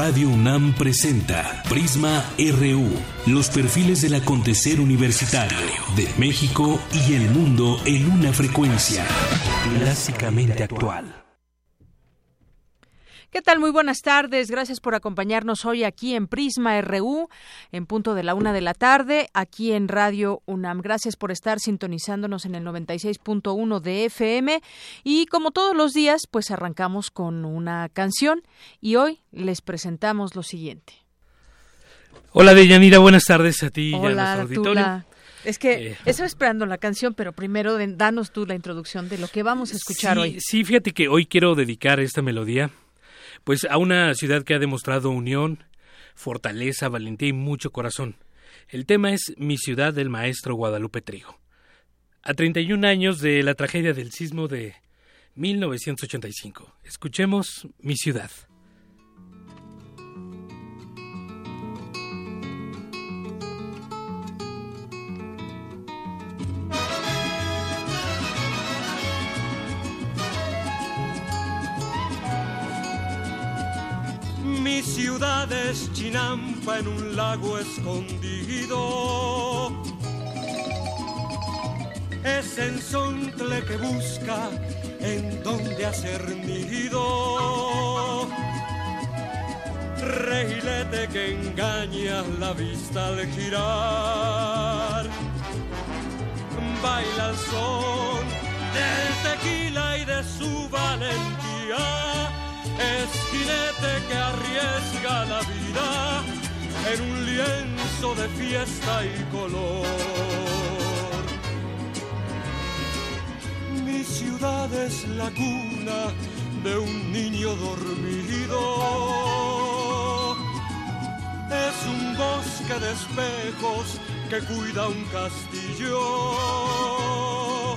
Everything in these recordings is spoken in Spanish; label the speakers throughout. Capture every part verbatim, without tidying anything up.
Speaker 1: Radio UNAM presenta Prisma R U, los perfiles del acontecer universitario de México y el mundo en una frecuencia clásicamente actual.
Speaker 2: ¿Qué tal? Muy buenas tardes. Gracias por acompañarnos hoy aquí en Prisma R U, en punto de la una de la tarde, aquí en Radio UNAM. Gracias por estar sintonizándonos en el noventa y seis punto uno de F M. Y como todos los días, pues arrancamos con una canción y hoy les presentamos lo siguiente.
Speaker 3: Hola Deyanira, buenas tardes a ti.
Speaker 2: Hola,
Speaker 3: y a nuestro auditorio.
Speaker 2: Tula. Es que
Speaker 3: Eh,
Speaker 2: estaba esperando la canción, pero primero de, danos tú la introducción de lo que vamos a escuchar
Speaker 3: sí,
Speaker 2: hoy.
Speaker 3: Sí, fíjate que hoy quiero dedicar esta melodía pues a una ciudad que ha demostrado unión, fortaleza, valentía y mucho corazón. El tema es Mi ciudad del maestro Guadalupe Trigo. A treinta y un años de la tragedia del sismo de mil novecientos ochenta y cinco. Escuchemos Mi ciudad.
Speaker 4: Mi ciudad es Chinampa en un lago escondido. Es enzontle que busca en donde hacer nido. Regilete que engaña la vista al girar. Baila al son del tequila y de su valentía. Es jinete que arriesga la vida en un lienzo de fiesta y color. Mi ciudad es la cuna de un niño dormido. Es un bosque de espejos que cuida un castillo.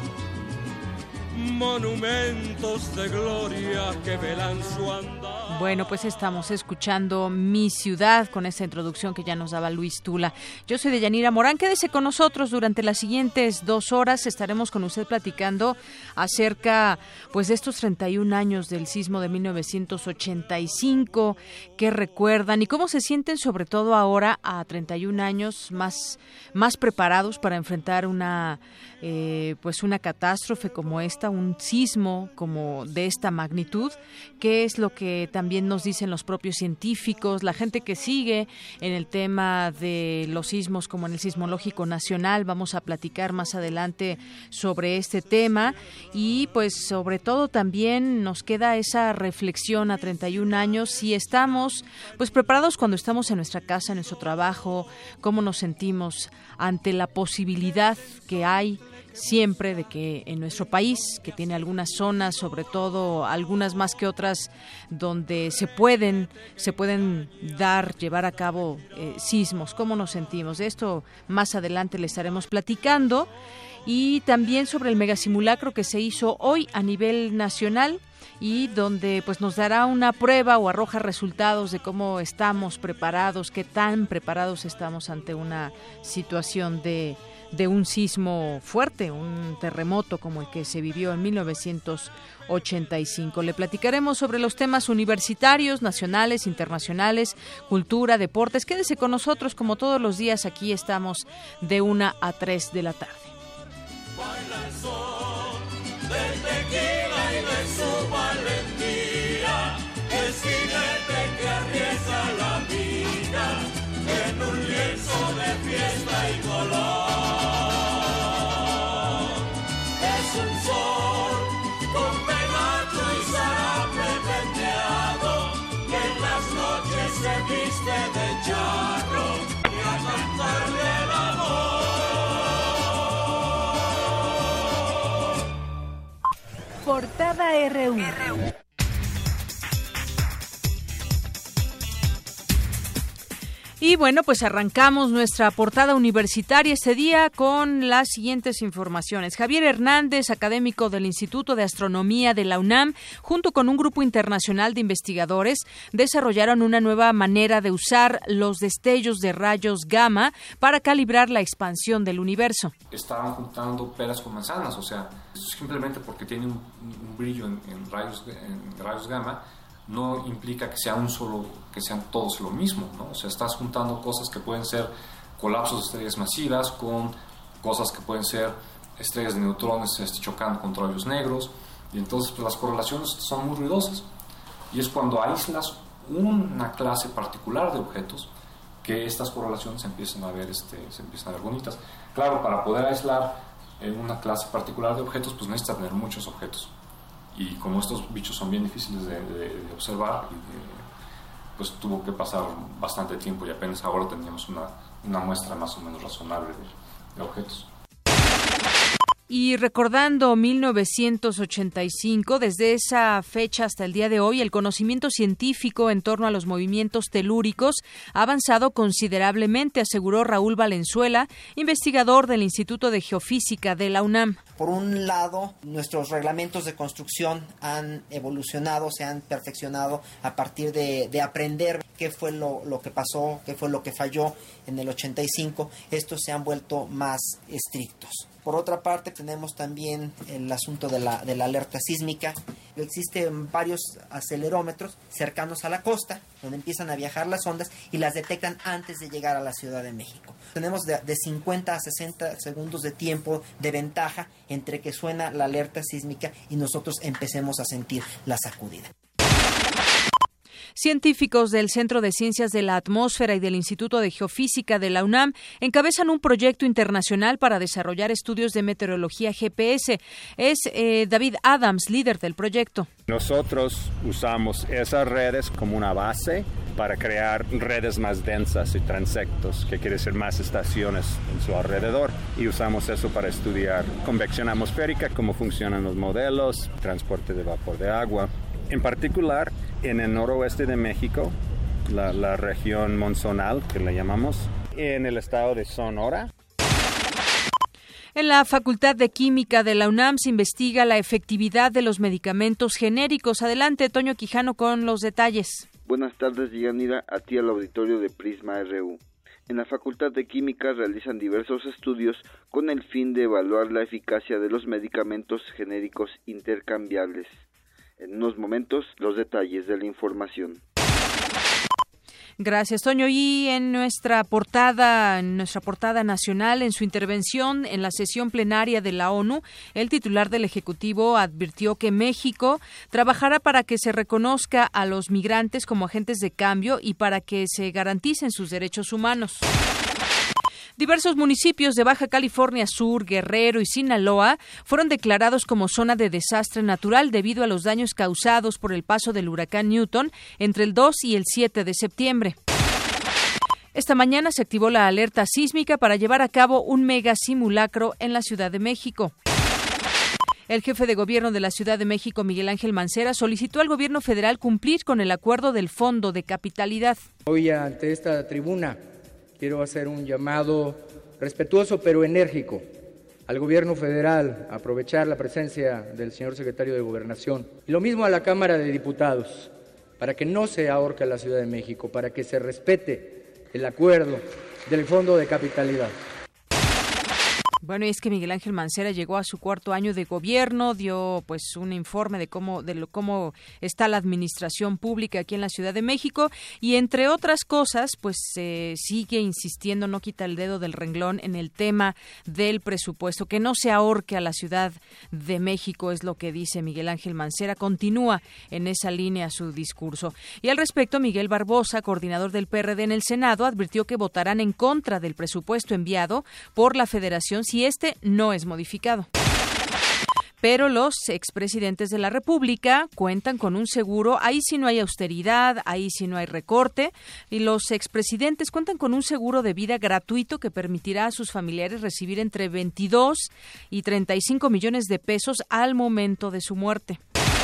Speaker 4: Monumentos de gloria que velan su andar.
Speaker 2: Bueno, pues estamos escuchando Mi ciudad con esta introducción que ya nos daba Luis Tula. Yo soy Deyanira Morán. Quédese con nosotros durante las siguientes dos horas. Estaremos con usted platicando acerca pues de estos treinta y un años del sismo de mil novecientos ochenta y cinco. ¿Qué recuerdan y cómo se sienten sobre todo ahora a treinta y un años más, más preparados para enfrentar una eh, pues una catástrofe como esta, un sismo como de esta magnitud? ¿Qué es lo que también También nos dicen los propios científicos, la gente que sigue en el tema de los sismos como en el Sismológico Nacional? Vamos a platicar más adelante sobre este tema y pues sobre todo también nos queda esa reflexión a treinta y un años, si estamos pues preparados cuando estamos en nuestra casa, en nuestro trabajo, cómo nos sentimos ante la posibilidad que hay siempre de que en nuestro país, que tiene algunas zonas, sobre todo algunas más que otras, donde se pueden se pueden dar, llevar a cabo eh, sismos, ¿cómo nos sentimos? De esto más adelante le estaremos platicando. Y también sobre el megasimulacro que se hizo hoy a nivel nacional y donde pues nos dará una prueba o arroja resultados de cómo estamos preparados, qué tan preparados estamos ante una situación de de un sismo fuerte, un terremoto como el que se vivió en mil novecientos ochenta y cinco. Le platicaremos sobre los temas universitarios, nacionales, internacionales, cultura, deportes. Quédese con nosotros como todos los días, aquí estamos de una a tres de la tarde.
Speaker 4: Baila el son del tequila y de su valentía. Es jinete que arriesga la vida en un lienzo de fiesta y color. Es un sol con penacho y zarape venteado que en las noches se viste de charro y a cantarle el amor.
Speaker 5: Portada R U.
Speaker 2: Y bueno, pues arrancamos nuestra portada universitaria este día con las siguientes informaciones. Javier Hernández, académico del Instituto de Astronomía de la UNAM, junto con un grupo internacional de investigadores, desarrollaron una nueva manera de usar los destellos de rayos gamma para calibrar la expansión del universo.
Speaker 6: Estaban juntando peras con manzanas, o sea, simplemente porque tiene un, un brillo en, en, rayos, en rayos gamma, no implica que sea un solo, que sean todos lo mismo, ¿no? O sea, estás juntando cosas que pueden ser colapsos de estrellas masivas con cosas que pueden ser estrellas de neutrones este, chocando contra hoyos negros, y entonces pues, las correlaciones son muy ruidosas, y es cuando aíslas una clase particular de objetos que estas correlaciones se empiezan a ver, este, se empiezan a ver bonitas. Claro, para poder aislar en una clase particular de objetos, pues necesitas tener muchos objetos, y como estos bichos son bien difíciles de, de, de observar, y de, pues tuvo que pasar bastante tiempo, y apenas ahora teníamos una, una muestra más o menos razonable de, de objetos.
Speaker 2: Y recordando mil novecientos ochenta y cinco, desde esa fecha hasta el día de hoy, el conocimiento científico en torno a los movimientos telúricos ha avanzado considerablemente, aseguró Raúl Valenzuela, investigador del Instituto de Geofísica de la UNAM.
Speaker 5: Por un lado, nuestros reglamentos de construcción han evolucionado, se han perfeccionado a partir de, de aprender qué fue lo, lo que pasó, qué fue lo que falló en el ochenta y cinco. Estos se han vuelto más estrictos. Por otra parte, tenemos también el asunto de la, de la alerta sísmica. Existen varios acelerómetros cercanos a la costa, donde empiezan a viajar las ondas y las detectan antes de llegar a la Ciudad de México. Tenemos de, de cincuenta a sesenta segundos de tiempo de ventaja entre que suena la alerta sísmica y nosotros empecemos a sentir la sacudida.
Speaker 2: Científicos del Centro de Ciencias de la Atmósfera y del Instituto de Geofísica de la UNAM encabezan un proyecto internacional para desarrollar estudios de meteorología G P S. Es eh, David Adams, líder del proyecto.
Speaker 7: Nosotros usamos esas redes como una base para crear redes más densas y transectos, que quiere decir más estaciones en su alrededor, y usamos eso para estudiar convección atmosférica, cómo funcionan los modelos, transporte de vapor de agua. En particular, en el noroeste de México, la, la región monzonal, que le llamamos, en el estado de Sonora.
Speaker 2: En la Facultad de Química de la UNAM se investiga la efectividad de los medicamentos genéricos. Adelante, Toño Quijano, con los detalles.
Speaker 8: Buenas tardes, Yanira, a ti al auditorio de Prisma R U. En la Facultad de Química realizan diversos estudios con el fin de evaluar la eficacia de los medicamentos genéricos intercambiables. En unos momentos, los detalles de la información.
Speaker 2: Gracias, Toño. Y en nuestra portada, en nuestra portada nacional, en su intervención en la sesión plenaria de la ONU, el titular del Ejecutivo advirtió que México trabajará para que se reconozca a los migrantes como agentes de cambio y para que se garanticen sus derechos humanos. Diversos municipios de Baja California Sur, Guerrero y Sinaloa fueron declarados como zona de desastre natural debido a los daños causados por el paso del huracán Newton entre el dos y el siete de septiembre. Esta mañana se activó la alerta sísmica para llevar a cabo un mega simulacro en la Ciudad de México. El jefe de gobierno de la Ciudad de México, Miguel Ángel Mancera, solicitó al gobierno federal cumplir con el acuerdo del Fondo de Capitalidad.
Speaker 9: Hoy ante esta tribuna quiero hacer un llamado respetuoso pero enérgico al gobierno federal, a aprovechar la presencia del señor secretario de Gobernación, y lo mismo a la Cámara de Diputados, para que no se ahorque a la Ciudad de México, para que se respete el acuerdo del Fondo de Capitalidad.
Speaker 2: Bueno, y es que Miguel Ángel Mancera llegó a su cuarto año de gobierno, dio pues un informe de cómo de lo, cómo está la administración pública aquí en la Ciudad de México y entre otras cosas, pues eh, sigue insistiendo, no quita el dedo del renglón en el tema del presupuesto, que no se ahorque a la Ciudad de México, es lo que dice Miguel Ángel Mancera, continúa en esa línea su discurso. Y al respecto, Miguel Barbosa, coordinador del P R D en el Senado, advirtió que votarán en contra del presupuesto enviado por la Federación si este no es modificado. Pero los expresidentes de la República cuentan con un seguro, ahí sí no hay austeridad, ahí sí no hay recorte, y los expresidentes cuentan con un seguro de vida gratuito que permitirá a sus familiares recibir entre veintidós y treinta y cinco millones de pesos al momento de su muerte.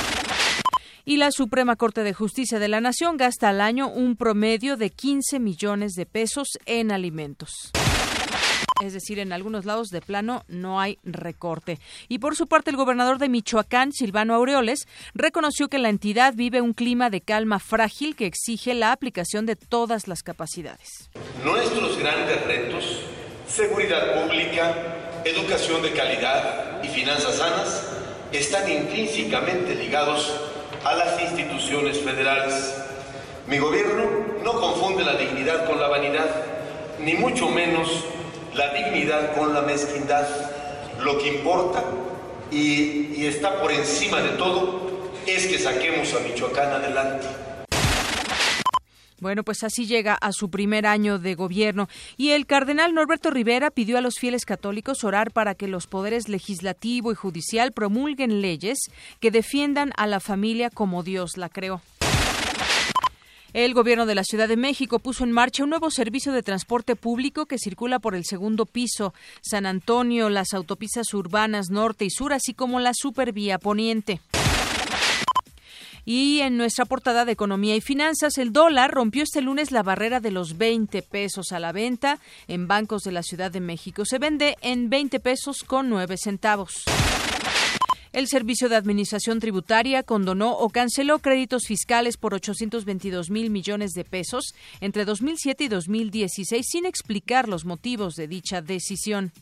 Speaker 2: Y la Suprema Corte de Justicia de la Nación gasta al año un promedio de quince millones de pesos en alimentos. Es decir, en algunos lados de plano no hay recorte. Y por su parte, el gobernador de Michoacán, Silvano Aureoles, reconoció que la entidad vive un clima de calma frágil que exige la aplicación de todas las capacidades.
Speaker 10: Nuestros grandes retos, seguridad pública, educación de calidad y finanzas sanas, están intrínsecamente ligados a las instituciones federales. Mi gobierno no confunde la dignidad con la vanidad, ni mucho menos la dignidad con la mezquindad. Lo que importa y, y está por encima de todo es que saquemos a Michoacán adelante.
Speaker 2: Bueno, pues así llega a su primer año de gobierno. Y el cardenal Norberto Rivera pidió a los fieles católicos orar para que los poderes legislativo y judicial promulguen leyes que defiendan a la familia como Dios la creó. El gobierno de la Ciudad de México puso en marcha un nuevo servicio de transporte público que circula por el segundo piso, San Antonio, las autopistas urbanas norte y sur, así como la supervía poniente. Y en nuestra portada de Economía y Finanzas, el dólar rompió este lunes la barrera de los veinte pesos a la venta en bancos de la Ciudad de México. Se vende en veinte pesos con nueve centavos. El Servicio de Administración Tributaria condonó o canceló créditos fiscales por ochocientos veintidós mil millones de pesos entre dos mil siete y dos mil dieciséis sin explicar los motivos de dicha decisión.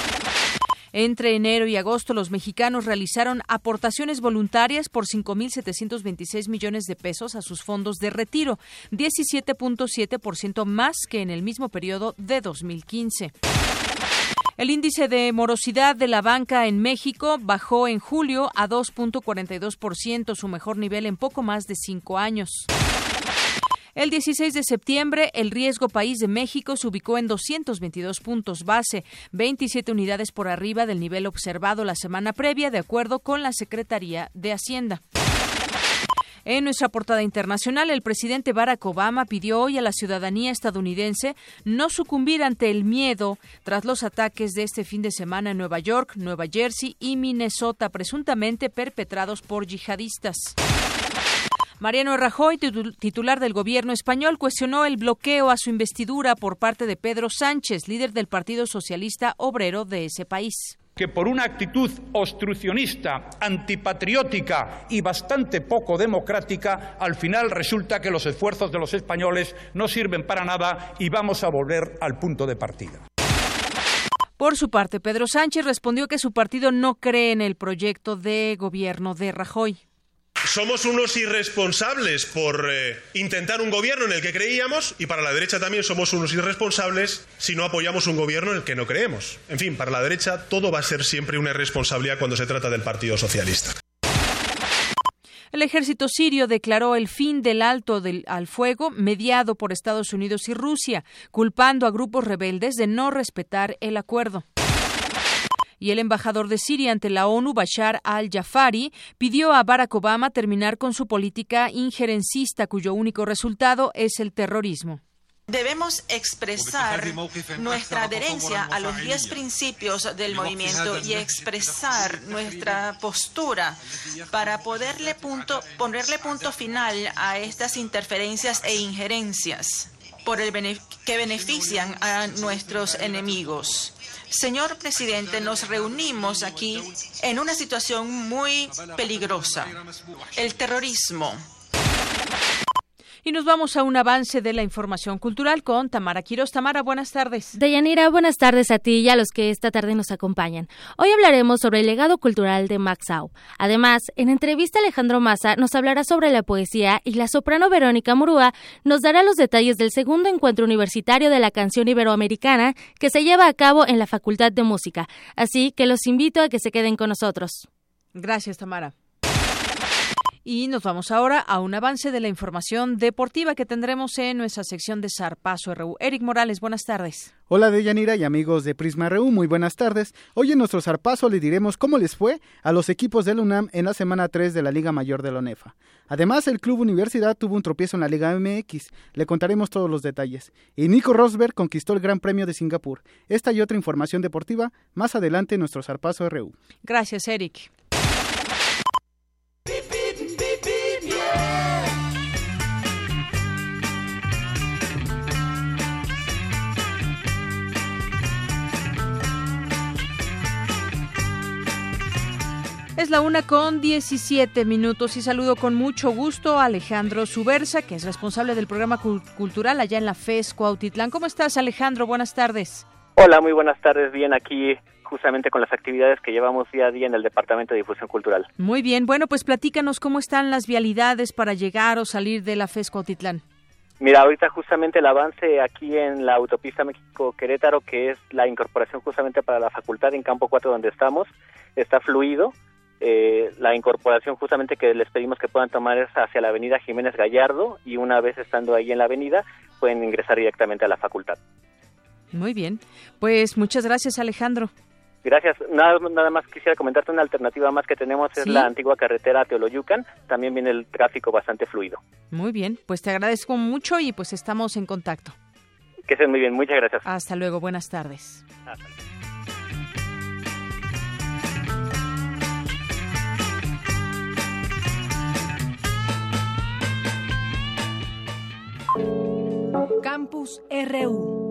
Speaker 2: Entre enero y agosto, los mexicanos realizaron aportaciones voluntarias por cinco mil setecientos veintiséis millones de pesos a sus fondos de retiro, diecisiete punto siete por ciento más que en el mismo periodo de dos mil quince. El índice de morosidad de la banca en México bajó en julio a dos punto cuarenta y dos por ciento, su mejor nivel en poco más de cinco años. El dieciséis de septiembre, el riesgo país de México se ubicó en doscientos veintidós puntos base, veintisiete unidades por arriba del nivel observado la semana previa, de acuerdo con la Secretaría de Hacienda. En nuestra portada internacional, el presidente Barack Obama pidió hoy a la ciudadanía estadounidense no sucumbir ante el miedo tras los ataques de este fin de semana en Nueva York, Nueva Jersey y Minnesota, presuntamente perpetrados por yihadistas. Mariano Rajoy, titular del gobierno español, cuestionó el bloqueo a su investidura por parte de Pedro Sánchez, líder del Partido Socialista Obrero de ese país.
Speaker 11: Que por una actitud obstruccionista, antipatriótica y bastante poco democrática, al final resulta que los esfuerzos de los españoles no sirven para nada y vamos a volver al punto de partida.
Speaker 2: Por su parte, Pedro Sánchez respondió que su partido no cree en el proyecto de gobierno de Rajoy.
Speaker 12: Somos unos irresponsables por eh, intentar un gobierno en el que creíamos, y para la derecha también somos unos irresponsables si no apoyamos un gobierno en el que no creemos. En fin, para la derecha todo va a ser siempre una irresponsabilidad cuando se trata del Partido Socialista.
Speaker 2: El ejército sirio declaró el fin del alto del, al fuego mediado por Estados Unidos y Rusia, culpando a grupos rebeldes de no respetar el acuerdo. Y el embajador de Siria ante la ONU, Bashar al-Jafari, pidió a Barack Obama terminar con su política injerencista, cuyo único resultado es el terrorismo.
Speaker 13: Debemos expresar nuestra adherencia a los diez principios del movimiento y expresar nuestra postura para poderle punto, ponerle punto final a estas interferencias e injerencias por el benef- que benefician a nuestros enemigos. Señor presidente, nos reunimos aquí en una situación muy peligrosa, el terrorismo.
Speaker 2: Y nos vamos a un avance de la información cultural con Tamara Quiroz. Tamara, buenas tardes.
Speaker 14: Deyanira, buenas tardes a ti y a los que esta tarde nos acompañan. Hoy hablaremos sobre el legado cultural de Max Au. Además, en entrevista Alejandro Maza nos hablará sobre la poesía y la soprano Verónica Murúa nos dará los detalles del segundo encuentro universitario de la canción iberoamericana que se lleva a cabo en la Facultad de Música. Así que los invito a que se queden con nosotros.
Speaker 2: Gracias, Tamara. Y nos vamos ahora a un avance de la información deportiva que tendremos en nuestra sección de Zarpazo R U. Eric Morales, buenas tardes.
Speaker 15: Hola Deyanira y amigos de Prisma R U, muy buenas tardes. Hoy en nuestro Zarpazo les diremos cómo les fue a los equipos del UNAM en la semana tres de la Liga Mayor de la ONEFA. Además, el Club Universidad tuvo un tropiezo en la Liga M X, le contaremos todos los detalles. Y Nico Rosberg conquistó el Gran Premio de Singapur. Esta y otra información deportiva más adelante en nuestro Zarpazo R U.
Speaker 2: Gracias, Eric. Es la una con diecisiete minutos y saludo con mucho gusto a Alejandro Subersa, que es responsable del programa cultural allá en la FES Cuautitlán. ¿Cómo estás, Alejandro? Buenas tardes.
Speaker 16: Hola, muy buenas tardes. Bien, aquí justamente con las actividades que llevamos día a día en el Departamento de Difusión Cultural.
Speaker 2: Muy bien, bueno, pues platícanos cómo están las vialidades para llegar o salir de la FES Cuautitlán.
Speaker 16: Mira, ahorita justamente el avance aquí en la autopista México-Querétaro, que es la incorporación justamente para la facultad en Campo cuatro donde estamos, está fluido. Eh, la incorporación justamente que les pedimos que puedan tomar es hacia la avenida Jiménez Gallardo, y una vez estando ahí en la avenida pueden ingresar directamente a la facultad.
Speaker 2: Muy bien, pues muchas gracias, Alejandro.
Speaker 16: Gracias. Nada, nada más quisiera comentarte una alternativa más que tenemos, es ¿Sí? la antigua carretera a Teoloyucan. También viene el tráfico bastante fluido.
Speaker 2: Muy bien, pues te agradezco mucho y pues estamos en contacto.
Speaker 16: Que estén muy bien, muchas gracias.
Speaker 2: Hasta luego, buenas tardes.
Speaker 16: Hasta
Speaker 17: luego. Campus R U.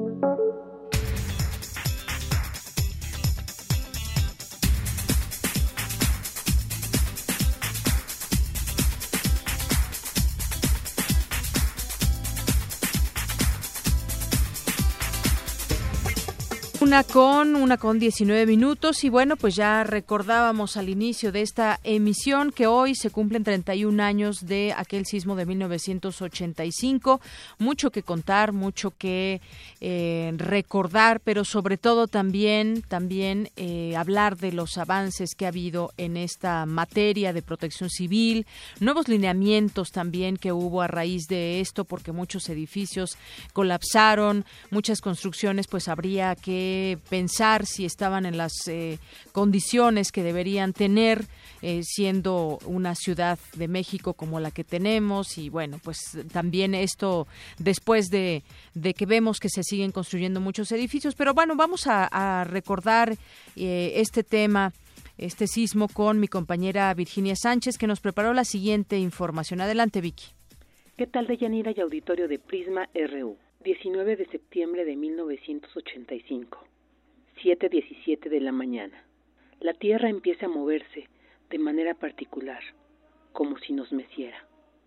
Speaker 2: Una con, una con diecinueve minutos y bueno, pues ya recordábamos al inicio de esta emisión que hoy se cumplen treinta y un años de aquel sismo de mil novecientos ochenta y cinco. Mucho que contar, mucho que eh, recordar, pero sobre todo también, también eh, hablar de los avances que ha habido en esta materia de protección civil, nuevos lineamientos también que hubo a raíz de esto, porque muchos edificios colapsaron, muchas construcciones pues habría que pensar si estaban en las eh, condiciones que deberían tener, eh, siendo una ciudad de México como la que tenemos, y bueno, pues también esto después de, de que vemos que se siguen construyendo muchos edificios. Pero bueno, vamos a, a recordar eh, este tema, este sismo, con mi compañera Virginia Sánchez, que nos preparó la siguiente información. Adelante, Vicky.
Speaker 18: ¿Qué tal, Deyanira y auditorio de Prisma R U? diecinueve de septiembre de mil novecientos ochenta y cinco, siete diecisiete de la mañana. La Tierra empieza a moverse de manera particular, como si nos meciera.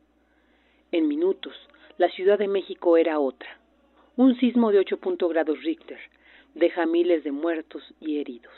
Speaker 18: En minutos, la Ciudad de México era otra. Un sismo de ocho grados Richter deja miles de muertos y heridos.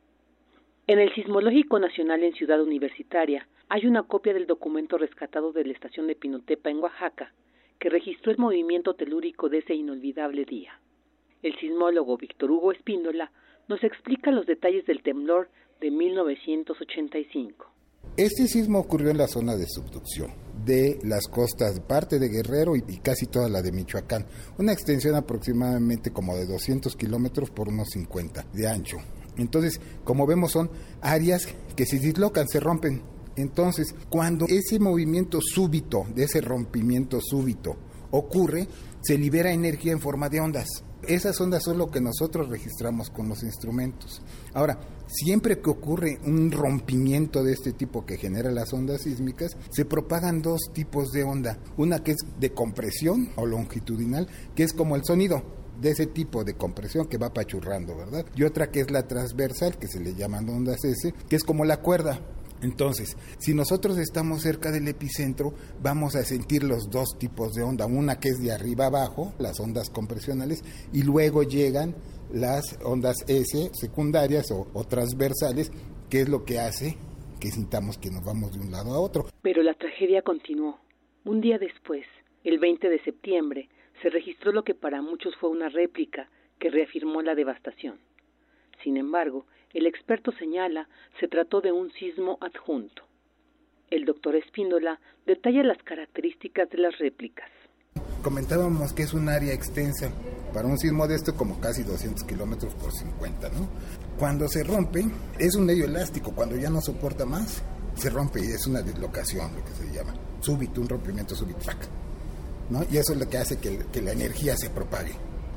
Speaker 18: En el Sismológico Nacional en Ciudad Universitaria hay una copia del documento rescatado de la estación de Pinotepa en Oaxaca, que registró el movimiento telúrico de ese inolvidable día. El sismólogo Víctor Hugo Espíndola nos explica los detalles del temblor de mil novecientos ochenta y cinco.
Speaker 19: Este sismo ocurrió en la zona de subducción de las costas, parte de Guerrero y, y casi toda la de Michoacán, una extensión aproximadamente como de doscientos kilómetros por unos cincuenta de ancho. Entonces, como vemos, son áreas que se dislocan, se rompen. Entonces, cuando ese movimiento súbito, de ese rompimiento súbito ocurre, se libera energía en forma de ondas. Esas ondas son lo que nosotros registramos con los instrumentos. Ahora, siempre que ocurre un rompimiento de este tipo que genera las ondas sísmicas, se propagan dos tipos de onda. Una que es de compresión o longitudinal, que es como el sonido de ese tipo de compresión que va apachurrando, ¿verdad? Y otra que es la transversal, que se le llaman ondas S, que es como la cuerda. Entonces, si nosotros estamos cerca del epicentro, vamos a sentir los dos tipos de onda, una que es de arriba abajo, las ondas compresionales, y luego llegan las ondas S secundarias o, o transversales, que es lo que hace que sintamos que nos vamos de un lado a otro.
Speaker 18: Pero la tragedia continuó. Un día después, el veinte de septiembre, se registró lo que para muchos fue una réplica que reafirmó la devastación. Sin embargo, el experto señala se trató de un sismo adjunto. El doctor Espíndola detalla las características de las réplicas.
Speaker 19: Comentábamos que es un área extensa para un sismo de esto, como casi doscientos kilómetros por cincuenta, ¿no? Cuando se rompe, es un medio elástico, cuando ya no soporta más, se rompe y es una dislocación, lo que se llama, súbito, un rompimiento súbito, ¿no? Y eso es lo que hace que, que la energía se propague.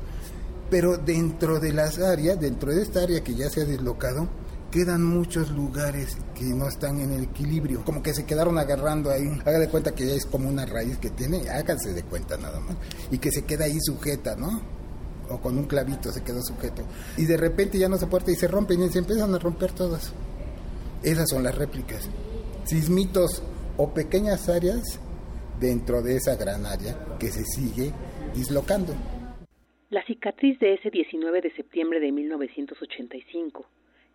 Speaker 19: Pero dentro de las áreas, dentro de esta área que ya se ha dislocado, quedan muchos lugares que no están en el equilibrio, como que se quedaron agarrando ahí. Haga de cuenta que ya es como una raíz que tiene, háganse de cuenta nada más, y que se queda ahí sujeta, ¿no? O con un clavito se quedó sujeto. Y de repente ya no soporta y se rompen y se empiezan a romper todas. Esas son las réplicas. Sismitos o pequeñas áreas dentro de esa gran área que se sigue dislocando.
Speaker 18: La cicatriz de ese diecinueve de septiembre de mil novecientos ochenta y cinco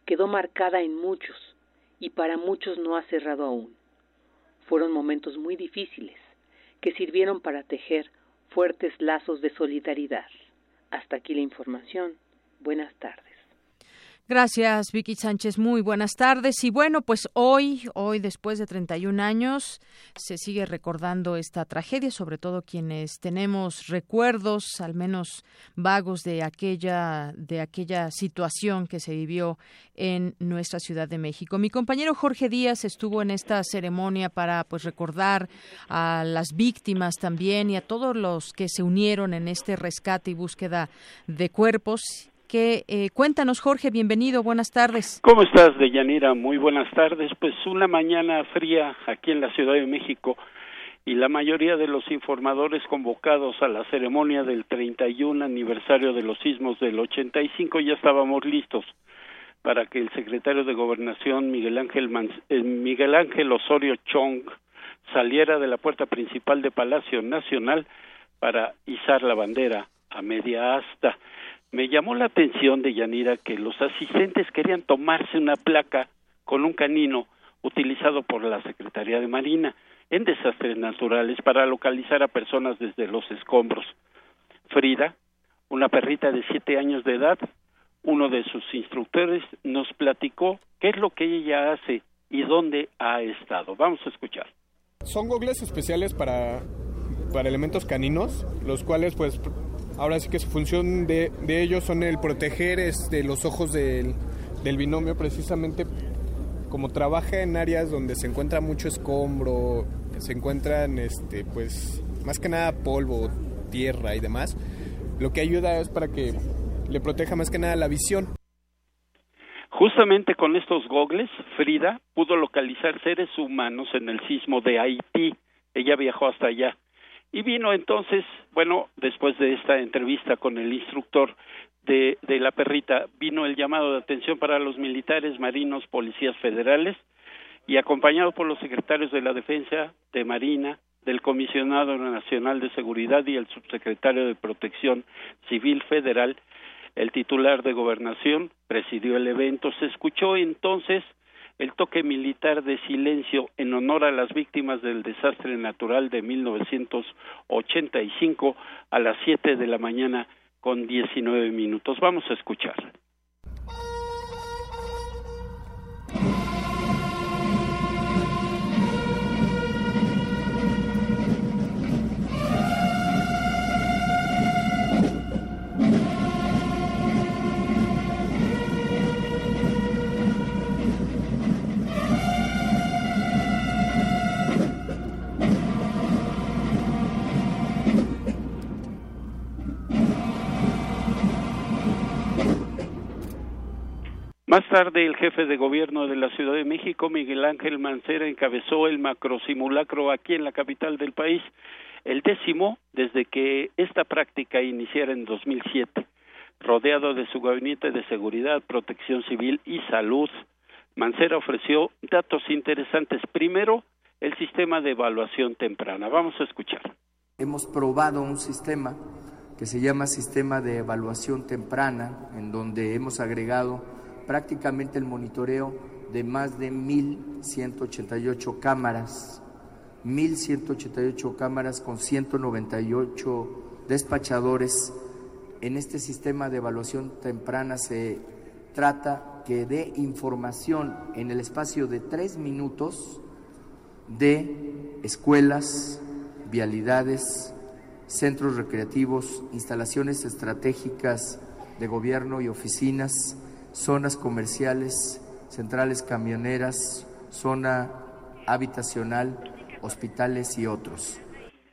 Speaker 18: quedó marcada en muchos y para muchos no ha cerrado aún. Fueron momentos muy difíciles que sirvieron para tejer fuertes lazos de solidaridad. Hasta aquí la información. Buenas tardes.
Speaker 2: Gracias, Vicky Sánchez. Muy buenas tardes. Y bueno, pues hoy, hoy después de treinta y un años, se sigue recordando esta tragedia, sobre todo quienes tenemos recuerdos, al menos vagos, de aquella, de aquella situación que se vivió en nuestra Ciudad de México. Mi compañero Jorge Díaz estuvo en esta ceremonia para pues recordar a las víctimas también y a todos los que se unieron en este rescate y búsqueda de cuerpos. Que, eh, cuéntanos, Jorge, bienvenido, buenas tardes.
Speaker 20: ¿Cómo estás, Deyanira? Muy buenas tardes. Pues una mañana fría aquí en la Ciudad de México y la mayoría de los informadores convocados a la ceremonia del treinta y un aniversario de los sismos del ochenta y cinco ya estábamos listos para que el secretario de Gobernación, Miguel Ángel, Man- eh, Miguel Ángel Osorio Chong, saliera de la puerta principal de Palacio Nacional para izar la bandera a media asta. Me llamó la atención, Deyanira, que los asistentes querían tomarse una placa con un canino utilizado por la Secretaría de Marina en desastres naturales para localizar a personas desde los escombros. Frida, una perrita de siete años de edad, uno de sus instructores, nos platicó qué es lo que ella hace y dónde ha estado. Vamos a escuchar.
Speaker 21: Son gogles especiales para, para elementos caninos, los cuales pues ahora sí que su función de, de ellos son el proteger este, los ojos del, del binomio, precisamente como trabaja en áreas donde se encuentra mucho escombro, se encuentran este, pues más que nada polvo, tierra y demás, lo que ayuda es para que le proteja más que nada la visión.
Speaker 20: Justamente con estos gogles, Frida pudo localizar seres humanos en el sismo de Haití. Ella viajó hasta allá. Y vino entonces, bueno, después de esta entrevista con el instructor de, de la perrita, vino el llamado de atención para los militares, marinos, policías federales, y acompañado por los secretarios de la Defensa, de Marina, del Comisionado Nacional de Seguridad y el subsecretario de Protección Civil Federal, el titular de Gobernación presidió el evento. Se escuchó entonces el toque militar de silencio en honor a las víctimas del desastre natural de mil novecientos ochenta y cinco a las siete de la mañana con diecinueve minutos. Vamos a escuchar. Más tarde, el jefe de gobierno de la Ciudad de México, Miguel Ángel Mancera, encabezó el macrosimulacro aquí en la capital del país, el décimo desde que esta práctica iniciara en dos mil siete. Rodeado de su gabinete de seguridad, protección civil y salud, Mancera ofreció datos interesantes. Primero, el sistema de evaluación temprana. Vamos a escuchar.
Speaker 22: Hemos probado un sistema que se llama sistema de evaluación temprana, en donde hemos agregado prácticamente el monitoreo de más de mil ciento ochenta y ocho cámaras, mil ciento ochenta y ocho cámaras con ciento noventa y ocho despachadores. En este sistema de evaluación temprana se trata que dé información en el espacio de tres minutos de escuelas, vialidades, centros recreativos, instalaciones estratégicas de gobierno y oficinas, zonas comerciales, centrales camioneras, zona habitacional, hospitales y otros.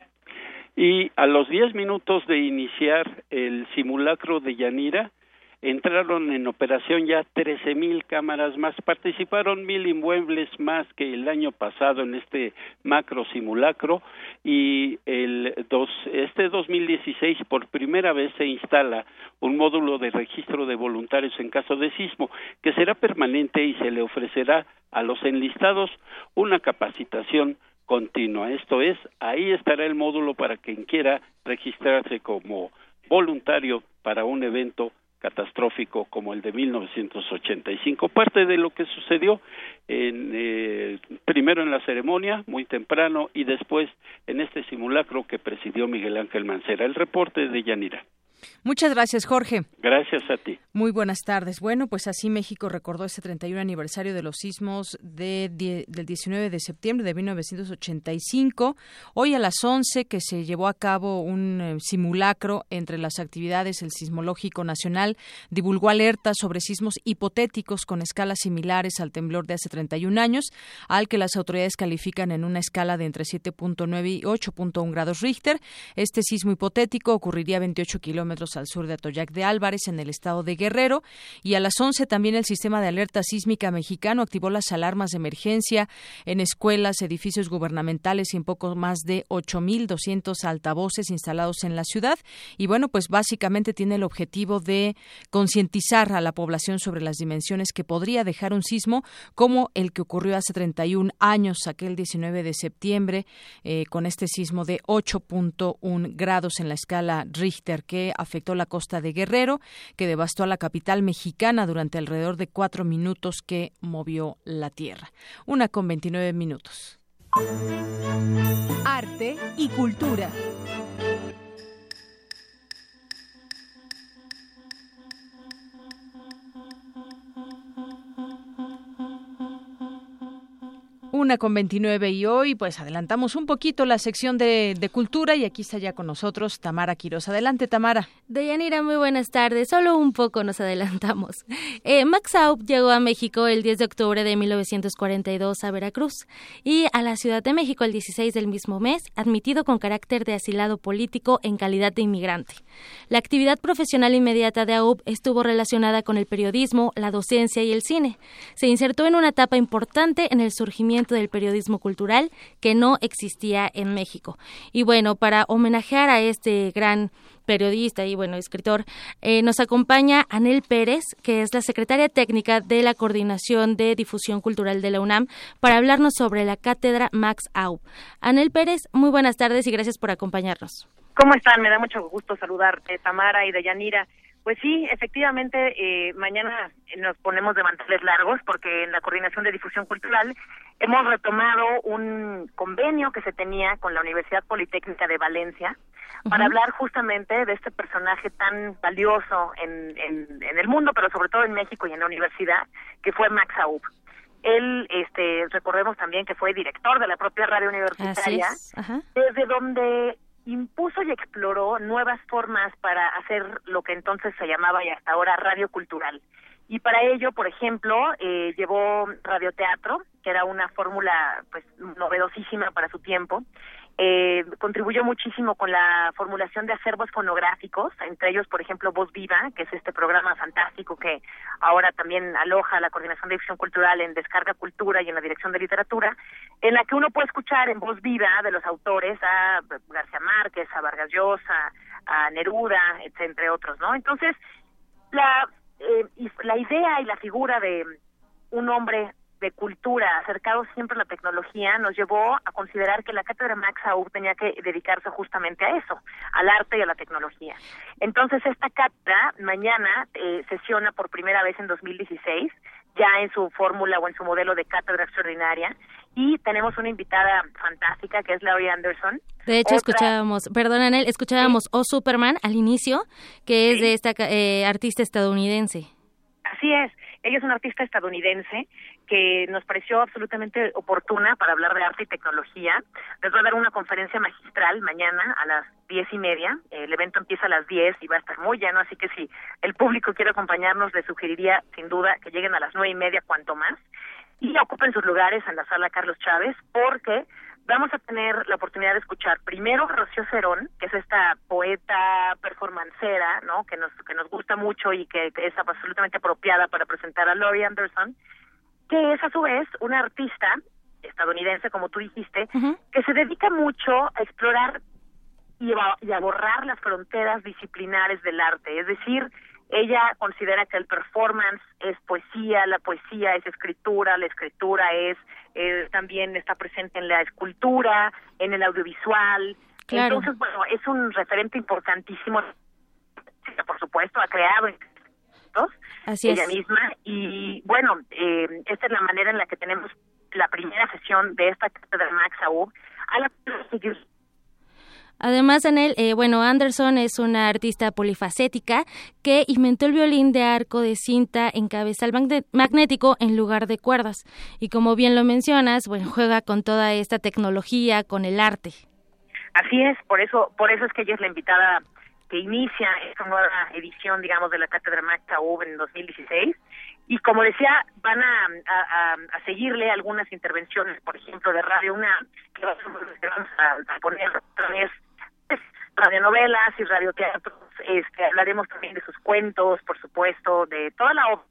Speaker 20: Y a los diez minutos de iniciar el simulacro de Yanira, entraron en operación ya trece mil cámaras más, participaron mil inmuebles más que el año pasado en este macro simulacro, y el dos, este dos mil dieciséis por primera vez se instala un módulo de registro de voluntarios en caso de sismo, que será permanente y se le ofrecerá a los enlistados una capacitación continua. Esto es, ahí estará el módulo para quien quiera registrarse como voluntario para un evento catastrófico como el de mil novecientos ochenta y cinco. Parte de lo que sucedió en, eh, primero en la ceremonia, muy temprano, y después en este simulacro que presidió Miguel Ángel Mancera. El reporte de Yanira.
Speaker 2: Muchas gracias, Jorge.
Speaker 20: Gracias a ti.
Speaker 2: Muy buenas tardes. Bueno, pues así México recordó este treinta y uno aniversario de los sismos de, de, del diecinueve de septiembre de mil novecientos ochenta y cinco. Hoy a las once que se llevó a cabo un eh, simulacro entre las actividades, el Sismológico Nacional divulgó alertas sobre sismos hipotéticos con escalas similares al temblor de hace treinta y un años, al que las autoridades califican en una escala de entre siete punto nueve y ocho punto uno grados Richter. Este sismo hipotético ocurriría a veintiocho kilómetros al sur de Atoyac de Álvarez, en el estado de Guerrero, y a las once también el Sistema de Alerta Sísmica Mexicano activó las alarmas de emergencia en escuelas, edificios gubernamentales y en poco más de ocho mil doscientos altavoces instalados en la ciudad. Y bueno, pues básicamente tiene el objetivo de concientizar a la población sobre las dimensiones que podría dejar un sismo como el que ocurrió hace treinta y un años, aquel diecinueve de septiembre, eh, con este sismo de ocho punto uno grados en la escala Richter, que afectó la costa de Guerrero, que devastó a la capital mexicana durante alrededor de cuatro minutos que movió la tierra. Una con veintinueve minutos.
Speaker 17: Arte y cultura.
Speaker 2: Una con veintinueve y hoy pues adelantamos un poquito la sección de, de cultura y aquí está ya con nosotros Tamara Quiroz. Adelante, Tamara.
Speaker 14: Deyanira, muy buenas tardes. Solo un poco nos adelantamos. Eh, Max Aub llegó a México el diez de octubre de mil novecientos cuarenta y dos a Veracruz y a la Ciudad de México el dieciséis del mismo mes, admitido con carácter de asilado político en calidad de inmigrante. La actividad profesional inmediata de Aub estuvo relacionada con el periodismo, la docencia y el cine. Se insertó en una etapa importante en el surgimiento del periodismo cultural que no existía en México. Y bueno, para homenajear a este gran periodista y bueno, escritor, eh, nos acompaña Anel Pérez, que es la secretaria técnica de la Coordinación de Difusión Cultural de la UNAM, para hablarnos sobre la cátedra Max Aub. Anel Pérez, muy buenas tardes y gracias por acompañarnos.
Speaker 1: ¿Cómo están? Me da mucho gusto saludarte, Tamara y Deyanira. Pues sí, efectivamente, eh, mañana nos ponemos de manteles largos porque en la Coordinación de Difusión Cultural hemos retomado un convenio que se tenía con la Universidad Politécnica de Valencia uh-huh. para hablar justamente de este personaje tan valioso en, en, en el mundo, pero sobre todo en México y en la universidad, que fue Max Aub. Él, este, recordemos también que fue director de la propia radio universitaria, desde donde impuso y exploró nuevas formas para hacer lo que entonces se llamaba y hasta ahora radio cultural. Y para ello, por ejemplo, eh, llevó radioteatro, que era una fórmula pues novedosísima para su tiempo. Eh, contribuyó muchísimo con la formulación de acervos fonográficos, entre ellos, por ejemplo, Voz Viva, que es este programa fantástico que ahora también aloja la Coordinación de Difusión Cultural en Descarga Cultura y en la Dirección de Literatura, en la que uno puede escuchar en voz viva de los autores a García Márquez, a Vargas Llosa, a Neruda, entre otros, ¿no? Entonces, la, eh, la idea y la figura de un hombre de cultura acercado siempre a la tecnología nos llevó a considerar que la cátedra Max Aub tenía que dedicarse justamente a eso, al arte y a la tecnología. Entonces esta cátedra mañana eh, sesiona por primera vez en dos mil dieciséis, ya en su fórmula o en su modelo de cátedra extraordinaria, y tenemos una invitada fantástica que es Laurie Anderson.
Speaker 14: De hecho, Otra... escuchábamos, perdón, Anel, escuchábamos ¿Sí? O Superman al inicio, que es ¿Sí? de esta eh, artista estadounidense.
Speaker 1: Así es, ella es una artista estadounidense que nos pareció absolutamente oportuna para hablar de arte y tecnología. Les voy a dar una conferencia magistral mañana a las diez y media. El evento empieza a las diez y va a estar muy lleno, así que si el público quiere acompañarnos, les sugeriría sin duda que lleguen a las nueve y media cuanto más y ocupen sus lugares en la sala Carlos Chávez, porque vamos a tener la oportunidad de escuchar primero a Rocío Cerón, que es esta poeta performancera, ¿no? Que nos que nos gusta mucho y que, que es absolutamente apropiada para presentar a Laurie Anderson, que es a su vez una artista estadounidense, como tú dijiste, uh-huh. que se dedica mucho a explorar y a, y a borrar las fronteras disciplinares del arte. Es decir, ella considera que el performance es poesía, la poesía es escritura, la escritura es eh, también está presente en la escultura, en el audiovisual. Claro. Entonces, bueno, es un referente importantísimo. Por supuesto, ha creado proyectos,
Speaker 14: Así
Speaker 1: ella
Speaker 14: es.
Speaker 1: misma, y bueno, eh, esta es la manera en la que tenemos la primera sesión de esta cátedra Max Aub, a la que
Speaker 14: Además, Anel, eh, bueno, Anderson es una artista polifacética que inventó el violín de arco de cinta en cabezal magne- magnético en lugar de cuerdas. Y como bien lo mencionas, bueno, juega con toda esta tecnología, con el arte.
Speaker 1: Así es, por eso, por eso es que ella es la invitada que inicia esta nueva edición, digamos, de la cátedra Max Aub en dos mil dieciséis. Y como decía, van a, a, a seguirle algunas intervenciones, por ejemplo, de Radio UNAM, que vamos a, a poner otra vez radionovelas y radioteatros. Este, hablaremos también de sus cuentos, por supuesto, de toda la obra.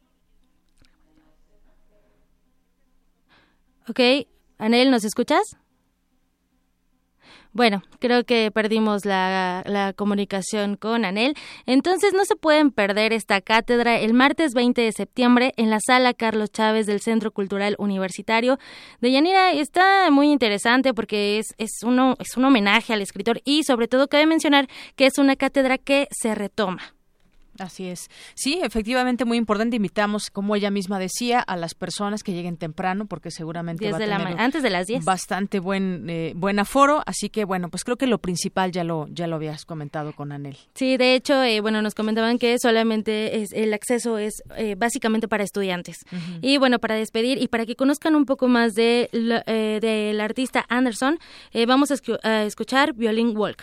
Speaker 14: Ok, Anel, ¿nos escuchas? Bueno, creo que perdimos la, la comunicación con Anel. Entonces no se pueden perder esta cátedra el martes veinte de septiembre en la Sala Carlos Chávez del Centro Cultural Universitario. Deyanira, está muy interesante porque es, es, uno, es un homenaje al escritor y sobre todo cabe mencionar que es una cátedra que se retoma.
Speaker 2: Así es. Sí, efectivamente, muy importante. Invitamos, como ella misma decía, a las personas que lleguen temprano, porque seguramente va a
Speaker 14: de la
Speaker 2: tener
Speaker 14: ma- antes de las diez.
Speaker 2: bastante buen eh, buen aforo. Así que, bueno, pues creo que lo principal ya lo ya lo habías comentado con Anel.
Speaker 14: Sí, de hecho, eh, bueno, nos comentaban que solamente es el acceso es eh, básicamente para estudiantes. Uh-huh. Y bueno, para despedir y para que conozcan un poco más de la, eh, del artista Anderson, eh, vamos a, escu- a escuchar Violin Walk.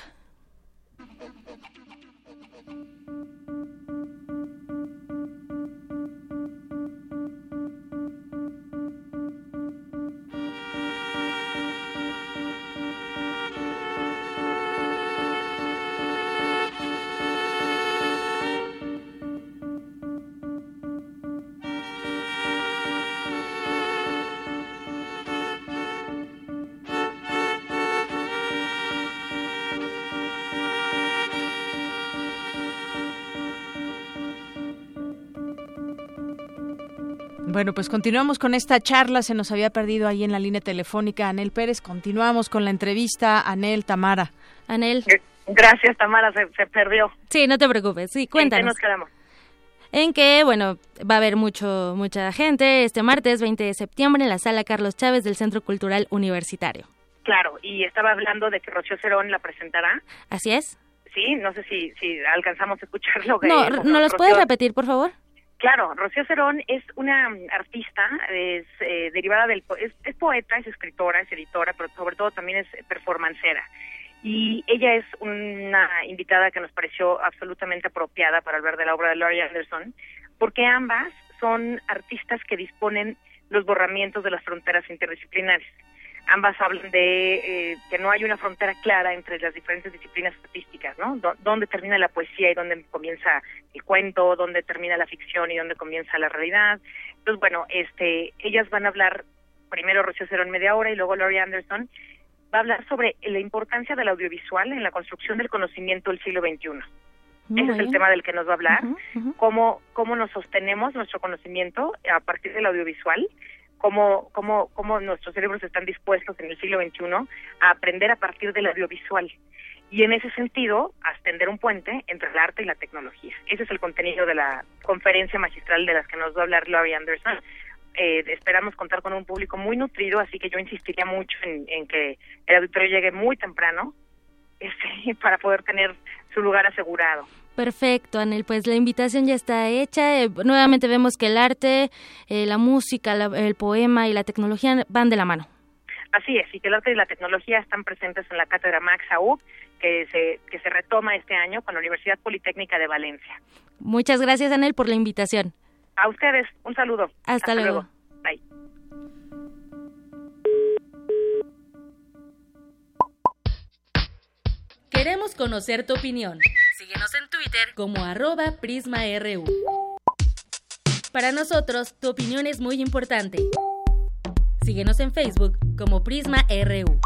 Speaker 2: Bueno, pues continuamos con esta charla. Se nos había perdido ahí en la línea telefónica Anel Pérez. Continuamos con la entrevista. Anel, Tamara.
Speaker 14: Anel.
Speaker 1: Gracias, Tamara, se, se perdió.
Speaker 14: Sí, no te preocupes. Sí, cuéntanos.
Speaker 1: ¿En qué nos quedamos?
Speaker 14: En que, bueno, va a haber mucho mucha gente este martes veinte de septiembre en la Sala Carlos Chávez del Centro Cultural Universitario.
Speaker 1: Claro, y estaba hablando de que Rocío Cerón la presentará.
Speaker 14: Así es.
Speaker 1: Sí, no sé si, si alcanzamos a escucharlo.
Speaker 14: No, ¿nos los puedes repetir, por favor?
Speaker 1: Claro, Rocío Cerón es una artista, es eh, derivada del... Es, es poeta, es escritora, es editora, pero sobre todo también es performancera. Y ella es una invitada que nos pareció absolutamente apropiada para hablar de la obra de Laurie Anderson, porque ambas son artistas que disponen los borramientos de las fronteras interdisciplinares. Ambas hablan de eh, que no hay una frontera clara entre las diferentes disciplinas artísticas, ¿no? D- dónde termina la poesía y dónde comienza el cuento, dónde termina la ficción y dónde comienza la realidad. Entonces, bueno, este, ellas van a hablar, primero Rocío Cerón media hora y luego Laurie Anderson, va a hablar sobre la importancia del audiovisual en la construcción del conocimiento del siglo veintiuno. Muy Ese bien. Es el tema del que nos va a hablar, uh-huh, uh-huh. Cómo, cómo nos sostenemos nuestro conocimiento a partir del audiovisual, Cómo, cómo, cómo nuestros cerebros están dispuestos en el siglo veintiuno a aprender a partir del audiovisual. Y en ese sentido, a extender un puente entre el arte y la tecnología. Ese es el contenido de la conferencia magistral de las que nos va a hablar Laurie Anderson. Eh, esperamos contar con un público muy nutrido, así que yo insistiría mucho en, en que el auditorio llegue muy temprano este, para poder tener su lugar asegurado.
Speaker 14: Perfecto, Anel, pues la invitación ya está hecha. Eh, nuevamente vemos que el arte, eh, la música, la, el poema y la tecnología van de la mano.
Speaker 1: Así es, y que el arte y la tecnología están presentes en la cátedra Max Aub, que se, que se retoma este año con la Universidad Politécnica de Valencia.
Speaker 14: Muchas gracias, Anel, por la invitación.
Speaker 1: A ustedes, un saludo.
Speaker 14: Hasta, Hasta luego. luego.
Speaker 1: Bye.
Speaker 3: Queremos conocer tu opinión. Síguenos en Twitter como arroba PrismaRU. Para nosotros, tu opinión es muy importante. Síguenos en Facebook como PrismaRU.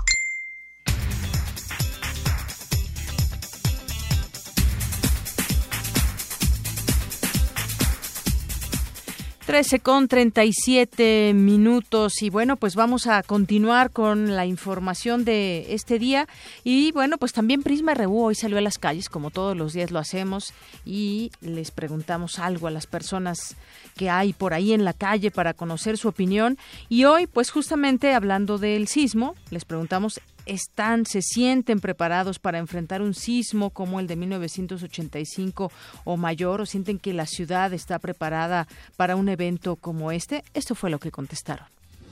Speaker 2: trece con treinta y siete minutos y bueno, pues vamos a continuar con la información de este día y bueno, pues también Prisma R U hoy salió a las calles como todos los días lo hacemos y les preguntamos algo a las personas que hay por ahí en la calle para conocer su opinión y hoy pues justamente hablando del sismo, les preguntamos están, se sienten preparados para enfrentar un sismo como el de mil novecientos ochenta y cinco o mayor, o sienten que la ciudad está preparada para un evento como este. Esto fue lo que contestaron.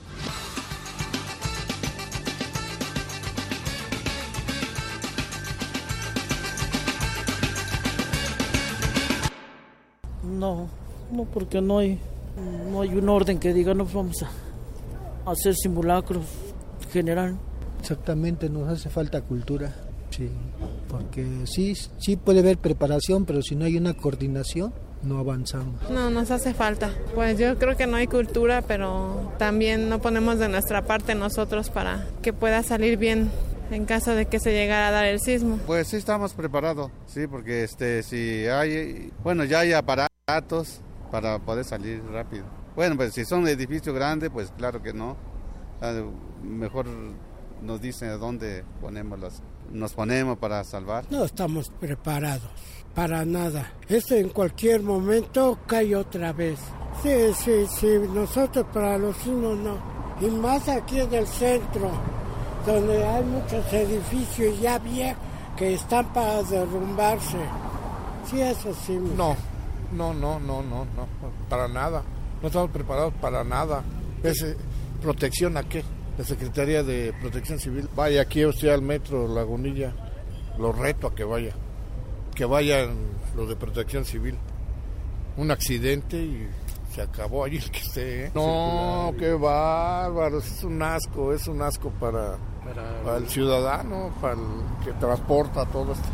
Speaker 4: No, no, porque no hay, no hay un orden que diga nos vamos a hacer simulacros general.
Speaker 6: Exactamente, nos hace falta cultura, sí, porque sí, sí puede haber preparación, pero si no hay una coordinación, no avanzamos.
Speaker 23: No, nos hace falta. Pues yo creo que no hay cultura, pero también no ponemos de nuestra parte nosotros para que pueda salir bien en caso de que se llegara a dar el sismo.
Speaker 24: Pues sí estamos preparados, sí, porque este, si hay, bueno, ya hay aparatos para poder salir rápido. Bueno, pues si son edificios grandes, pues claro que no, mejor nos dicen a dónde ponemos las, nos ponemos para salvar.
Speaker 25: No estamos preparados para nada. Esto en cualquier momento cae otra vez. Sí, sí, sí, nosotros para los sismos no. Y más aquí en el centro, donde hay muchos edificios ya viejos que están para derrumbarse. Sí, eso sí.
Speaker 26: No, no, no, no, no, no, para nada. No estamos preparados para nada. ¿Es protección a qué? La Secretaría de Protección Civil. Vaya aquí usted al metro Lagunilla, lo reto a que vaya, que vayan los de Protección Civil. Un accidente y se acabó allí el que esté. ¿eh? No, qué bárbaro, es un asco, es un asco para, para, para el ciudadano, para el que transporta todo esto.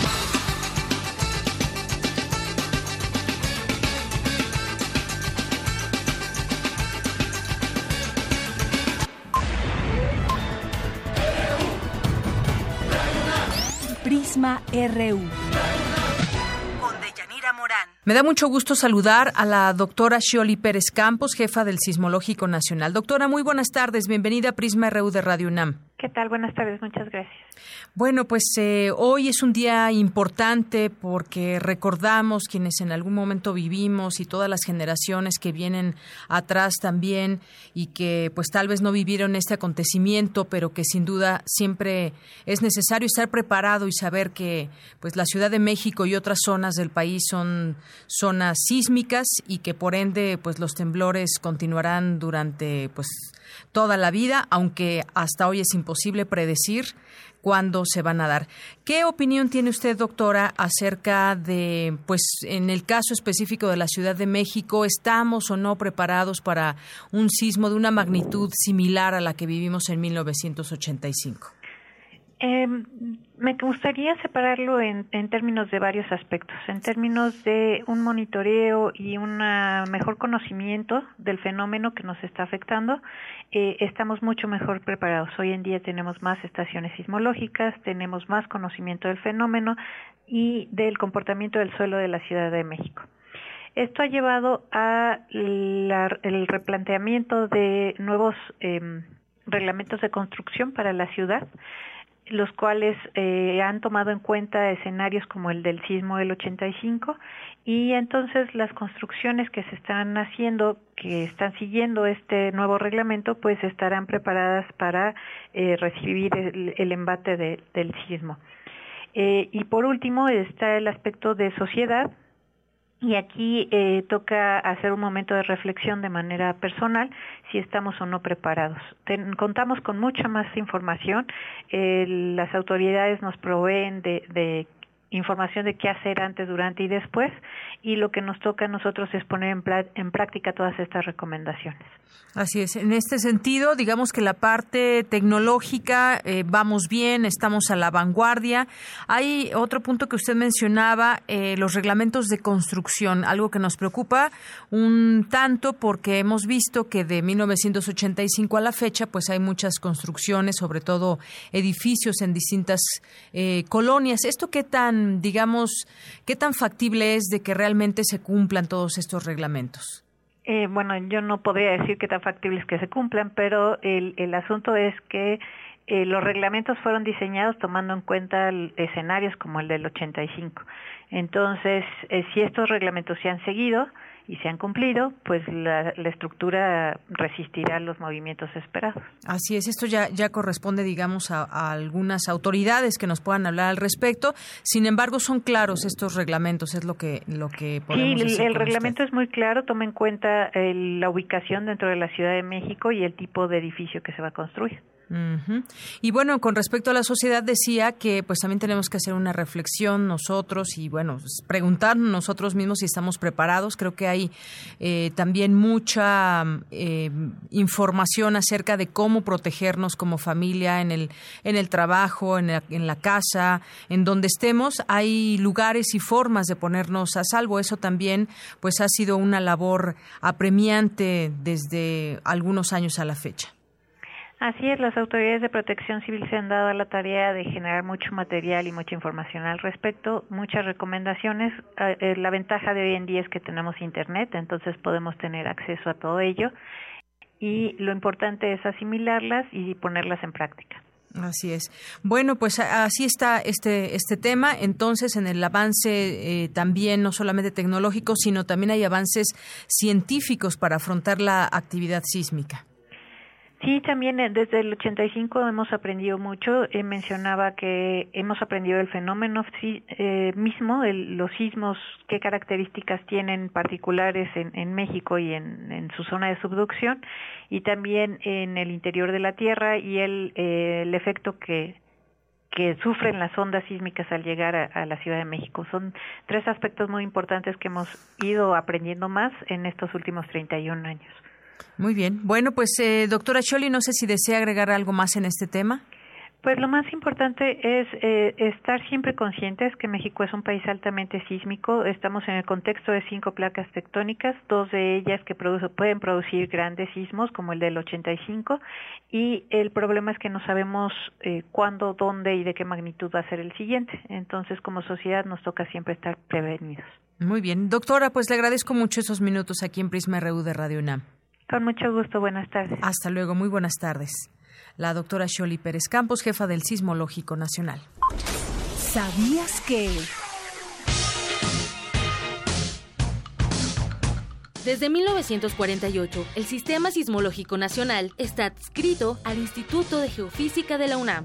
Speaker 17: Prisma R U.
Speaker 2: Con Deyanira Morán. Me da mucho gusto saludar a la doctora Xioli Pérez Campos, jefa del Sismológico Nacional. Doctora, muy buenas tardes. Bienvenida a Prisma R U de Radio UNAM.
Speaker 27: ¿Qué tal? Buenas tardes. Muchas gracias.
Speaker 2: Bueno, pues eh, hoy es un día importante porque recordamos quienes en algún momento vivimos y todas las generaciones que vienen atrás también y que pues tal vez no vivieron este acontecimiento, pero que sin duda siempre es necesario estar preparado y saber que pues la Ciudad de México y otras zonas del país son zonas sísmicas y que por ende pues los temblores continuarán durante pues toda la vida, aunque hasta hoy es imposible predecir cuándo se van a dar. ¿Qué opinión tiene usted, doctora, acerca de, pues, en el caso específico de la Ciudad de México, estamos o no preparados para un sismo de una magnitud similar a la que vivimos en mil novecientos ochenta y cinco?
Speaker 27: Eh, me gustaría separarlo en, en términos de varios aspectos, en términos de un monitoreo y un mejor conocimiento del fenómeno que nos está afectando. Eh, estamos mucho mejor preparados. Hoy en día tenemos más estaciones sismológicas, tenemos más conocimiento del fenómeno y del comportamiento del suelo de la Ciudad de México. Esto ha llevado a la, el replanteamiento de nuevos eh, reglamentos de construcción para la ciudad, los cuales eh, han tomado en cuenta escenarios como el del sismo del ochenta y cinco y entonces las construcciones que se están haciendo, que están siguiendo este nuevo reglamento, pues estarán preparadas para eh, recibir el, el embate de, del sismo. Eh, y por último está el aspecto de sociedad. Y aquí eh, toca hacer un momento de reflexión de manera personal si estamos o no preparados. Ten, contamos con mucha más información. Eh, las autoridades nos proveen de, de información de qué hacer antes, durante y después, y lo que nos toca a nosotros es poner en, pla- en práctica todas estas recomendaciones.
Speaker 2: Así es. En este sentido, digamos que la parte tecnológica eh, vamos bien, estamos a la vanguardia. Hay otro punto que usted mencionaba, eh, los reglamentos de construcción, algo que nos preocupa un tanto porque hemos visto que de mil novecientos ochenta y cinco a la fecha, pues hay muchas construcciones, sobre todo edificios en distintas eh, colonias. ¿Esto qué tan, digamos, qué tan factible es de que realmente se cumplan todos estos reglamentos?
Speaker 27: Eh, bueno, yo no podría decir qué tan factible es que se cumplan, pero el, el asunto es que eh, los reglamentos fueron diseñados tomando en cuenta escenarios como el del ochenta y cinco. Entonces, eh, si estos reglamentos se han seguido y se han cumplido, pues la, la estructura resistirá los movimientos esperados.
Speaker 2: Así es, esto ya, ya corresponde, digamos, a, a algunas autoridades que nos puedan hablar al respecto. Sin embargo, son claros estos reglamentos, es lo que lo que podemos
Speaker 27: Sí,
Speaker 2: decir.
Speaker 27: el, el reglamento es muy claro, toma en cuenta el, la ubicación dentro de la Ciudad de México y el tipo de edificio que se va a construir.
Speaker 2: Uh-huh. Y bueno, con respecto a la sociedad, decía que pues también tenemos que hacer una reflexión nosotros y bueno, preguntarnos nosotros mismos si estamos preparados. Creo que hay eh, también mucha eh, información acerca de cómo protegernos como familia en el en el trabajo, en la, en la casa, en donde estemos. Hay lugares y formas de ponernos a salvo. Eso también pues ha sido una labor apremiante desde algunos años a la fecha.
Speaker 27: Así es, las autoridades de protección civil se han dado a la tarea de generar mucho material y mucha información al respecto, muchas recomendaciones. Eh, la ventaja de hoy en día es que tenemos internet, entonces podemos tener acceso a todo ello y lo importante es asimilarlas y ponerlas en práctica.
Speaker 2: Así es. Bueno, pues así está este este tema. Entonces, en el avance eh, también, no solamente tecnológico, sino también hay avances científicos para afrontar la actividad sísmica.
Speaker 27: Sí, también desde el ochenta y cinco hemos aprendido mucho. Eh, mencionaba que hemos aprendido el fenómeno sí, eh, mismo, el, los sismos, qué características tienen particulares en, en México y en, en su zona de subducción, y también en el interior de la Tierra y el, eh, el efecto que que sufren las ondas sísmicas al llegar a, a la Ciudad de México. Son tres aspectos muy importantes que hemos ido aprendiendo más en estos últimos treinta y un años.
Speaker 2: Muy bien. Bueno, pues eh, doctora Scioli, no sé si desea agregar algo más en este tema.
Speaker 27: Pues lo más importante es eh, estar siempre conscientes que México es un país altamente sísmico. Estamos en el contexto de cinco placas tectónicas, dos de ellas que produce, pueden producir grandes sismos, como el del ochenta y cinco, y el problema es que no sabemos eh, cuándo, dónde y de qué magnitud va a ser el siguiente. Entonces, como sociedad, nos toca siempre estar prevenidos.
Speaker 2: Muy bien. Doctora, pues le agradezco mucho esos minutos aquí en Prisma R U de Radio UNAM.
Speaker 27: Con mucho gusto, buenas tardes.
Speaker 2: Hasta luego, muy buenas tardes. La doctora Scioli Pérez Campos, jefa del Sismológico Nacional.
Speaker 17: ¿Sabías que?
Speaker 3: Desde mil novecientos cuarenta y ocho, el Sistema Sismológico Nacional está adscrito al Instituto de Geofísica de la UNAM.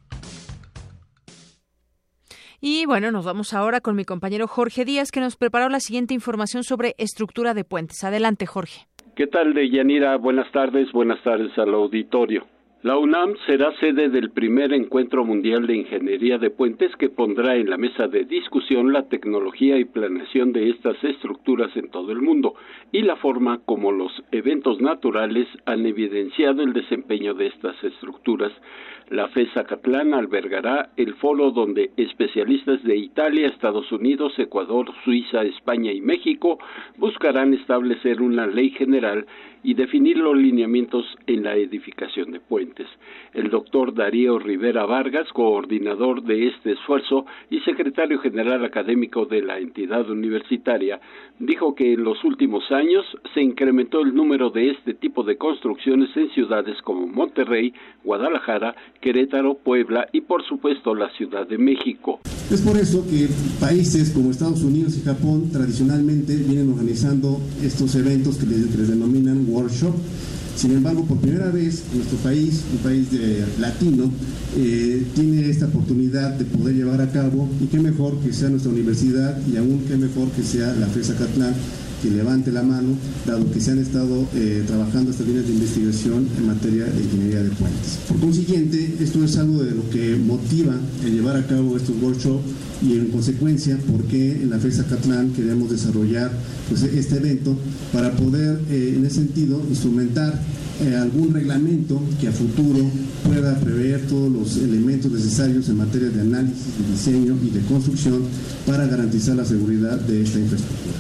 Speaker 2: Y bueno, nos vamos ahora con mi compañero Jorge Díaz, que nos preparó la siguiente información sobre estructura de puentes. Adelante, Jorge.
Speaker 20: ¿Qué tal, Deyanira? Buenas tardes, buenas tardes al auditorio. La UNAM será sede del primer Encuentro Mundial de Ingeniería de Puentes que pondrá en la mesa de discusión la tecnología y planeación de estas estructuras en todo el mundo y la forma como los eventos naturales han evidenciado el desempeño de estas estructuras. La FES Zacatlán albergará el foro donde especialistas de Italia, Estados Unidos, Ecuador, Suiza, España y México buscarán establecer una ley general y definir los lineamientos en la edificación de puentes. El doctor Darío Rivera Vargas, coordinador de este esfuerzo y secretario general académico de la entidad universitaria, dijo que en los últimos años se incrementó el número de este tipo de construcciones en ciudades como Monterrey, Guadalajara, Querétaro, Puebla y por supuesto la Ciudad de México.
Speaker 5: Es por eso que países como Estados Unidos y Japón tradicionalmente vienen organizando estos eventos que les, que les denominan workshop. Sin embargo, por primera vez nuestro país, un país de, latino, eh, tiene esta oportunidad de poder llevar a cabo, y qué mejor que sea nuestra universidad y aún qué mejor que sea la FES Zacatlán que levante la mano, dado que se han estado eh, trabajando estas líneas de investigación en materia de ingeniería de puentes. Por consiguiente, esto es algo de lo que motiva el llevar a cabo estos workshops y en consecuencia, por qué en la FES Zacatlán queremos desarrollar pues, este evento para poder, eh, en ese sentido, instrumentar eh, algún reglamento que a futuro pueda prever todos los elementos necesarios en materia de análisis, de diseño y de construcción para garantizar la seguridad de esta infraestructura.
Speaker 20: Los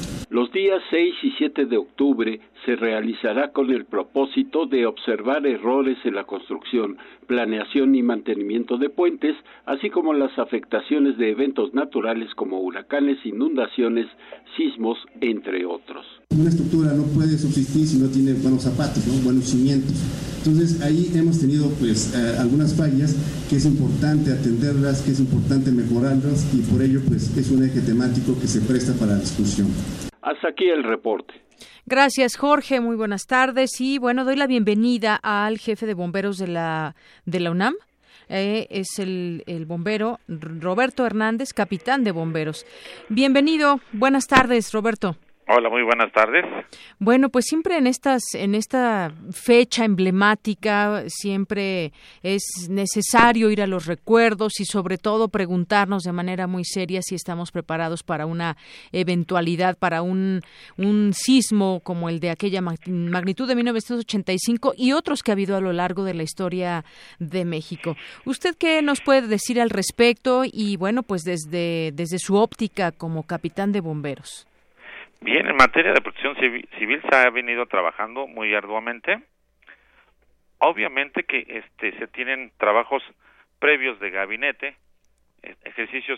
Speaker 20: Los días seis y siete de octubre se realizará con el propósito de observar errores en la construcción, planeación y mantenimiento de puentes, así como las afectaciones de eventos naturales como huracanes, inundaciones, sismos, entre otros.
Speaker 5: Una estructura no puede subsistir si no tiene buenos zapatos, ¿no? Buenos cimientos. Entonces ahí hemos tenido pues eh, algunas fallas que es importante atenderlas, que es importante mejorarlas y por ello pues es un eje temático que se presta para la discusión.
Speaker 20: Hasta aquí el reporte.
Speaker 2: Gracias, Jorge. Muy buenas tardes. Y bueno, doy la bienvenida al jefe de bomberos de la de la UNAM. Eh, es el, el bombero Roberto Hernández, capitán de bomberos. Bienvenido. Buenas tardes, Roberto.
Speaker 7: Hola, muy buenas tardes.
Speaker 2: Bueno, pues siempre en estas, en esta fecha emblemática, siempre es necesario ir a los recuerdos y sobre todo preguntarnos de manera muy seria si estamos preparados para una eventualidad, para un, un sismo como el de aquella magnitud de mil novecientos ochenta y cinco y otros que ha habido a lo largo de la historia de México. ¿Usted qué nos puede decir al respecto? Y bueno, pues desde, desde su óptica como capitán de bomberos.
Speaker 7: Bien, en materia de protección civil se ha venido trabajando muy arduamente. Obviamente que este se tienen trabajos previos de gabinete, ejercicios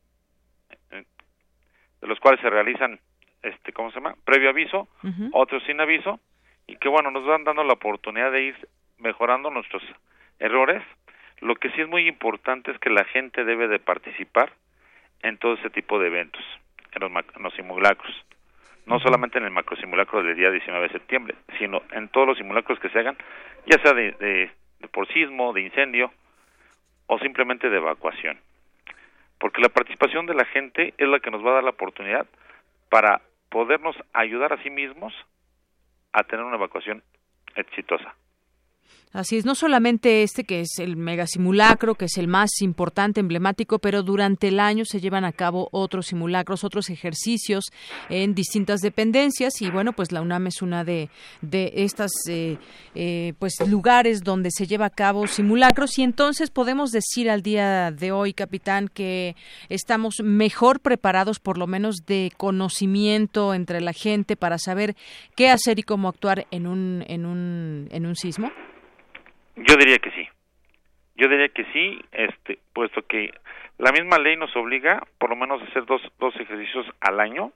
Speaker 7: de los cuales se realizan, este, ¿cómo se llama? Previo aviso, uh-huh. Otros sin aviso, y que bueno, nos van dando la oportunidad de ir mejorando nuestros errores. Lo que sí es muy importante es que la gente debe de participar en todo ese tipo de eventos, en los, en los simulacros. No solamente en el macrosimulacro del día diecinueve de septiembre, sino en todos los simulacros que se hagan, ya sea de, de, de por sismo, de incendio o simplemente de evacuación. Porque la participación de la gente es la que nos va a dar la oportunidad para podernos ayudar a sí mismos a tener una evacuación exitosa.
Speaker 2: Así es, no solamente este que es el megasimulacro, que es el más importante, emblemático, pero durante el año se llevan a cabo otros simulacros, otros ejercicios en distintas dependencias y bueno, pues la UNAM es una de, de estas eh, eh, pues lugares donde se lleva a cabo simulacros y entonces podemos decir al día de hoy, capitán, que estamos mejor preparados, por lo menos de conocimiento entre la gente para saber qué hacer y cómo actuar en un, en un, en un sismo.
Speaker 7: Yo diría que sí. Yo diría que sí, este, puesto que la misma ley nos obliga, por lo menos, a hacer dos, dos ejercicios al año.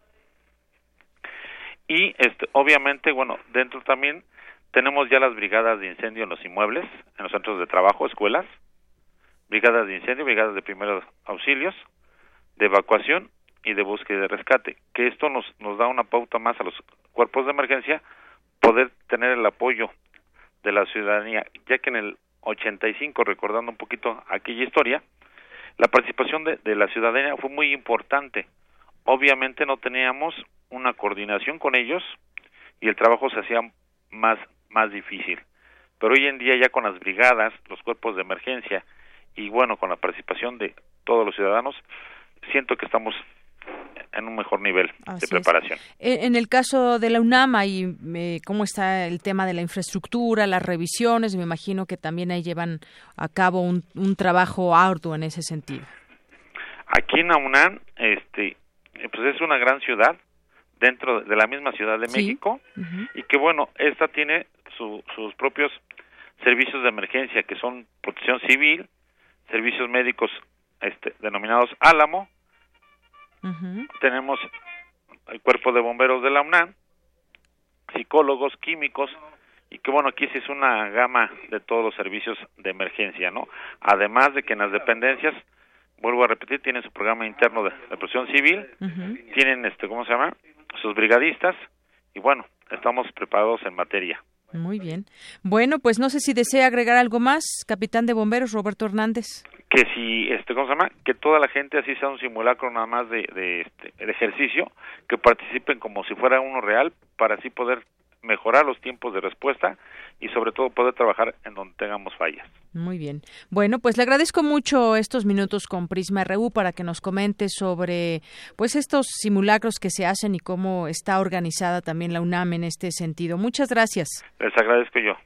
Speaker 7: Y, este, obviamente, bueno, dentro también tenemos ya las brigadas de incendio en los inmuebles, en los centros de trabajo, escuelas, brigadas de incendio, brigadas de primeros auxilios, de evacuación y de búsqueda y de rescate. Que esto nos, nos da una pauta más a los cuerpos de emergencia, poder tener el apoyo de la ciudadanía, ya que en el ochenta y cinco, recordando un poquito aquella historia, la participación de, de la ciudadanía fue muy importante. Obviamente no teníamos una coordinación con ellos y el trabajo se hacía más, más difícil. Pero hoy en día ya con las brigadas, los cuerpos de emergencia y bueno, con la participación de todos los ciudadanos, siento que estamos en un mejor nivel Así de preparación.
Speaker 2: Es. En el caso de la UNAM, ahí, eh, ¿cómo está el tema de la infraestructura, las revisiones? Me imagino que también ahí llevan a cabo un, un trabajo arduo en ese sentido.
Speaker 7: Aquí en la UNAM, este, pues es una gran ciudad dentro de la misma Ciudad de sí. México, uh-huh. Y que bueno, esta tiene su, sus propios servicios de emergencia, que son protección civil, servicios médicos este, denominados Álamo. Uh-huh. Tenemos el cuerpo de bomberos de la UNAM, psicólogos, químicos, y que bueno, aquí sí es una gama de todos los servicios de emergencia, ¿no? Además de que en las dependencias, vuelvo a repetir, tienen su programa interno de, de protección civil, uh-huh. Tienen, este, ¿cómo se llama? Sus brigadistas, y bueno, estamos preparados en materia.
Speaker 2: Muy bien. Bueno, pues no sé si desea agregar algo más, capitán de bomberos Roberto Hernández.
Speaker 7: Que si, este, ¿cómo se llama? Que toda la gente, así sea un simulacro nada más de, de, este, de ejercicio, que participen como si fuera uno real, para así poder mejorar los tiempos de respuesta y sobre todo poder trabajar en donde tengamos fallas.
Speaker 2: Muy bien. Bueno, pues le agradezco mucho estos minutos con Prisma R U para que nos comente sobre pues estos simulacros que se hacen y cómo está organizada también la UNAM en este sentido. Muchas gracias.
Speaker 7: Les agradezco yo.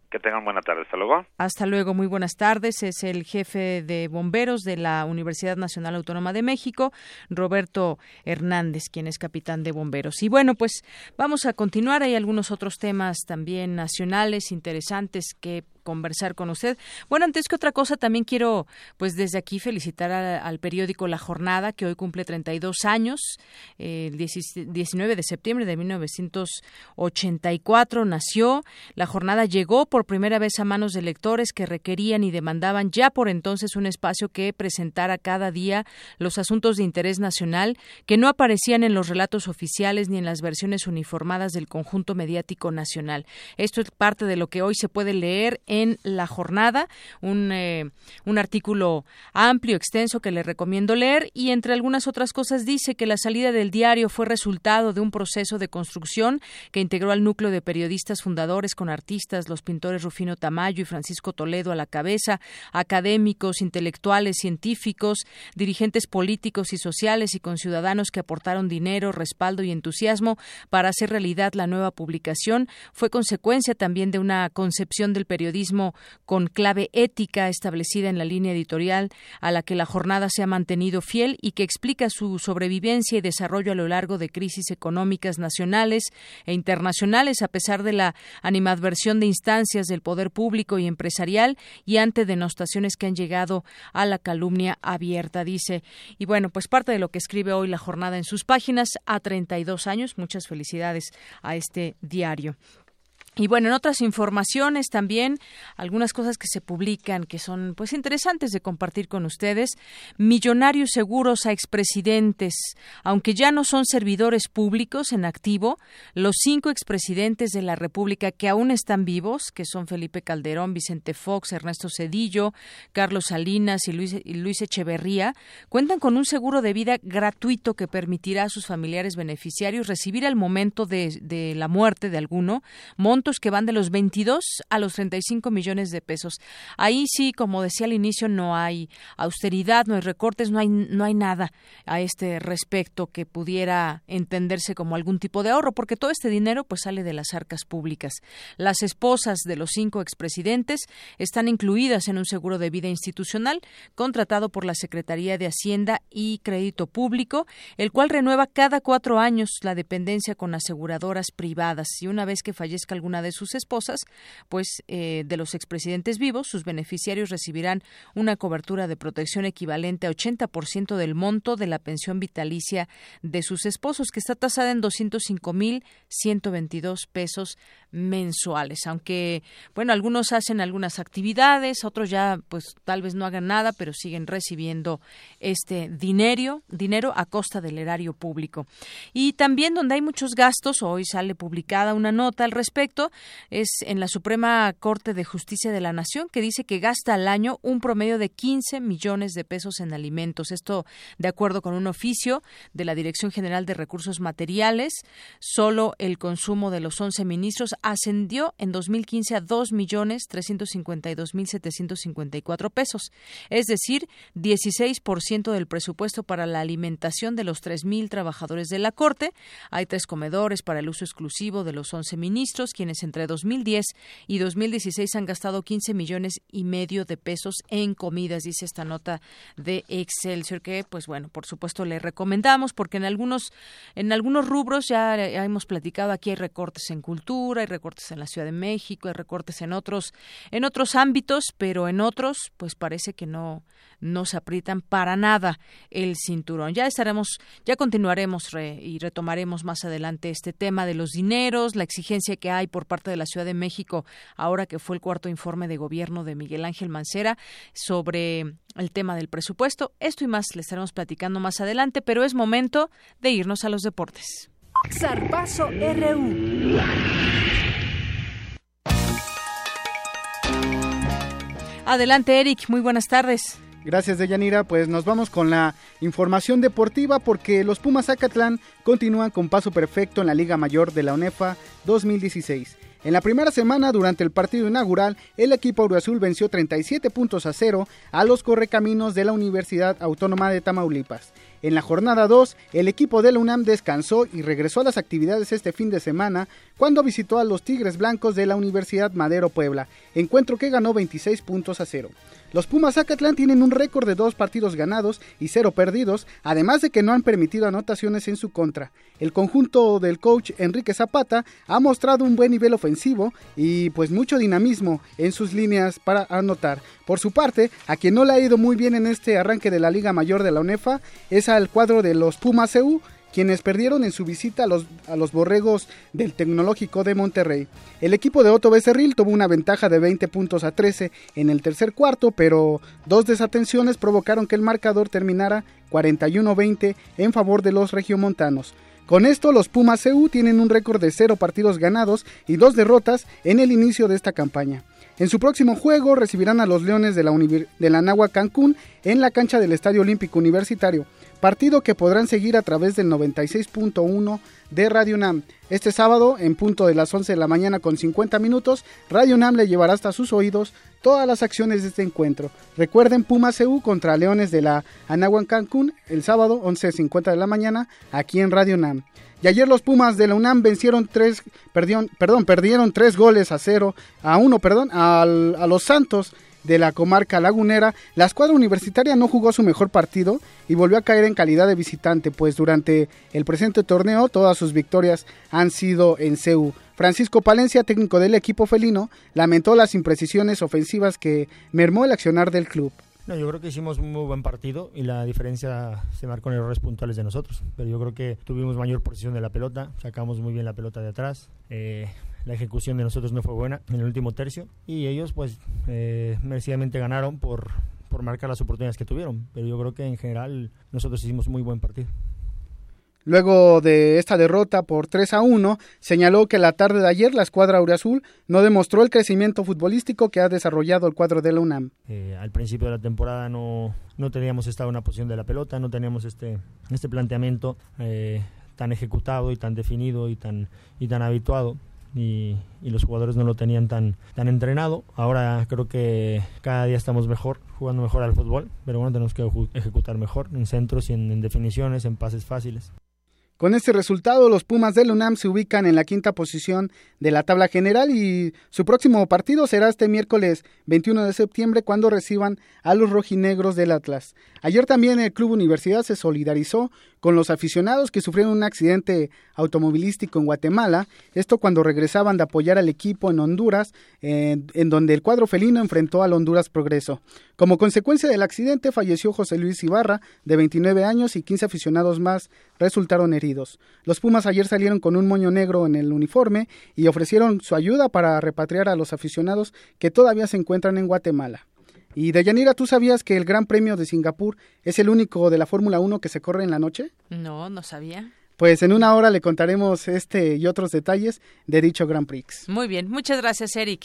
Speaker 7: Que tengan buena tarde. Hasta luego.
Speaker 2: Hasta luego. Muy buenas tardes. Es el jefe de bomberos de la Universidad Nacional Autónoma de México, Roberto Hernández, quien es capitán de bomberos. Y bueno, pues vamos a continuar. Hay algunos otros temas también nacionales interesantes que conversar con usted. Bueno, antes que otra cosa, también quiero, pues desde aquí, felicitar a, al periódico La Jornada, que hoy cumple treinta y dos años. Eh, el diecinueve de septiembre de mil novecientos ochenta y cuatro nació. La Jornada llegó por primera vez a manos de lectores que requerían y demandaban ya por entonces un espacio que presentara cada día los asuntos de interés nacional que no aparecían en los relatos oficiales ni en las versiones uniformadas del conjunto mediático nacional. Esto es parte de lo que hoy se puede leer en en La Jornada, un, eh, un artículo amplio, extenso, que le recomiendo leer, y entre algunas otras cosas dice que la salida del diario fue resultado de un proceso de construcción que integró al núcleo de periodistas fundadores con artistas, los pintores Rufino Tamayo y Francisco Toledo a la cabeza, académicos, intelectuales, científicos, dirigentes políticos y sociales y con ciudadanos que aportaron dinero, respaldo y entusiasmo para hacer realidad la nueva publicación. Fue consecuencia también de una concepción del periodismo con clave ética establecida en la línea editorial a la que La Jornada se ha mantenido fiel y que explica su sobrevivencia y desarrollo a lo largo de crisis económicas nacionales e internacionales, a pesar de la animadversión de instancias del poder público y empresarial y ante denostaciones que han llegado a la calumnia abierta, dice. Y bueno, pues parte de lo que escribe hoy La Jornada en sus páginas a treinta y dos años. Muchas felicidades a este diario. Y bueno, en otras informaciones también, algunas cosas que se publican que son pues interesantes de compartir con ustedes. Millonarios seguros a expresidentes. Aunque ya no son servidores públicos en activo, los cinco expresidentes de la República que aún están vivos, que son Felipe Calderón, Vicente Fox, Ernesto Zedillo, Carlos Salinas y Luis, y Luis Echeverría, cuentan con un seguro de vida gratuito que permitirá a sus familiares beneficiarios recibir al momento de, de la muerte de alguno montos que van de los veintidós a los treinta y cinco millones de pesos. Ahí sí, como decía al inicio, no hay austeridad, no hay recortes, no hay no hay nada a este respecto que pudiera entenderse como algún tipo de ahorro, porque todo este dinero pues sale de las arcas públicas. Las esposas de los cinco expresidentes están incluidas en un seguro de vida institucional contratado por la Secretaría de Hacienda y Crédito Público, el cual renueva cada cuatro años la dependencia con aseguradoras privadas. Y una vez que fallezca alguna de sus esposas, pues eh, de los expresidentes vivos, sus beneficiarios recibirán una cobertura de protección equivalente a ochenta por ciento del monto de la pensión vitalicia de sus esposos, que está tasada en doscientos cinco mil ciento veintidós pesos mensuales. Aunque, bueno, algunos hacen algunas actividades, otros ya, pues tal vez no hagan nada, pero siguen recibiendo este dinero, dinero a costa del erario público. Y también donde hay muchos gastos, hoy sale publicada una nota al respecto, es en la Suprema Corte de Justicia de la Nación, que dice que gasta al año un promedio de quince millones de pesos en alimentos. Esto de acuerdo con un oficio de la Dirección General de Recursos Materiales. Solo el consumo de los once ministros ascendió en dos mil quince a dos millones trescientos cincuenta y dos mil setecientos cincuenta y cuatro pesos, es decir, dieciséis por ciento del presupuesto para la alimentación de los tres mil trabajadores de la Corte. Hay tres comedores para el uso exclusivo de los once ministros, quienes entre dos mil diez y dos mil dieciséis han gastado quince millones y medio de pesos en comidas, dice esta nota de Excelsior, que pues bueno, por supuesto le recomendamos, porque en algunos en algunos rubros ya, ya hemos platicado, aquí hay recortes en cultura, hay recortes en la Ciudad de México, hay recortes en otros en otros ámbitos, pero en otros pues parece que no no se aprietan para nada el cinturón. Ya estaremos, ya continuaremos re, y retomaremos más adelante este tema de los dineros, la exigencia que hay por parte de la Ciudad de México, ahora que fue el cuarto informe de gobierno de Miguel Ángel Mancera sobre el tema del presupuesto. Esto y más le estaremos platicando más adelante, pero es momento de irnos a los deportes.
Speaker 17: Zarpazo R U.
Speaker 2: Adelante, Eric, muy buenas tardes.
Speaker 8: Gracias, Deyanira. Pues nos vamos con la información deportiva, porque los Pumas Zacatlán continúan con paso perfecto en la Liga Mayor de la ONEFA dos mil dieciséis. En la primera semana, durante el partido inaugural, el equipo auriazul venció treinta y siete puntos a cero a los Correcaminos de la Universidad Autónoma de Tamaulipas. En la jornada dos, el equipo de la UNAM descansó y regresó a las actividades este fin de semana cuando visitó a los Tigres Blancos de la Universidad Madero Puebla, encuentro que ganó veintiséis puntos a cero. Los Pumas Zacatlán tienen un récord de dos partidos ganados y cero perdidos, además de que no han permitido anotaciones en su contra. El conjunto del coach Enrique Zapata ha mostrado un buen nivel ofensivo y pues mucho dinamismo en sus líneas para anotar. Por su parte, a quien no le ha ido muy bien en este arranque de la Liga Mayor de la UNEFA es al cuadro de los Pumas C U, quienes perdieron en su visita a los, a los Borregos del Tecnológico de Monterrey. El equipo de Otto Becerril tuvo una ventaja de veinte puntos a trece en el tercer cuarto, pero dos desatenciones provocaron que el marcador terminara cuarenta y uno a veinte en favor de los regiomontanos. Con esto, los Pumas C U tienen un récord de cero partidos ganados y dos derrotas en el inicio de esta campaña. En su próximo juego recibirán a los Leones de la, Univers- de la Anáhuac Cancún en la cancha del Estadio Olímpico Universitario, partido que podrán seguir a través del noventa y seis punto uno de Radio UNAM. Este sábado, en punto de las once de la mañana con cincuenta minutos, Radio UNAM le llevará hasta sus oídos todas las acciones de este encuentro. Recuerden, Pumas C U contra Leones de la Anáhuac Cancún el sábado, once cincuenta de la mañana, aquí en Radio UNAM. Y ayer los Pumas de la UNAM vencieron tres, perdieron, perdón, perdieron tres goles a cero, a uno, perdón, al, a los Santos de la comarca lagunera. La escuadra universitaria no jugó su mejor partido y volvió a caer en calidad de visitante, pues durante el presente torneo todas sus victorias han sido en C U. Francisco Palencia, técnico del equipo felino, lamentó las imprecisiones ofensivas que mermó el accionar del club.
Speaker 9: No, yo creo que hicimos un muy buen partido y la diferencia se marcó en errores puntuales de nosotros, pero yo creo que tuvimos mayor posición de la pelota, sacamos muy bien la pelota de atrás, eh, la ejecución de nosotros no fue buena en el último tercio y ellos pues eh, merecidamente ganaron por, por marcar las oportunidades que tuvieron, pero yo creo que en general nosotros hicimos muy buen partido.
Speaker 8: Luego de esta derrota por tres a uno, señaló que la tarde de ayer la escuadra auriazul no demostró el crecimiento futbolístico que ha desarrollado el cuadro de la UNAM.
Speaker 9: Eh, al principio de la temporada no, no teníamos esta una posición de la pelota, no teníamos este, este planteamiento eh, tan ejecutado y tan definido y tan, y tan habituado. Y, y los jugadores no lo tenían tan, tan entrenado. Ahora creo que cada día estamos mejor, jugando mejor al fútbol, pero bueno, tenemos que ejecutar mejor en centros y en, en definiciones, en pases fáciles.
Speaker 8: Con este resultado, los Pumas de la UNAM se ubican en la quinta posición de la tabla general y su próximo partido será este miércoles veintiuno de septiembre cuando reciban a los rojinegros del Atlas. Ayer también el Club Universidad se solidarizó con los aficionados que sufrieron un accidente automovilístico en Guatemala, esto cuando regresaban de apoyar al equipo en Honduras, eh, en donde el cuadro felino enfrentó al Honduras Progreso. Como consecuencia del accidente falleció José Luis Ibarra, de veintinueve años, y quince aficionados más resultaron heridos. Los Pumas ayer salieron con un moño negro en el uniforme y ofrecieron su ayuda para repatriar a los aficionados que todavía se encuentran en Guatemala. Y Deyanira, ¿tú sabías que el Gran Premio de Singapur es el único de la Fórmula uno que se corre en la noche?
Speaker 2: No, no sabía.
Speaker 8: Pues en una hora le contaremos este y otros detalles de dicho Grand Prix.
Speaker 2: Muy bien, muchas gracias, Eric.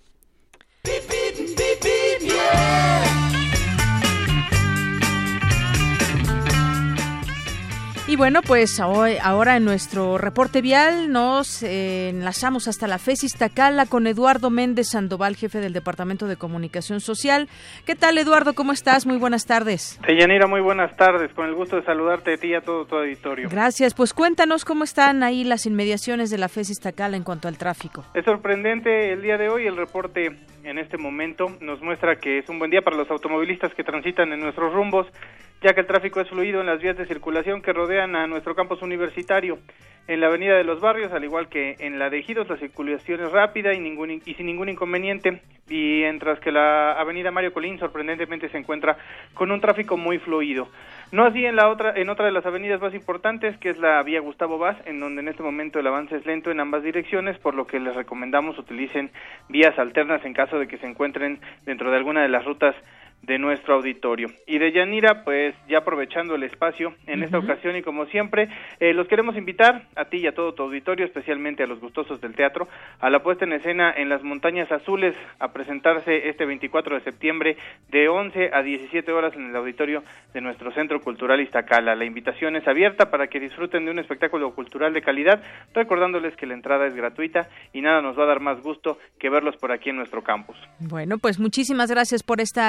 Speaker 2: Y bueno, pues hoy, ahora en nuestro reporte vial nos eh, enlazamos hasta la FES Iztacala con Eduardo Méndez Sandoval, jefe del Departamento de Comunicación Social. ¿Qué tal, Eduardo? ¿Cómo estás? Muy buenas tardes.
Speaker 10: Deyanira, muy buenas tardes. Con el gusto de saludarte a ti y a todo tu auditorio.
Speaker 2: Gracias. Pues cuéntanos cómo están ahí las inmediaciones de la FES Iztacala en cuanto al tráfico.
Speaker 10: Es sorprendente el día de hoy. El reporte en este momento nos muestra que es un buen día para los automovilistas que transitan en nuestros rumbos, ya que el tráfico es fluido en las vías de circulación que rodean a nuestro campus universitario. En la avenida de los Barrios, al igual que en la de Ejidos, la circulación es rápida y, ningún, y sin ningún inconveniente, y mientras que la avenida Mario Colín sorprendentemente se encuentra con un tráfico muy fluido. No así en la otra, en otra de las avenidas más importantes, que es la vía Gustavo Vaz, en donde en este momento el avance es lento en ambas direcciones, por lo que les recomendamos utilicen vías alternas en caso de que se encuentren dentro de alguna de las rutas de nuestro auditorio. Y Deyanira, pues ya aprovechando el espacio en uh-huh. esta ocasión y como siempre, eh, los queremos invitar a ti y a todo tu auditorio, especialmente a los gustosos del teatro, a la puesta en escena en las Montañas Azules, a presentarse este veinticuatro de septiembre de once a diecisiete horas en el auditorio de nuestro Centro Cultural Iztacala. La invitación es abierta para que disfruten de un espectáculo cultural de calidad, recordándoles que la entrada es gratuita y nada nos va a dar más gusto que verlos por aquí en nuestro campus.
Speaker 2: Bueno, pues muchísimas gracias por esta invitación,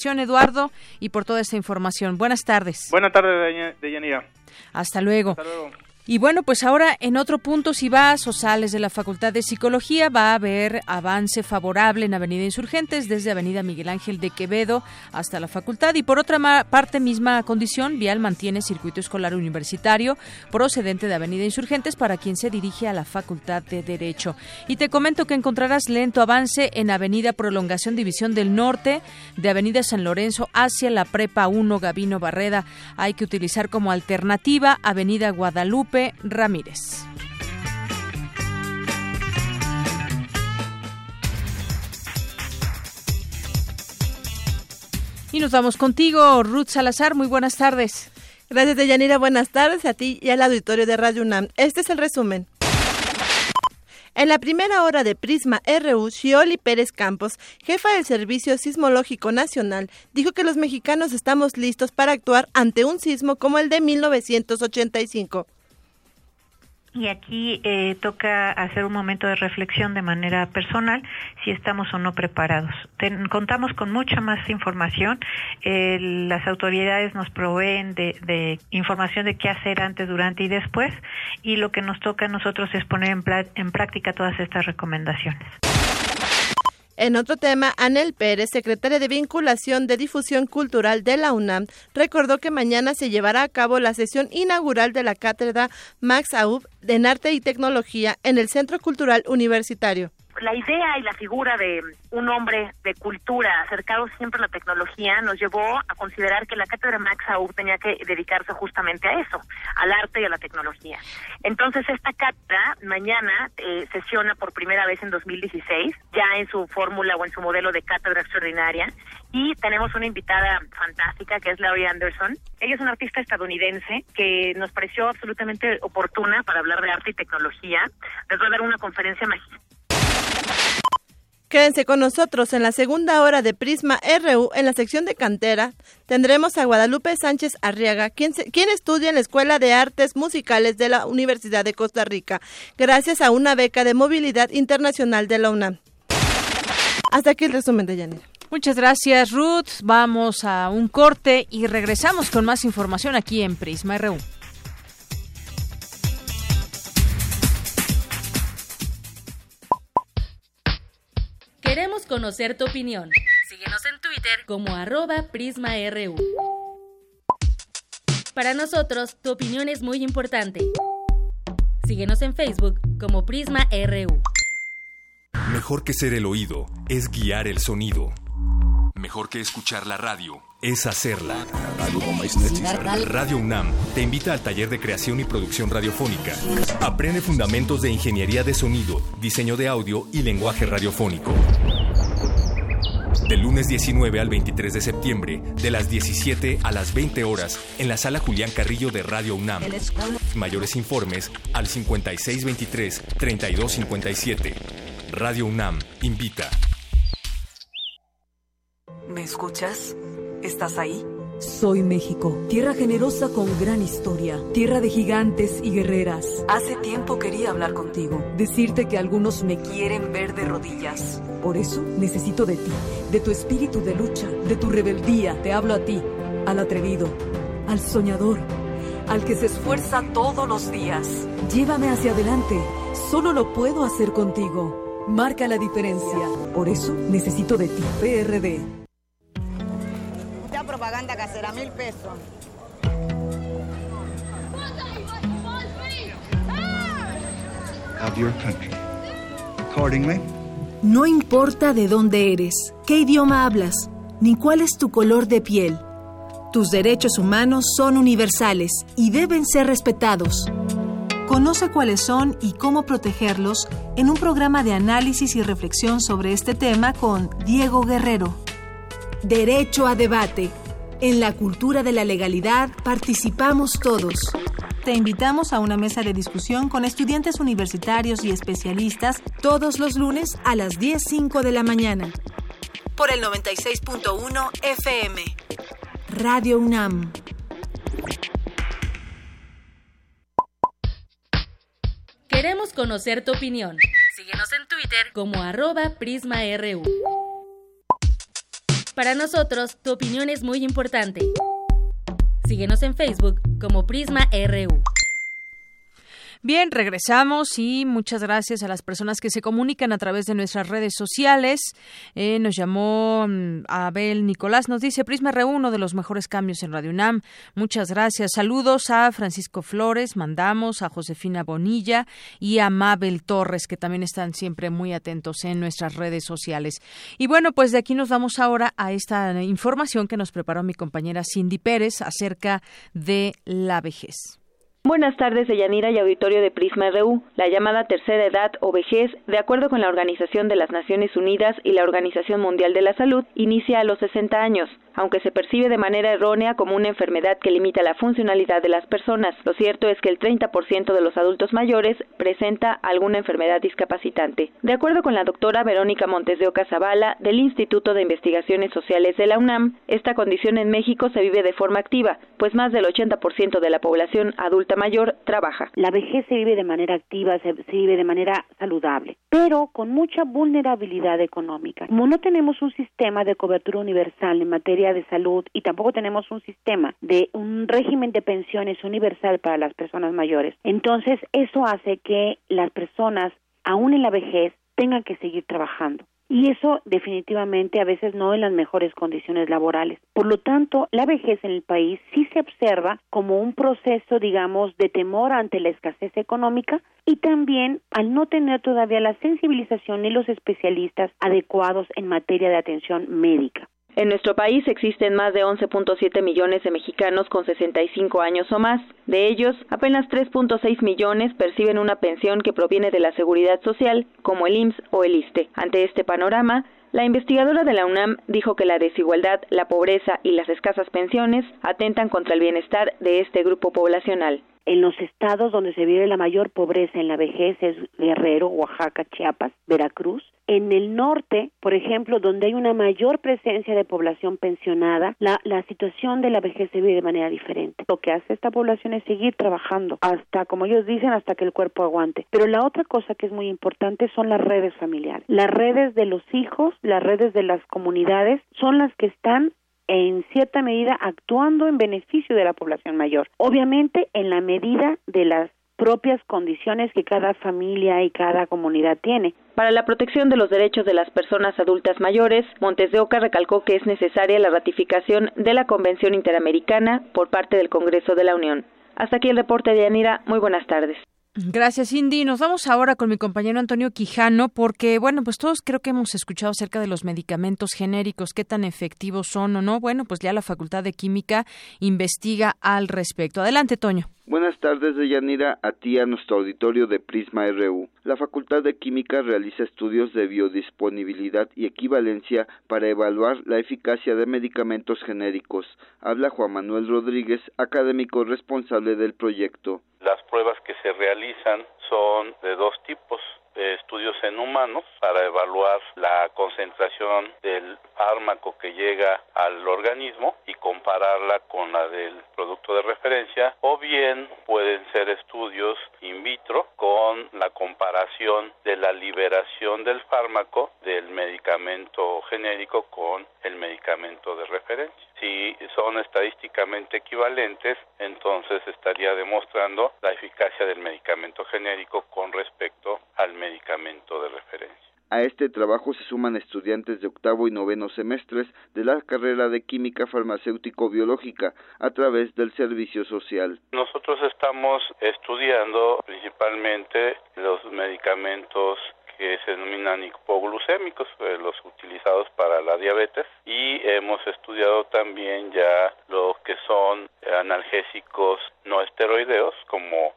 Speaker 2: comunicación, Eduardo, y por toda esta información. Buenas tardes.
Speaker 10: Buenas tardes, Deyanira.
Speaker 2: Hasta luego.
Speaker 10: Hasta luego.
Speaker 2: Y bueno, pues ahora en otro punto, si vas o sales de la Facultad de Psicología, va a haber avance favorable en Avenida Insurgentes, desde Avenida Miguel Ángel de Quevedo hasta la Facultad. Y por otra ma- parte, misma condición, Vial mantiene circuito escolar universitario procedente de Avenida Insurgentes para quien se dirige a la Facultad de Derecho. Y te comento que encontrarás lento avance en Avenida Prolongación División del Norte, de Avenida San Lorenzo hacia la Prepa uno Gabino Barreda. Hay que utilizar como alternativa Avenida Guadalupe Ramírez. Y nos vamos contigo, Ruth Salazar. Muy buenas tardes.
Speaker 11: Gracias, Deyanira. Buenas tardes a ti y al auditorio de Radio UNAM. Este es el resumen. En la primera hora de Prisma R U, Xioli Pérez Campos, jefa del Servicio Sismológico Nacional, dijo que los mexicanos estamos listos para actuar ante un sismo como el de mil novecientos ochenta y cinco.
Speaker 27: Y aquí eh, toca hacer un momento de reflexión de manera personal, si estamos o no preparados. Ten, contamos con mucha más información, eh, las autoridades nos proveen de, de información de qué hacer antes, durante y después, y lo que nos toca a nosotros es poner en, pla- en práctica todas estas recomendaciones.
Speaker 11: En otro tema, Anel Pérez, secretaria de Vinculación de Difusión Cultural de la UNAM, recordó que mañana se llevará a cabo la sesión inaugural de la cátedra Max Aub en Arte y Tecnología en el Centro Cultural Universitario.
Speaker 1: La idea y la figura de un hombre de cultura acercado siempre a la tecnología nos llevó a considerar que la cátedra Max Aub tenía que dedicarse justamente a eso, al arte y a la tecnología. Entonces esta cátedra mañana eh, sesiona por primera vez en dos mil dieciséis, ya en su fórmula o en su modelo de cátedra extraordinaria, y tenemos una invitada fantástica que es Laurie Anderson. Ella es una artista estadounidense que nos pareció absolutamente oportuna para hablar de arte y tecnología. Les va a dar una conferencia magistral.
Speaker 11: Quédense con nosotros en la segunda hora de Prisma R U. En la sección de cantera tendremos a Guadalupe Sánchez Arriaga, quien, se, quien estudia en la Escuela de Artes Musicales de la Universidad de Costa Rica, gracias a una beca de movilidad internacional de la UNAM. Hasta aquí el resumen de Yanira.
Speaker 2: Muchas gracias, Ruth. Vamos a un corte y regresamos con más información aquí en Prisma R U.
Speaker 3: Queremos conocer tu opinión. Síguenos en Twitter como arroba PrismaRU. Para nosotros, tu opinión es muy importante. Síguenos en Facebook como Prisma R U.
Speaker 12: Mejor que ser el oído es guiar el sonido. Mejor que escuchar la radio es hacerla. Radio UNAM te invita al taller de creación y producción radiofónica. Aprende fundamentos de ingeniería de sonido, diseño de audio y lenguaje radiofónico. Del lunes diecinueve al veintitrés de septiembre, de las diecisiete a las veinte horas, en la sala Julián Carrillo de Radio UNAM. Mayores informes al cincuenta y seis veintitrés, treinta y dos cincuenta y siete. Radio UNAM invita.
Speaker 13: ¿Me escuchas? ¿Estás ahí? Soy México, tierra generosa con gran historia, tierra de gigantes y guerreras. Hace tiempo quería hablar contigo, decirte que algunos me quieren ver de rodillas. Por eso necesito de ti, de tu espíritu de lucha, de tu rebeldía. Te hablo a ti, al atrevido, al soñador, al que se esfuerza todos los días. Llévame hacia adelante, solo lo puedo hacer contigo. Marca la diferencia, por eso necesito de ti, P R D.
Speaker 15: Propaganda casera, mil pesos.
Speaker 16: Of your country. Accordingly.
Speaker 18: No importa de dónde eres, qué idioma hablas, ni cuál es tu color de piel. Tus derechos humanos son universales y deben ser respetados. Conoce cuáles son y cómo protegerlos en un programa de análisis y reflexión sobre este tema con Diego Guerrero. Derecho a debate. En la cultura de la legalidad participamos todos. Te invitamos a una mesa de discusión con estudiantes universitarios y especialistas todos los lunes a las diez cinco de la mañana. Por el noventa y seis punto uno F M. Radio UNAM.
Speaker 3: Queremos conocer tu opinión. Síguenos en Twitter como arroba PrismaRU. Para nosotros, tu opinión es muy importante. Síguenos en Facebook como Prisma R U.
Speaker 2: Bien, regresamos y muchas gracias a las personas que se comunican a través de nuestras redes sociales. Eh, nos llamó um, Abel Nicolás, nos dice Prisma R U, uno de los mejores cambios en Radio UNAM. Muchas gracias. Saludos a Francisco Flores, mandamos a Josefina Bonilla y a Mabel Torres, que también están siempre muy atentos en nuestras redes sociales. Y bueno, pues de aquí nos vamos ahora a esta información que nos preparó mi compañera Cindy Pérez acerca de la vejez.
Speaker 4: Buenas tardes, Deyanira y auditorio de Prisma R U. La llamada tercera edad o vejez, de acuerdo con la Organización de las Naciones Unidas y la Organización Mundial de la Salud, inicia a los sesenta años. Aunque se percibe de manera errónea como una enfermedad que limita la funcionalidad de las personas, lo cierto es que el treinta por ciento de los adultos mayores presenta alguna enfermedad discapacitante. De acuerdo con la doctora Verónica Montes de Oca Zavala, del Instituto de Investigaciones Sociales de la UNAM, esta condición en México se vive de forma activa, pues más del ochenta por ciento de la población adulta mayor trabaja.
Speaker 6: La vejez se vive de manera activa, se, se vive de manera saludable, pero con mucha vulnerabilidad económica. Como no tenemos un sistema de cobertura universal en materia de salud y tampoco tenemos un sistema de un régimen de pensiones universal para las personas mayores, entonces eso hace que las personas, aún en la vejez, tengan que seguir trabajando. Y eso definitivamente a veces no en las mejores condiciones laborales. Por lo tanto, la vejez en el país sí se observa como un proceso, digamos, de temor ante la escasez económica y también al no tener todavía la sensibilización ni los especialistas adecuados en materia de atención médica.
Speaker 4: En nuestro país existen más de once punto siete millones de mexicanos con sesenta y cinco años o más. De ellos, apenas tres punto seis millones perciben una pensión que proviene de la Seguridad Social, como el I M S S o el ISSSTE. Ante este panorama, la investigadora de la UNAM dijo que la desigualdad, la pobreza y las escasas pensiones atentan contra el bienestar de este grupo poblacional.
Speaker 6: En los estados donde se vive la mayor pobreza en la vejez es Guerrero, Oaxaca, Chiapas, Veracruz. En el norte, por ejemplo, donde hay una mayor presencia de población pensionada, la, la situación de la vejez se vive de manera diferente. Lo que hace esta población es seguir trabajando hasta, como ellos dicen, hasta que el cuerpo aguante. Pero la otra cosa que es muy importante son las redes familiares. Las redes de los hijos, las redes de las comunidades son las que están en cierta medida actuando en beneficio de la población mayor. Obviamente en la medida de las propias condiciones que cada familia y cada comunidad tiene.
Speaker 4: Para la protección de los derechos de las personas adultas mayores, Montes de Oca recalcó que es necesaria la ratificación de la Convención Interamericana por parte del Congreso de la Unión. Hasta aquí el reporte de Yanira. Muy buenas tardes.
Speaker 2: Gracias, Cindy. Nos vamos ahora con mi compañero Antonio Quijano porque, bueno, pues todos creo que hemos escuchado acerca de los medicamentos genéricos, qué tan efectivos son o no. Bueno, pues ya la Facultad de Química investiga al respecto. Adelante, Toño.
Speaker 14: Buenas tardes, Deyanira, a ti, a nuestro auditorio de Prisma R U. La Facultad de Química realiza estudios de biodisponibilidad y equivalencia para evaluar la eficacia de medicamentos genéricos. Habla Juan Manuel Rodríguez, académico responsable del proyecto.
Speaker 19: Las pruebas que se realizan son de dos tipos. De estudios en humanos para evaluar la concentración del fármaco que llega al organismo y compararla con la del producto de referencia, o bien pueden ser estudios in vitro con la comparación de la liberación del fármaco del medicamento genérico con el medicamento de referencia. Si son estadísticamente equivalentes, entonces estaría demostrando la eficacia del medicamento genérico con respecto al medicamento de referencia.
Speaker 14: A este trabajo se suman estudiantes de octavo y noveno semestres de la carrera de Química Farmacéutico-Biológica a través del servicio social.
Speaker 19: Nosotros estamos estudiando principalmente los medicamentos que se denominan hipoglucémicos, eh, los utilizados para la diabetes, y hemos estudiado también ya lo que son analgésicos no esteroideos como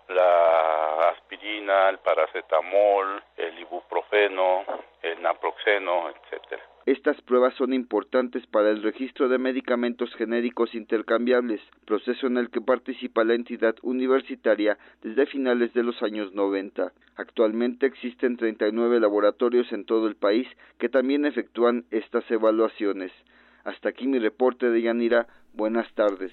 Speaker 19: la aspirina, el paracetamol, el ibuprofeno, el naproxeno, etcétera.
Speaker 14: Estas pruebas son importantes para el registro de medicamentos genéricos intercambiables, proceso en el que participa la entidad universitaria desde finales de los años noventa. Actualmente existen treinta y nueve laboratorios en todo el país que también efectúan estas evaluaciones. Hasta aquí mi reporte, de Yanira. Buenas tardes.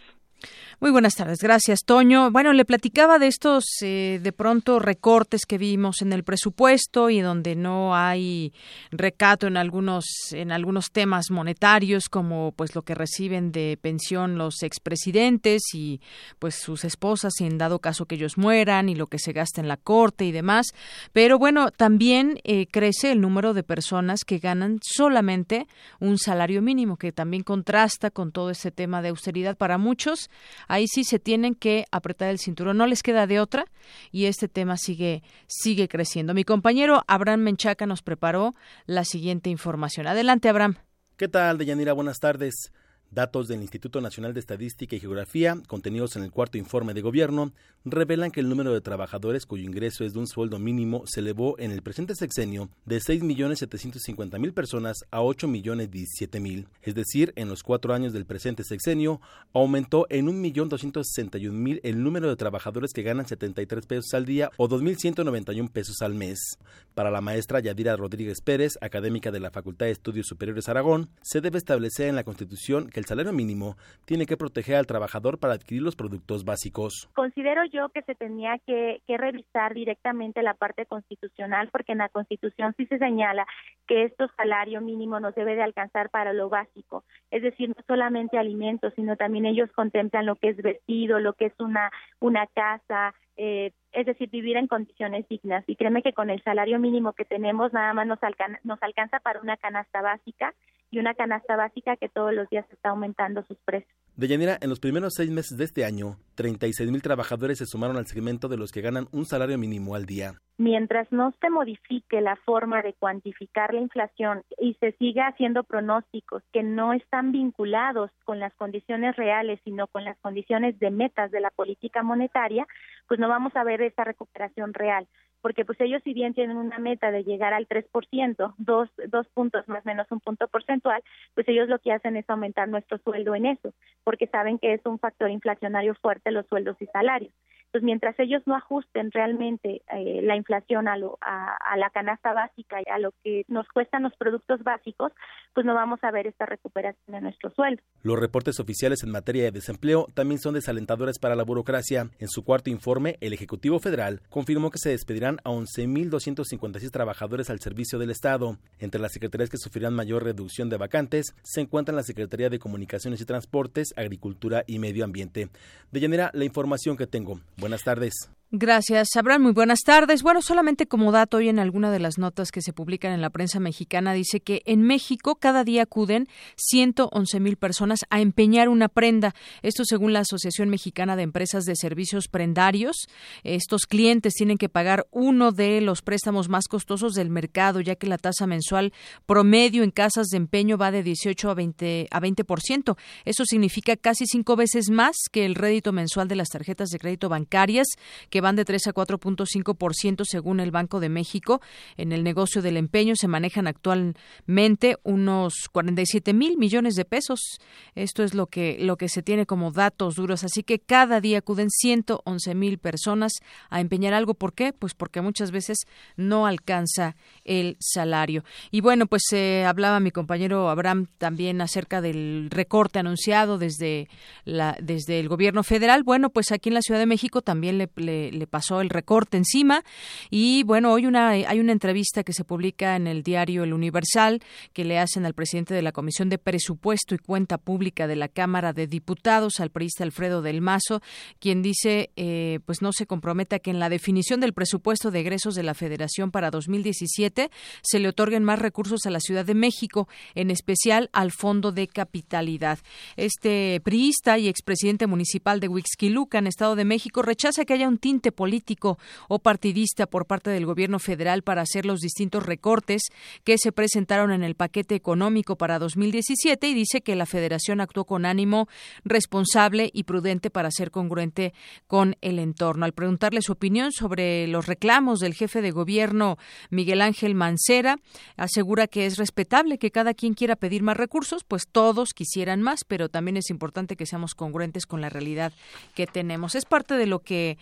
Speaker 2: Muy buenas tardes, gracias, Toño. Bueno, le platicaba de estos eh, de pronto recortes que vimos en el presupuesto y donde no hay recato en algunos en algunos temas monetarios, como pues lo que reciben de pensión los expresidentes y pues sus esposas en dado caso que ellos mueran, y lo que se gasta en la corte y demás. Pero bueno, también eh, crece el número de personas que ganan solamente un salario mínimo, que también contrasta con todo este tema de austeridad para muchos. Ahí sí se tienen que apretar el cinturón, no les queda de otra, y este tema sigue sigue creciendo. Mi compañero Abraham Menchaca nos preparó la siguiente información. Adelante, Abraham.
Speaker 5: ¿Qué tal, Deyanira? Buenas tardes. Datos del Instituto Nacional de Estadística y Geografía, contenidos en el cuarto informe de gobierno, revelan que el número de trabajadores cuyo ingreso es de un sueldo mínimo se elevó en el presente sexenio de seis millones setecientos cincuenta mil personas a ocho millones diecisiete mil. Es decir, en los cuatro años del presente sexenio, aumentó en un millón doscientos sesenta y un mil el número de trabajadores que ganan setenta y tres pesos al día o dos mil ciento noventa y un pesos al mes. Para la maestra Yadira Rodríguez Pérez, académica de la Facultad de Estudios Superiores Aragón, se debe establecer en la Constitución que el salario mínimo tiene que proteger al trabajador para adquirir los productos básicos.
Speaker 21: Considero yo que se tenía que, que revisar directamente la parte constitucional, porque en la Constitución sí se señala que este salario mínimo nos debe de alcanzar para lo básico, es decir, no solamente alimentos, sino también ellos contemplan lo que es vestido, lo que es una, una casa, eh, es decir, vivir en condiciones dignas. Y créeme que con el salario mínimo que tenemos nada más nos, alcan- nos alcanza para una canasta básica, y una canasta básica que todos los días está aumentando sus precios.
Speaker 5: Deyanira, en los primeros seis meses de este año, treinta y seis mil trabajadores se sumaron al segmento de los que ganan un salario mínimo al día.
Speaker 21: Mientras no se modifique la forma de cuantificar la inflación y se siga haciendo pronósticos que no están vinculados con las condiciones reales, sino con las condiciones de metas de la política monetaria, pues no vamos a ver esa recuperación real. Porque pues ellos, si bien tienen una meta de llegar al tres por ciento, dos, dos puntos más o menos un punto porcentual, pues ellos lo que hacen es aumentar nuestro sueldo en eso, porque saben que es un factor inflacionario fuerte los sueldos y salarios. Entonces, mientras ellos no ajusten realmente eh, la inflación a, lo, a, a la canasta básica y a lo que nos cuestan los productos básicos, pues no vamos a ver esta recuperación de nuestro sueldo.
Speaker 5: Los reportes oficiales en materia de desempleo también son desalentadores para la burocracia. En su cuarto informe, el Ejecutivo Federal confirmó que se despedirán a once mil doscientos cincuenta y seis trabajadores al servicio del Estado. Entre las secretarías que sufrirán mayor reducción de vacantes se encuentran la Secretaría de Comunicaciones y Transportes, Agricultura y Medio Ambiente. Deyanira, la información que tengo. Buenas tardes.
Speaker 2: Gracias, Abraham. Muy buenas tardes. Bueno, solamente como dato, hoy en alguna de las notas que se publican en la prensa mexicana dice que en México cada día acuden ciento once mil personas a empeñar una prenda. Esto según la Asociación Mexicana de Empresas de Servicios Prendarios. Estos clientes tienen que pagar uno de los préstamos más costosos del mercado, ya que la tasa mensual promedio en casas de empeño va de dieciocho a veinte por ciento. Eso significa casi cinco veces más que el rédito mensual de las tarjetas de crédito bancarias, que van de tres a cuatro punto cinco por ciento según el Banco de México. En el negocio del empeño se manejan actualmente unos cuarenta y siete mil millones de pesos. Esto es lo que lo que se tiene como datos duros. Así que cada día acuden ciento once mil personas a empeñar algo. ¿Por qué? Pues porque muchas veces no alcanza el salario. Y bueno, pues eh, hablaba mi compañero Abraham también acerca del recorte anunciado desde la desde el gobierno federal. Bueno, pues aquí en la Ciudad de México también le, le le pasó el recorte encima. Y bueno, hoy una hay una entrevista que se publica en el diario El Universal que le hacen al presidente de la Comisión de Presupuesto y Cuenta Pública de la Cámara de Diputados, al priista Alfredo del Mazo, quien dice eh, pues no se compromete a que en la definición del presupuesto de egresos de la Federación para dos mil diecisiete se le otorguen más recursos a la Ciudad de México, en especial al Fondo de Capitalidad. Este priista y expresidente municipal de Huixquilucan, Estado de México, rechaza que haya un tinte político o partidista por parte del gobierno federal para hacer los distintos recortes que se presentaron en el paquete económico para dos mil diecisiete, y dice que la Federación actuó con ánimo responsable y prudente para ser congruente con el entorno. Al preguntarle su opinión sobre los reclamos del jefe de gobierno Miguel Ángel Mancera, asegura que es respetable que cada quien quiera pedir más recursos, pues todos quisieran más, pero también es importante que seamos congruentes con la realidad que tenemos. Es parte de lo que de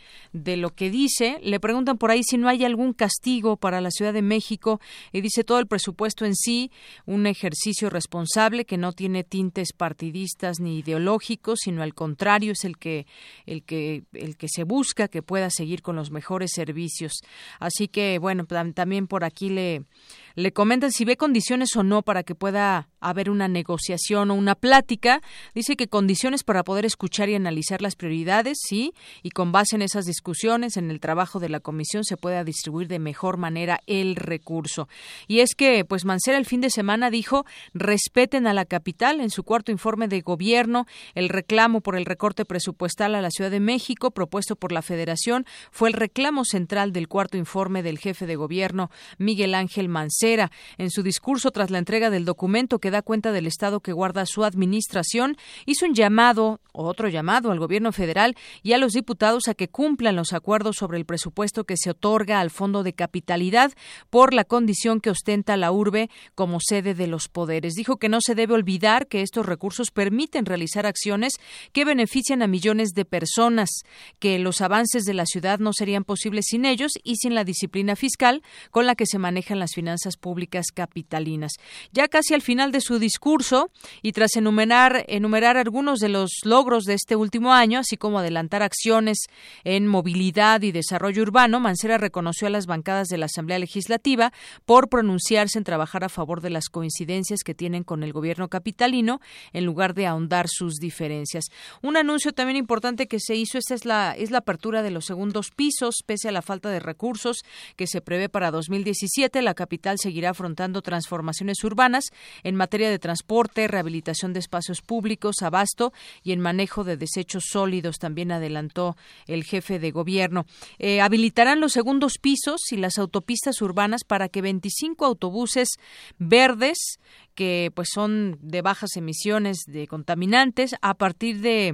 Speaker 2: de lo que dice. Le preguntan por ahí si no hay algún castigo para la Ciudad de México y dice todo el presupuesto en sí, un ejercicio responsable que no tiene tintes partidistas ni ideológicos, sino al contrario es el que el que el que se busca que pueda seguir con los mejores servicios. Así que bueno, también por aquí le Le comentan si ve condiciones o no para que pueda haber una negociación o una plática. Dice que condiciones para poder escuchar y analizar las prioridades, sí, y con base en esas discusiones, en el trabajo de la comisión, se pueda distribuir de mejor manera el recurso. Y es que, pues, Mancera el fin de semana dijo, respeten a la capital. En su cuarto informe de gobierno, el reclamo por el recorte presupuestal a la Ciudad de México, propuesto por la Federación, fue el reclamo central del cuarto informe del jefe de gobierno, Miguel Ángel Mancera. En su discurso tras la entrega del documento que da cuenta del estado que guarda su administración, hizo un llamado, otro llamado al gobierno federal y a los diputados a que cumplan los acuerdos sobre el presupuesto que se otorga al Fondo de Capitalidad por la condición que ostenta la urbe como sede de los poderes. Dijo que no se debe olvidar que estos recursos permiten realizar acciones que benefician a millones de personas, que los avances de la ciudad no serían posibles sin ellos y sin la disciplina fiscal con la que se manejan las finanzas públicas capitalinas. Ya casi al final de su discurso y tras enumerar, enumerar algunos de los logros de este último año, así como adelantar acciones en movilidad y desarrollo urbano, Mancera reconoció a las bancadas de la Asamblea Legislativa por pronunciarse en trabajar a favor de las coincidencias que tienen con el gobierno capitalino en lugar de ahondar sus diferencias. Un anuncio también importante que se hizo, esta es la, es la apertura de los segundos pisos, pese a la falta de recursos que se prevé para dos mil diecisiete, la capital seguirá afrontando transformaciones urbanas en materia de transporte, rehabilitación de espacios públicos, abasto y en manejo de desechos sólidos, también adelantó el jefe de gobierno. Eh, habilitarán los segundos pisos y las autopistas urbanas para que veinticinco autobuses verdes, que pues son de bajas emisiones de contaminantes, a partir de,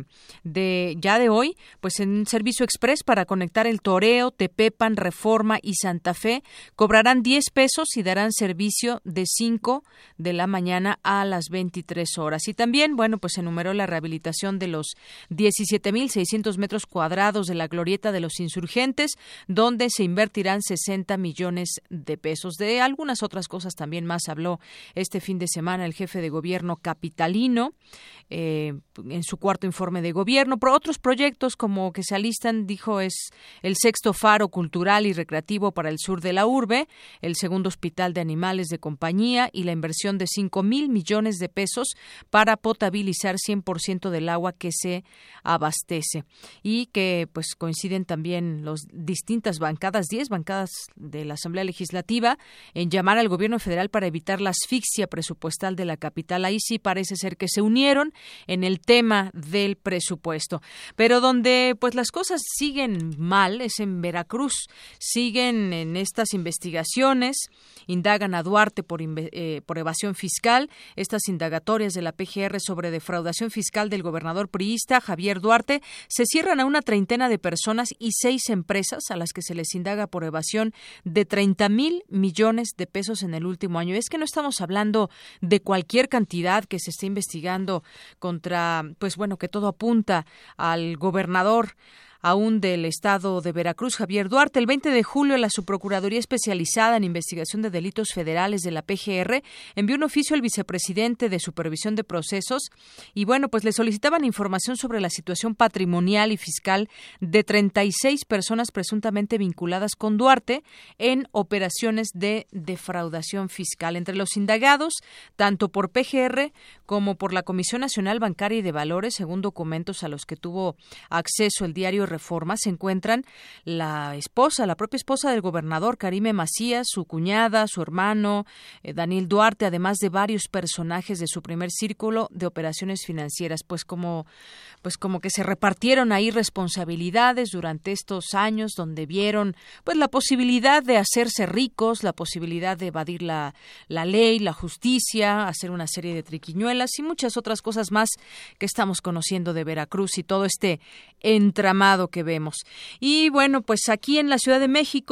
Speaker 2: de ya de hoy, pues en servicio express para conectar el Toreo, Tepepan, Reforma y Santa Fe, cobrarán diez pesos y darán servicio de cinco de la mañana a las veintitrés horas. Y también, bueno, pues enumeró la rehabilitación de los diecisiete mil seiscientos metros cuadrados de la Glorieta de los Insurgentes, donde se invertirán sesenta millones de pesos. De algunas otras cosas también más habló este fin de semana el jefe de gobierno capitalino eh, en su cuarto informe de gobierno. Por otros proyectos como que se alistan, dijo, es el sexto faro cultural y recreativo para el sur de la urbe, el segundo hospital de animales de compañía y la inversión de cinco mil millones de pesos para potabilizar cien por ciento del agua que se abastece. Y que pues coinciden también las distintas bancadas, diez bancadas de la Asamblea Legislativa, en llamar al gobierno federal para evitar la asfixia presupuestal de la capital. Ahí sí parece ser que se unieron en el tema del presupuesto. Pero donde pues las cosas siguen mal es en Veracruz. Siguen en estas investigaciones, indagan a Duarte por, eh, por evasión fiscal. Estas indagatorias de la P G R sobre defraudación fiscal del gobernador priista Javier Duarte se cierran a una treintena de personas y seis empresas a las que se les indaga por evasión de treinta mil millones de pesos en el último año. Es que no estamos hablando de cualquier cantidad que se esté investigando contra, pues bueno, que todo apunta al gobernador aún del estado de Veracruz, Javier Duarte. El veinte de julio, la Subprocuraduría Especializada en Investigación de Delitos Federales de la P G R envió un oficio al vicepresidente de Supervisión de Procesos y, bueno, pues le solicitaban información sobre la situación patrimonial y fiscal de treinta y seis personas presuntamente vinculadas con Duarte en operaciones de defraudación fiscal. Entre los indagados, tanto por P G R como por la Comisión Nacional Bancaria y de Valores, según documentos a los que tuvo acceso el diario Reforma, se encuentran la esposa, la propia esposa del gobernador, Karime Macías, su cuñada, su hermano, eh, Daniel Duarte, además de varios personajes de su primer círculo de operaciones financieras, pues como, pues como que se repartieron ahí responsabilidades durante estos años, donde vieron pues la posibilidad de hacerse ricos, la posibilidad de evadir la, la ley, la justicia, hacer una serie de triquiñuelas y muchas otras cosas más que estamos conociendo de Veracruz y todo este entramado que vemos. Y bueno, pues aquí en la Ciudad de México,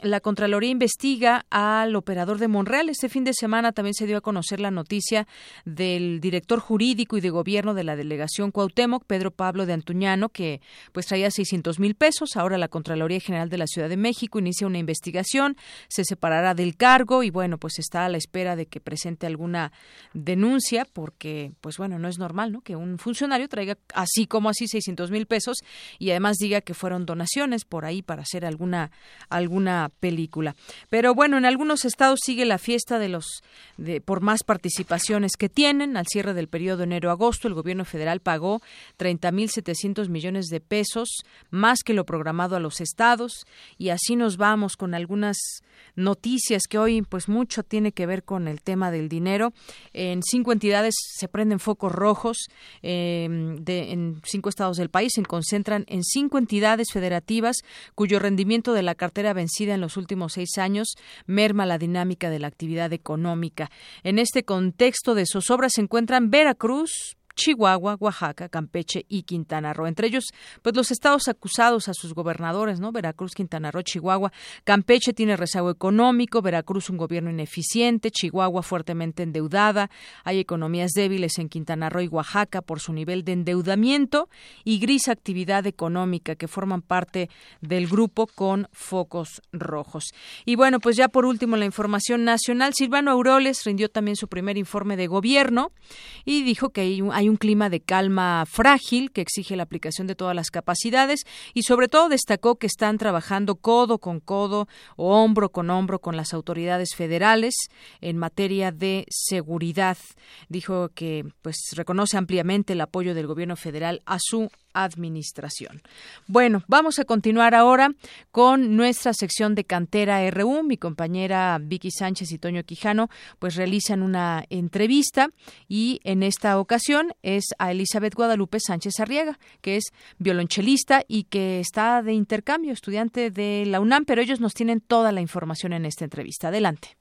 Speaker 2: la Contraloría investiga al operador de Monreal. Este fin de semana también se dio a conocer la noticia del director jurídico y de gobierno de la delegación Cuauhtémoc, Pedro Pablo de Antuñano, que pues traía seiscientos mil pesos. Ahora la Contraloría General de la Ciudad de México inicia una investigación, se separará del cargo y bueno, pues está a la espera de que presente alguna denuncia, porque pues bueno, no es normal, ¿no?, que un funcionario traiga así como así seiscientos mil pesos y además diga que fueron donaciones por ahí para hacer alguna alguna película. Pero bueno, en algunos estados sigue la fiesta de los de por más participaciones que tienen. Al cierre del periodo enero-agosto, el gobierno federal pagó treinta mil setecientos millones de pesos, más que lo programado a los estados, y así nos vamos con algunas noticias que hoy pues mucho tiene que ver con el tema del dinero. En cinco entidades se prenden focos rojos, eh, de, en cinco estados del país se concentran en cinco entidades federativas cuyo rendimiento de la cartera vencida en los últimos seis años merma la dinámica de la actividad económica. En este contexto de zozobra se encuentran Veracruz, Chihuahua, Oaxaca, Campeche y Quintana Roo. Entre ellos, pues los estados acusados a sus gobernadores, ¿no? Veracruz, Quintana Roo, Chihuahua. Campeche tiene rezago económico, Veracruz un gobierno ineficiente, Chihuahua fuertemente endeudada. Hay economías débiles en Quintana Roo y Oaxaca por su nivel de endeudamiento y gris actividad económica, que forman parte del grupo con focos rojos. Y bueno, pues ya por último la información nacional. Silvano Aureoles rindió también su primer informe de gobierno y dijo que hay un, hay un clima de calma frágil que exige la aplicación de todas las capacidades y sobre todo destacó que están trabajando codo con codo o hombro con hombro con las autoridades federales en materia de seguridad. Dijo que pues reconoce ampliamente el apoyo del gobierno federal a su administración. Bueno, vamos a continuar ahora con nuestra sección de Cantera R U. Mi compañera Vicky Sánchez y Toño Quijano pues realizan una entrevista y en esta ocasión es a Elizabeth Guadalupe Sánchez Arriaga, que es violonchelista y que está de intercambio, estudiante de la UNAM, pero ellos nos tienen toda la información en esta entrevista. Adelante.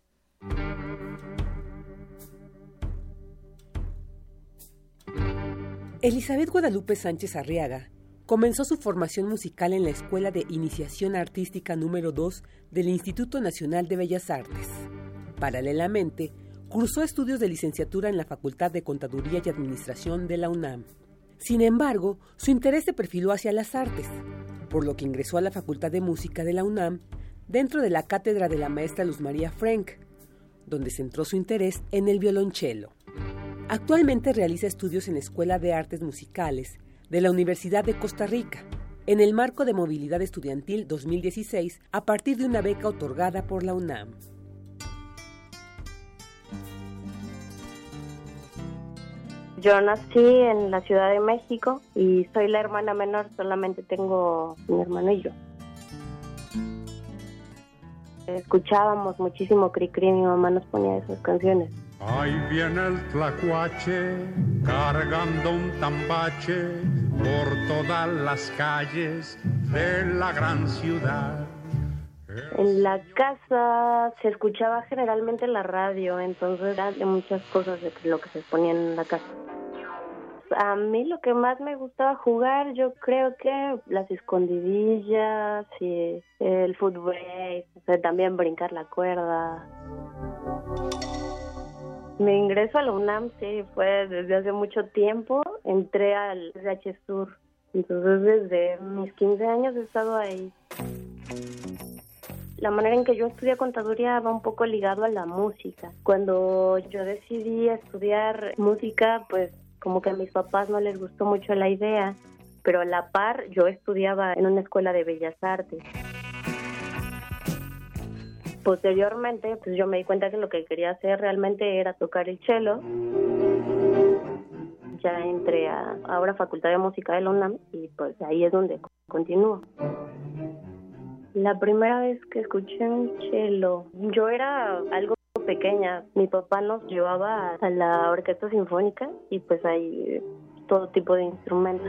Speaker 7: Elizabeth Guadalupe Sánchez Arriaga comenzó su formación musical en la Escuela de Iniciación Artística número dos del Instituto Nacional de Bellas Artes. Paralelamente, cursó estudios de licenciatura en la Facultad de Contaduría y Administración de la UNAM. Sin embargo, su interés se perfiló hacia las artes, por lo que ingresó a la Facultad de Música de la UNAM dentro de la cátedra de la maestra Luz María Frank, donde centró su interés en el violonchelo. Actualmente realiza estudios en la Escuela de Artes Musicales de la Universidad de Costa Rica, en el marco de Movilidad Estudiantil dos mil dieciséis, a partir de una beca otorgada por la UNAM.
Speaker 20: Yo nací en la Ciudad de México y soy la hermana menor, solamente tengo mi hermano y yo. Escuchábamos muchísimo Cricri, mi mamá nos ponía esas canciones.
Speaker 22: Ahí viene el tlacuache, cargando un tambache por todas las calles de la gran ciudad.
Speaker 20: En la casa se escuchaba generalmente la radio, entonces eran de muchas cosas de lo que se ponían en la casa. A mí lo que más me gustaba jugar, yo creo que las escondidillas y el fútbol, o sea, también brincar la cuerda. Mi ingreso a la UNAM sí fue desde hace mucho tiempo. Entré al C H Sur, entonces desde mis quince años he estado ahí. La manera en que yo estudié contaduría va un poco ligado a la música. Cuando yo decidí estudiar música, pues como que a mis papás no les gustó mucho la idea, pero a la par yo estudiaba en una escuela de bellas artes. Posteriormente, pues yo me di cuenta que lo que quería hacer realmente era tocar el cello. Ya entré a ahora Facultad de Música de la UNAM y pues ahí es donde continúo. La primera vez que escuché un cello, yo era algo pequeña. Mi papá nos llevaba a la orquesta sinfónica y pues hay todo tipo de instrumentos.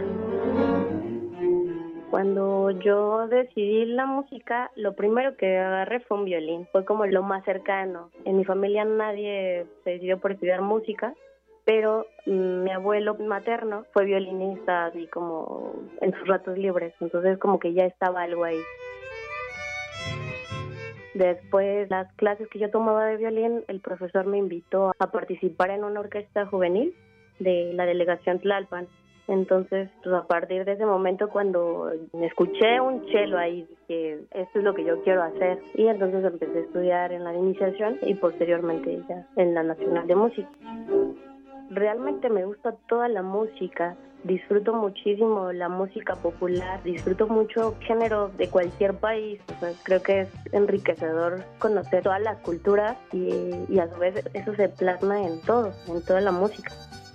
Speaker 20: Cuando yo decidí la música, lo primero que agarré fue un violín. Fue como lo más cercano. En mi familia nadie se decidió por estudiar música, pero mmm, mi abuelo materno fue violinista, así como en sus ratos libres. Entonces como que ya estaba algo ahí. Después, las clases que yo tomaba de violín, el profesor me invitó a participar en una orquesta juvenil de la delegación Tlalpan. Entonces, pues a partir de ese momento, cuando escuché un cello ahí, dije, esto es lo que yo quiero hacer. Y entonces empecé a estudiar en la de iniciación y posteriormente ya en la Nacional de Música. Realmente me gusta toda la música, disfruto muchísimo la música popular, disfruto mucho géneros de cualquier país. O sea, creo que es enriquecedor conocer todas las culturas y, y a su vez eso se plasma en todo, en toda la música.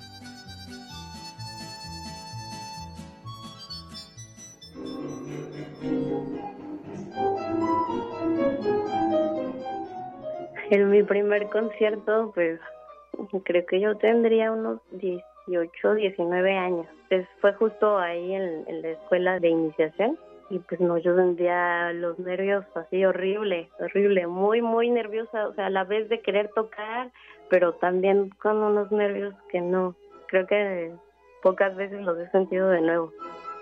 Speaker 20: En mi primer concierto, pues creo que yo tendría unos dieciocho, diecinueve años. Pues fue justo ahí en, en la escuela de iniciación y pues no, yo sentía los nervios así horrible, horrible, muy, muy nerviosa, o sea, a la vez de querer tocar, pero también con unos nervios que no, creo que pocas veces los he sentido de nuevo.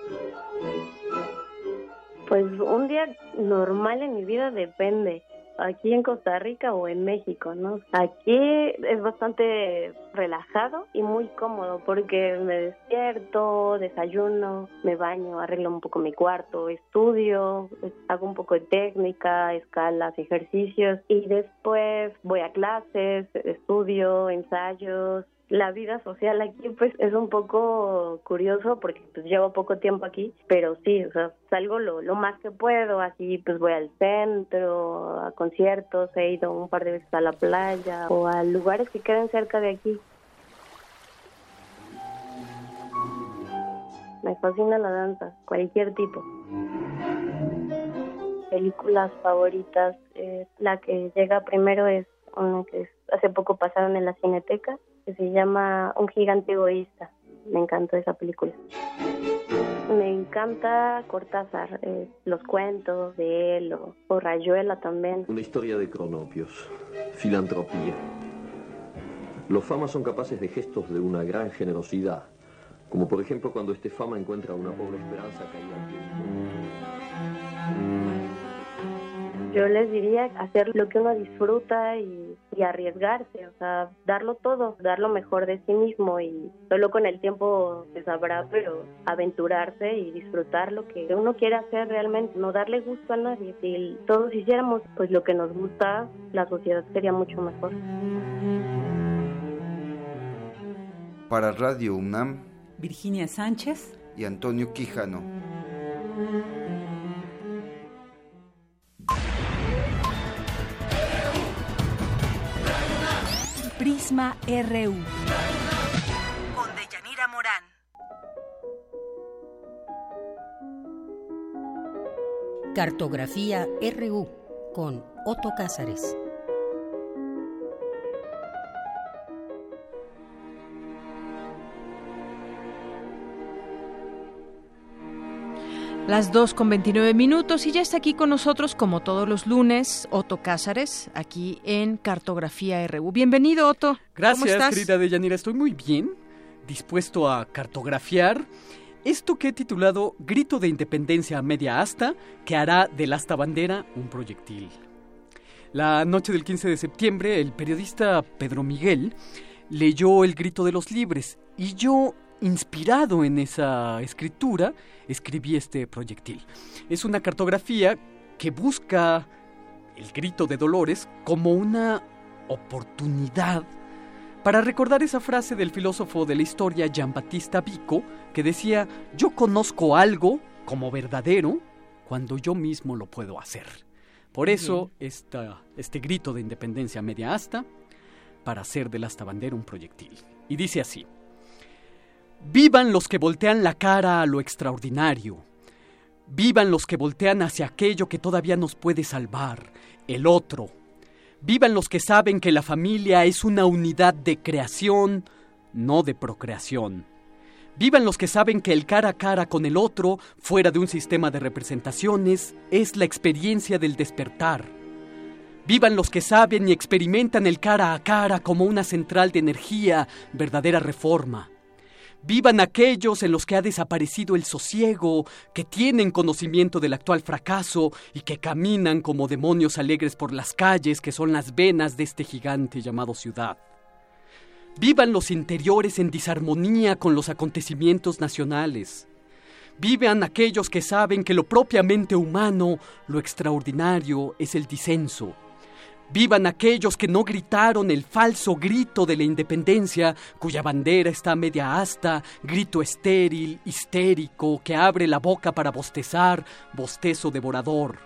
Speaker 20: Pues un día normal en mi vida depende. Aquí en Costa Rica o en México, ¿no? Aquí es bastante relajado y muy cómodo porque me despierto, desayuno, me baño, arreglo un poco mi cuarto, estudio, hago un poco de técnica, escalas, ejercicios y después voy a clases, estudio, ensayos. La vida social aquí pues es un poco curioso porque pues llevo poco tiempo aquí, pero sí, o sea, salgo lo, lo más que puedo, así pues voy al centro, a conciertos, he ido un par de veces a la playa o a lugares que queden cerca de aquí. Me fascina la danza, cualquier tipo. Películas favoritas, eh, la que llega primero es una que hace poco pasaron en la Cineteca, que se llama Un gigante egoísta. Me encantó esa película. Me encanta Cortázar, eh, los cuentos de él, o, o Rayuela también.
Speaker 8: Una historia de cronopios, filantropía. Los famas son capaces de gestos de una gran generosidad, como por ejemplo cuando este fama encuentra a una pobre Esperanza caída al piso.
Speaker 20: Yo les diría hacer lo que uno disfruta y, y arriesgarse, o sea, darlo todo, dar lo mejor de sí mismo y solo con el tiempo se sabrá, pero aventurarse y disfrutar lo que uno quiere hacer realmente, no darle gusto a nadie. Si todos hiciéramos pues lo que nos gusta, la sociedad sería mucho mejor.
Speaker 9: Para Radio UNAM,
Speaker 17: Virginia Sánchez
Speaker 9: y Antonio Quijano.
Speaker 18: Prisma R U.
Speaker 23: Con Deyanira Morán.
Speaker 24: Cartografía R U con Otto Cázares.
Speaker 2: Las dos con veintinueve minutos y ya está aquí con nosotros como todos los lunes Otto Cázares, aquí en Cartografía R U. Bienvenido, Otto.
Speaker 25: Gracias,
Speaker 2: ¿Cómo estás?
Speaker 25: Querida Deyanira, estoy muy bien, dispuesto a cartografiar esto que he titulado Grito de Independencia a media asta, que hará del asta bandera un proyectil. La noche del quince de septiembre, el periodista Pedro Miguel leyó El Grito de los Libres y yo, inspirado en esa escritura, escribí este proyectil. Es una cartografía que busca el grito de Dolores como una oportunidad para recordar esa frase del filósofo de la historia Giambattista Vico que decía: yo conozco algo como verdadero cuando yo mismo lo puedo hacer. Por eso esta, este grito de independencia media asta, para hacer del asta bandera un proyectil. Y dice así: vivan los que voltean la cara a lo extraordinario. Vivan los que voltean hacia aquello que todavía nos puede salvar, el otro. Vivan los que saben que la familia es una unidad de creación, no de procreación. Vivan los que saben que el cara a cara con el otro, fuera de un sistema de representaciones, es la experiencia del despertar. Vivan los que saben y experimentan el cara a cara como una central de energía, verdadera reforma. Vivan aquellos en los que ha desaparecido el sosiego, que tienen conocimiento del actual fracaso y que caminan como demonios alegres por las calles que son las venas de este gigante llamado ciudad. Vivan los interiores en disarmonía con los acontecimientos nacionales. Vivan aquellos que saben que lo propiamente humano, lo extraordinario, es el disenso. Vivan aquellos que no gritaron el falso grito de la independencia, cuya bandera está media asta, grito estéril, histérico, que abre la boca para bostezar, bostezo devorador.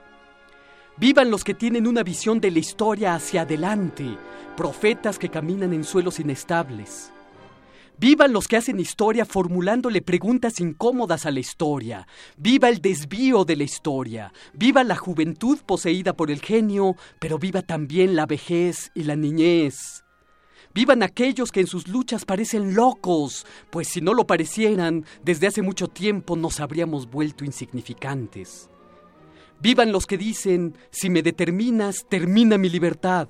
Speaker 25: Vivan los que tienen una visión de la historia hacia adelante, profetas que caminan en suelos inestables. Vivan los que hacen historia formulándole preguntas incómodas a la historia. Viva el desvío de la historia. Viva la juventud poseída por el genio, pero viva también la vejez y la niñez. Vivan aquellos que en sus luchas parecen locos, pues si no lo parecieran, desde hace mucho tiempo nos habríamos vuelto insignificantes. Vivan los que dicen, si me determinas, termina mi libertad.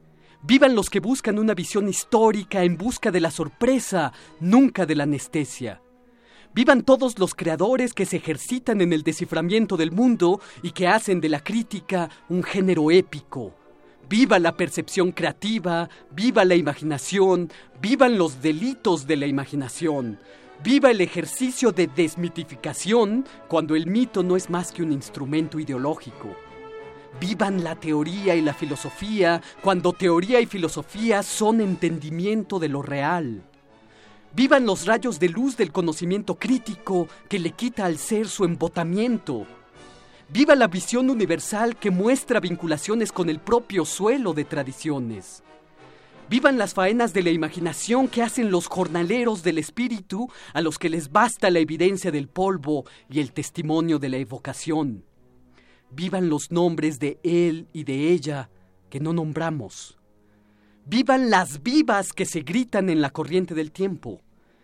Speaker 25: Vivan los que buscan una visión histórica en busca de la sorpresa, nunca de la anestesia. Vivan todos los creadores que se ejercitan en el desciframiento del mundo y que hacen de la crítica un género épico. Viva la percepción creativa, viva la imaginación, vivan los delitos de la imaginación. Viva el ejercicio de desmitificación cuando el mito no es más que un instrumento ideológico. Vivan la teoría y la filosofía cuando teoría y filosofía son entendimiento de lo real. Vivan los rayos de luz del conocimiento crítico que le quita al ser su embotamiento. Viva la visión universal que muestra vinculaciones con el propio suelo de tradiciones. Vivan las faenas de la imaginación que hacen los jornaleros del espíritu a los que les basta la evidencia del polvo y el testimonio de la evocación. Vivan los nombres de él y de ella que no nombramos. Vivan las vivas que se gritan en la corriente del tiempo.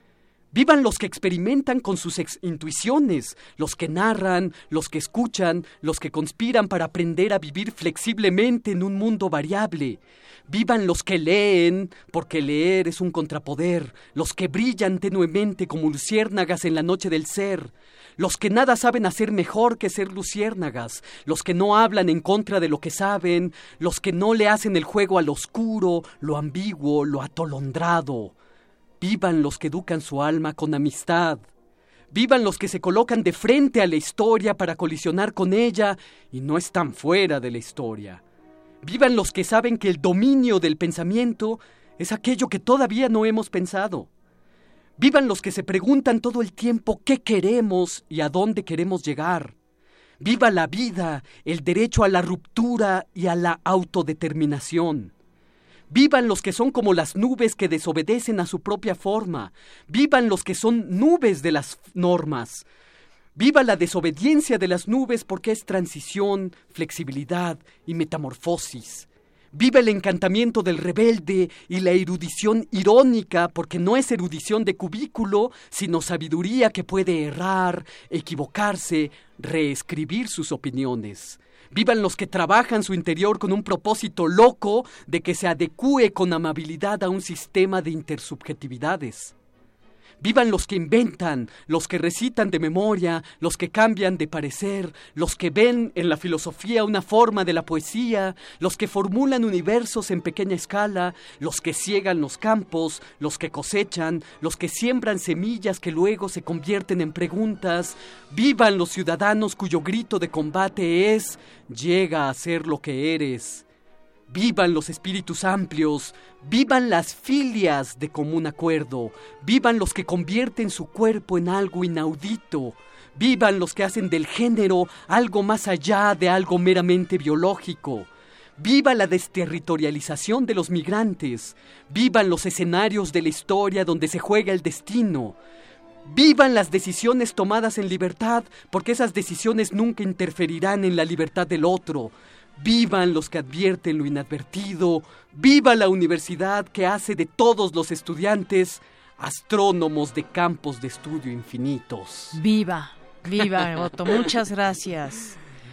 Speaker 25: Vivan los que experimentan con sus ex- intuiciones, los que narran, los que escuchan, los que conspiran para aprender a vivir flexiblemente en un mundo variable. Vivan los que leen, porque leer es un contrapoder, los que brillan tenuemente como luciérnagas en la noche del ser, los que nada saben hacer mejor que ser luciérnagas, los que no hablan en contra de lo que saben, los que no le hacen el juego al oscuro, lo ambiguo, lo atolondrado. Vivan los que educan su alma con amistad. Vivan los que se colocan de frente a la historia para colisionar con ella y no están fuera de la historia. Vivan los que saben que el dominio del pensamiento es aquello que todavía no hemos pensado. Vivan los que se preguntan todo el tiempo qué queremos y a dónde queremos llegar. Viva la vida, el derecho a la ruptura y a la autodeterminación. Vivan los que son como las nubes que desobedecen a su propia forma. Vivan los que son nubes de las normas. Viva la desobediencia de las nubes porque es transición, flexibilidad y metamorfosis. Viva el encantamiento del rebelde y la erudición irónica porque no es erudición de cubículo, sino sabiduría que puede errar, equivocarse, reescribir sus opiniones. Vivan los que trabajan su interior con un propósito loco de que se adecúe con amabilidad a un sistema de intersubjetividades. Vivan los que inventan, los que recitan de memoria, los que cambian de parecer, los que ven en la filosofía una forma de la poesía, los que formulan universos en pequeña escala, los que ciegan los campos, los que cosechan, los que siembran semillas que luego se convierten en preguntas. Vivan los ciudadanos cuyo grito de combate es: llega a ser lo que eres. Vivan los espíritus amplios, vivan las filias de común acuerdo, vivan los que convierten su cuerpo en algo inaudito, vivan los que hacen del género algo más allá de algo meramente biológico, viva la desterritorialización de los migrantes, vivan los escenarios de la historia donde se juega el destino. Vivan las decisiones tomadas en libertad, porque esas decisiones nunca interferirán en la libertad del otro. Vivan los que advierten lo inadvertido. Viva la universidad que hace de todos los estudiantes astrónomos de campos de estudio infinitos.
Speaker 2: Viva, viva, Otto. Muchas gracias.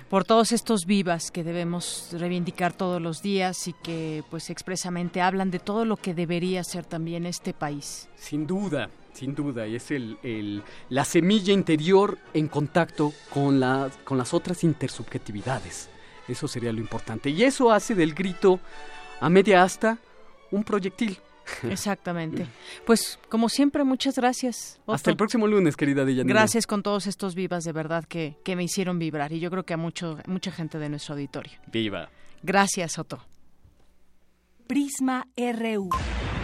Speaker 2: por todos estos vivas que debemos reivindicar todos los días y que pues expresamente hablan de todo lo que debería ser también este país.
Speaker 25: Sin duda, sin duda, y es el, el, la semilla interior en contacto con, la, con las otras intersubjetividades. Eso sería lo importante. Y eso hace del grito a media asta un proyectil.
Speaker 2: Exactamente. Pues como siempre, muchas gracias, Otto.
Speaker 25: Hasta el próximo lunes, querida Deyanira.
Speaker 2: Gracias con todos estos vivas, de verdad, que, que me hicieron vibrar. Y yo creo que a mucho, mucha gente de nuestro auditorio.
Speaker 25: Viva.
Speaker 2: Gracias, Otto.
Speaker 18: Prisma R U.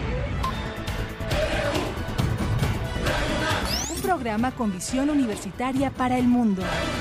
Speaker 18: Un programa con visión universitaria para el mundo.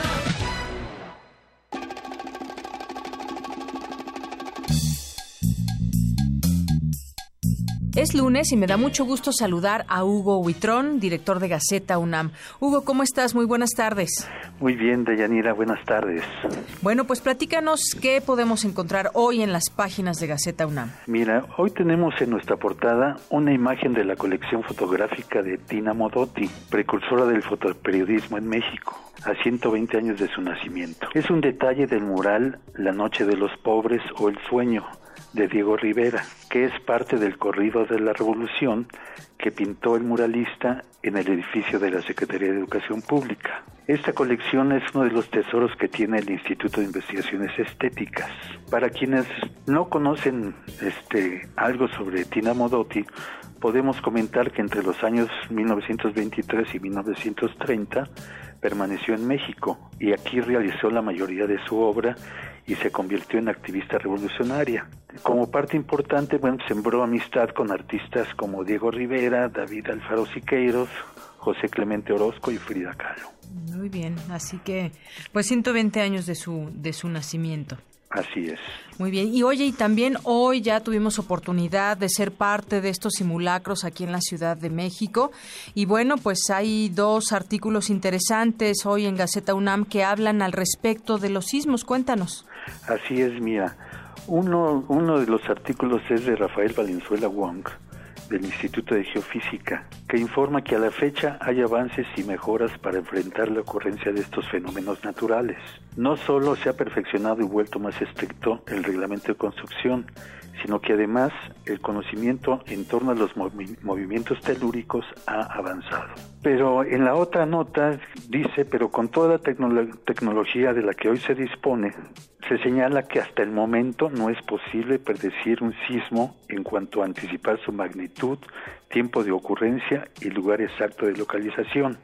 Speaker 2: Es lunes y me da mucho gusto saludar a Hugo Huitrón, director de Gaceta UNAM. Hugo, ¿cómo estás? Muy buenas tardes.
Speaker 1: Muy bien, Deyanira, buenas tardes.
Speaker 2: Bueno, pues platícanos qué podemos encontrar hoy en las páginas de Gaceta UNAM.
Speaker 1: Mira, hoy tenemos en nuestra portada una imagen de la colección fotográfica de Tina Modotti, precursora del fotoperiodismo en México, a ciento veinte años de su nacimiento. Es un detalle del mural La Noche de los Pobres o El Sueño, de Diego Rivera, que es parte del corrido de la Revolución que pintó el muralista en el edificio de la Secretaría de Educación Pública. Esta colección es uno de los tesoros que tiene el Instituto de Investigaciones Estéticas. Para quienes no conocen este algo sobre Tina Modotti, podemos comentar que entre los años mil novecientos veintitrés y mil novecientos treinta permaneció en México y aquí realizó la mayoría de su obra y se convirtió en activista revolucionaria. Como parte importante, bueno, sembró amistad con artistas como Diego Rivera, David Alfaro Siqueiros, José Clemente Orozco y Frida Kahlo.
Speaker 2: Muy bien, así que pues ciento veinte años de su de su nacimiento.
Speaker 1: Así es.
Speaker 2: Muy bien. Y oye, y también hoy ya tuvimos oportunidad de ser parte de estos simulacros aquí en la Ciudad de México. Y bueno, pues hay dos artículos interesantes hoy en Gaceta UNAM que hablan al respecto de los sismos. Cuéntanos.
Speaker 1: Así es, mira. Uno, uno de los artículos es de Rafael Valenzuela Wong, del Instituto de Geofísica, que informa que a la fecha hay avances y mejoras para enfrentar la ocurrencia de estos fenómenos naturales. No solo se ha perfeccionado y vuelto más estricto el reglamento de construcción, sino que además el conocimiento en torno a los movi- movimientos telúricos ha avanzado. Pero en la otra nota dice, pero con toda la tecno- tecnología de la que hoy se dispone, se señala que hasta el momento no es posible predecir un sismo en cuanto a anticipar su magnitud, tiempo de ocurrencia y lugar exacto de localización.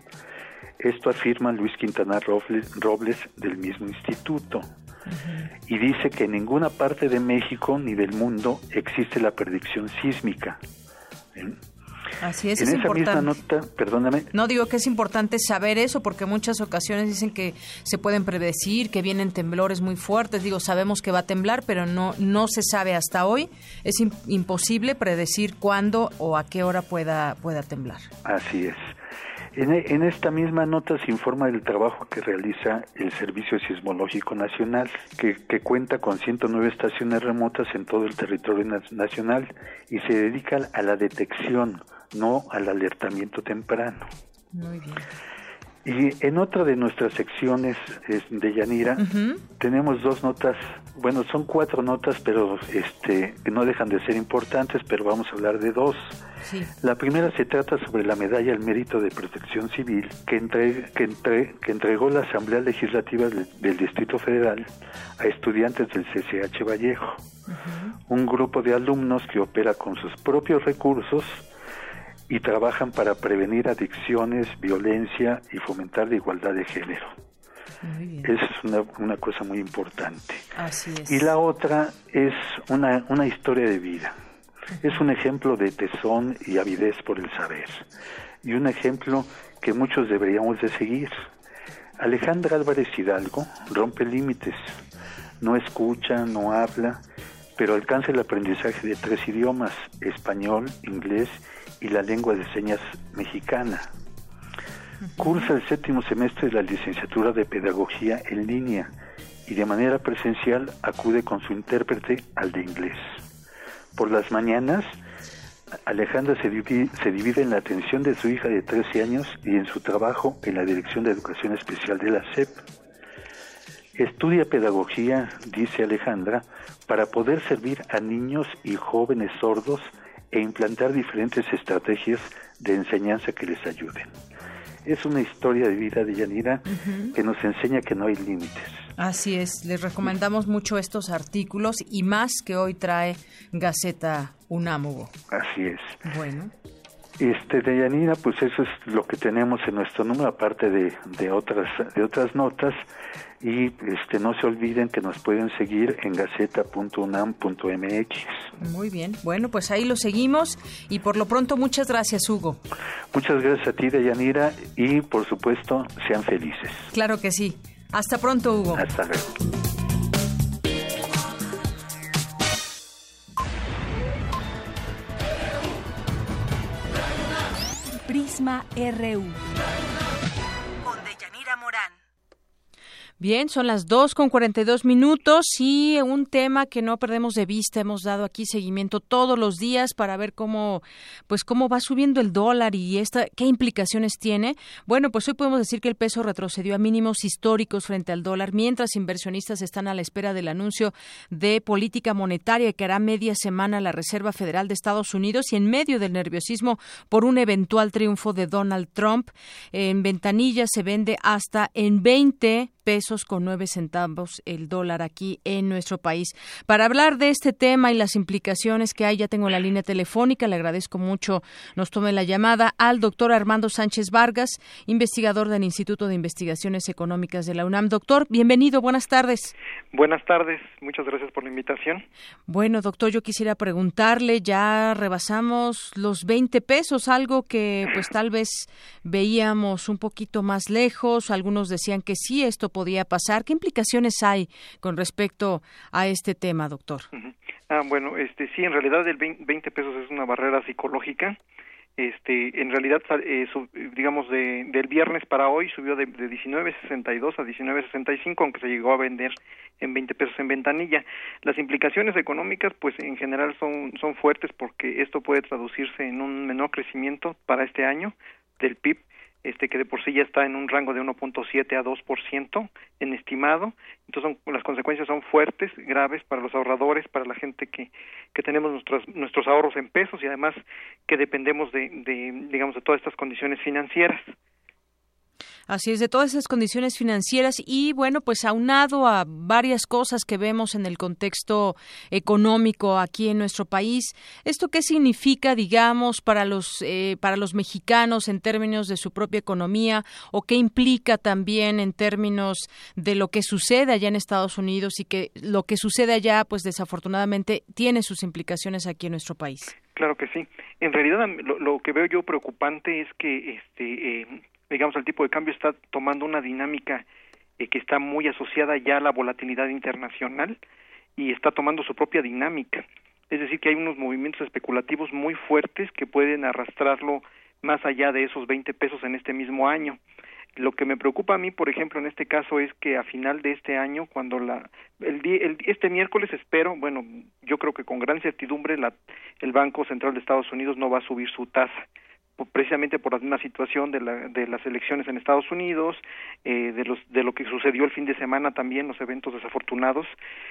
Speaker 1: Esto afirma Luis Quintana Robles, Robles del mismo instituto. Uh-huh. Y dice que en ninguna parte de México ni del mundo existe la predicción sísmica. ¿Eh?
Speaker 2: Así es,
Speaker 1: en
Speaker 2: es
Speaker 1: esa
Speaker 2: importante.
Speaker 1: misma nota, perdóname.
Speaker 2: No, digo que es importante saber eso porque muchas ocasiones dicen que se pueden predecir, que vienen temblores muy fuertes. Digo, sabemos que va a temblar, pero no no se sabe hasta hoy. Es im- imposible predecir cuándo o a qué hora pueda pueda temblar.
Speaker 1: Así es. En, en esta misma nota se informa del trabajo que realiza el Servicio Sismológico Nacional, que, que cuenta con ciento nueve estaciones remotas en todo el territorio na- nacional y se dedica a la detección, no al alertamiento temprano.
Speaker 2: Muy bien.
Speaker 1: Y en otra de nuestras secciones es de Yanira, uh-huh. tenemos dos notas, bueno, son cuatro notas, pero este no dejan de ser importantes, pero vamos a hablar de dos.
Speaker 2: Sí.
Speaker 1: La primera se trata sobre la Medalla al Mérito de Protección Civil que, entre, que, entre, que entregó la Asamblea Legislativa del, del Distrito Federal a estudiantes del C C H Vallejo, uh-huh. un grupo de alumnos que opera con sus propios recursos y trabajan para prevenir adicciones, violencia y fomentar la igualdad de género.
Speaker 2: Muy bien.
Speaker 1: Es una, una cosa muy importante.
Speaker 2: Así es.
Speaker 1: Y la otra es una, una historia de vida. Es un ejemplo de tesón y avidez por el saber. Y un ejemplo que muchos deberíamos de seguir. Alejandra Álvarez Hidalgo rompe límites. No escucha, no habla, pero alcanza el aprendizaje de tres idiomas, español, inglés y la lengua de señas mexicana. Cursa el séptimo semestre de la licenciatura de Pedagogía en línea y de manera presencial acude con su intérprete al de inglés. Por las mañanas, Alejandra se divide, se divide en la atención de su hija de trece años y en su trabajo en la Dirección de Educación Especial de la S E P. Estudia pedagogía, dice Alejandra, para poder servir a niños y jóvenes sordos e implantar diferentes estrategias de enseñanza que les ayuden. Es una historia de vida de Yanira uh-huh. que nos enseña que no hay límites.
Speaker 2: Así es, les recomendamos mucho estos artículos y más que hoy trae Gaceta UNAM, Hugo.
Speaker 1: Así es.
Speaker 2: Bueno.
Speaker 1: Este, de Yanira, pues eso es lo que tenemos en nuestro número, aparte de, de otras de otras notas, y este no se olviden que nos pueden seguir en gaceta punto unam punto m x.
Speaker 2: Muy bien, bueno, pues ahí lo seguimos, y por lo pronto muchas gracias, Hugo.
Speaker 1: Muchas gracias a ti, de Yanira, y por supuesto, sean felices.
Speaker 2: Claro que sí. Hasta pronto, Hugo.
Speaker 1: Hasta luego.
Speaker 2: Prisma R U.
Speaker 23: Con Deyanira Morán.
Speaker 2: Bien, son las dos con cuarenta y dos minutos y un tema que no perdemos de vista. Hemos dado aquí seguimiento todos los días para ver cómo, pues cómo va subiendo el dólar y esta, qué implicaciones tiene. Bueno, pues hoy podemos decir que el peso retrocedió a mínimos históricos frente al dólar, mientras inversionistas están a la espera del anuncio de política monetaria que hará media semana la Reserva Federal de Estados Unidos, y en medio del nerviosismo por un eventual triunfo de Donald Trump, en ventanilla se vende hasta en veinte pesos con nueve centavos el dólar aquí en nuestro país. Para hablar de este tema y las implicaciones que hay, ya tengo la línea telefónica. Le agradezco mucho nos tome la llamada al doctor Armando Sánchez Vargas, investigador del Instituto de Investigaciones Económicas de la UNAM. Doctor, bienvenido, buenas tardes.
Speaker 10: Buenas tardes, muchas gracias por la invitación.
Speaker 2: Bueno, doctor, yo quisiera preguntarle, ya rebasamos los veinte pesos, algo que pues tal vez veíamos un poquito más lejos. Algunos decían que sí, esto podía pasar. ¿Qué implicaciones hay con respecto a este tema, doctor?
Speaker 10: Uh-huh. Ah, bueno, este sí, en realidad el veinte pesos es una barrera psicológica. Este, en realidad, eh, sub, digamos, de, del viernes para hoy subió de, de diecinueve sesenta y dos a diecinueve sesenta y cinco, aunque se llegó a vender en veinte pesos en ventanilla. Las implicaciones económicas, pues en general son, son fuertes, porque esto puede traducirse en un menor crecimiento para este año del P I B, este que de por sí ya está en un rango de uno punto siete a dos por ciento en estimado. Entonces son, las consecuencias son fuertes, graves para los ahorradores, para la gente que, que tenemos nuestros, nuestros ahorros en pesos y además que dependemos de, de, digamos, de todas estas condiciones financieras.
Speaker 2: Así es, de todas esas condiciones financieras y, bueno, pues aunado a varias cosas que vemos en el contexto económico aquí en nuestro país, ¿esto qué significa, digamos, para los eh, para los mexicanos en términos de su propia economía, o qué implica también en términos de lo que sucede allá en Estados Unidos y que lo que sucede allá, pues desafortunadamente, tiene sus implicaciones aquí en nuestro país?
Speaker 10: Claro que sí. En realidad, lo, lo que veo yo preocupante es que este eh, digamos, el tipo de cambio está tomando una dinámica eh, que está muy asociada ya a la volatilidad internacional y está tomando su propia dinámica. Es decir, que hay unos movimientos especulativos muy fuertes que pueden arrastrarlo más allá de esos veinte pesos en este mismo año. Lo que me preocupa a mí, por ejemplo, en este caso es que a final de este año, cuando la el, el este miércoles espero, bueno, yo creo que con gran certidumbre la, el Banco Central de Estados Unidos no va a subir su tasa, precisamente por la misma situación de, la, de las elecciones en Estados Unidos, eh, de los de lo que sucedió el fin de semana también, los eventos desafortunados,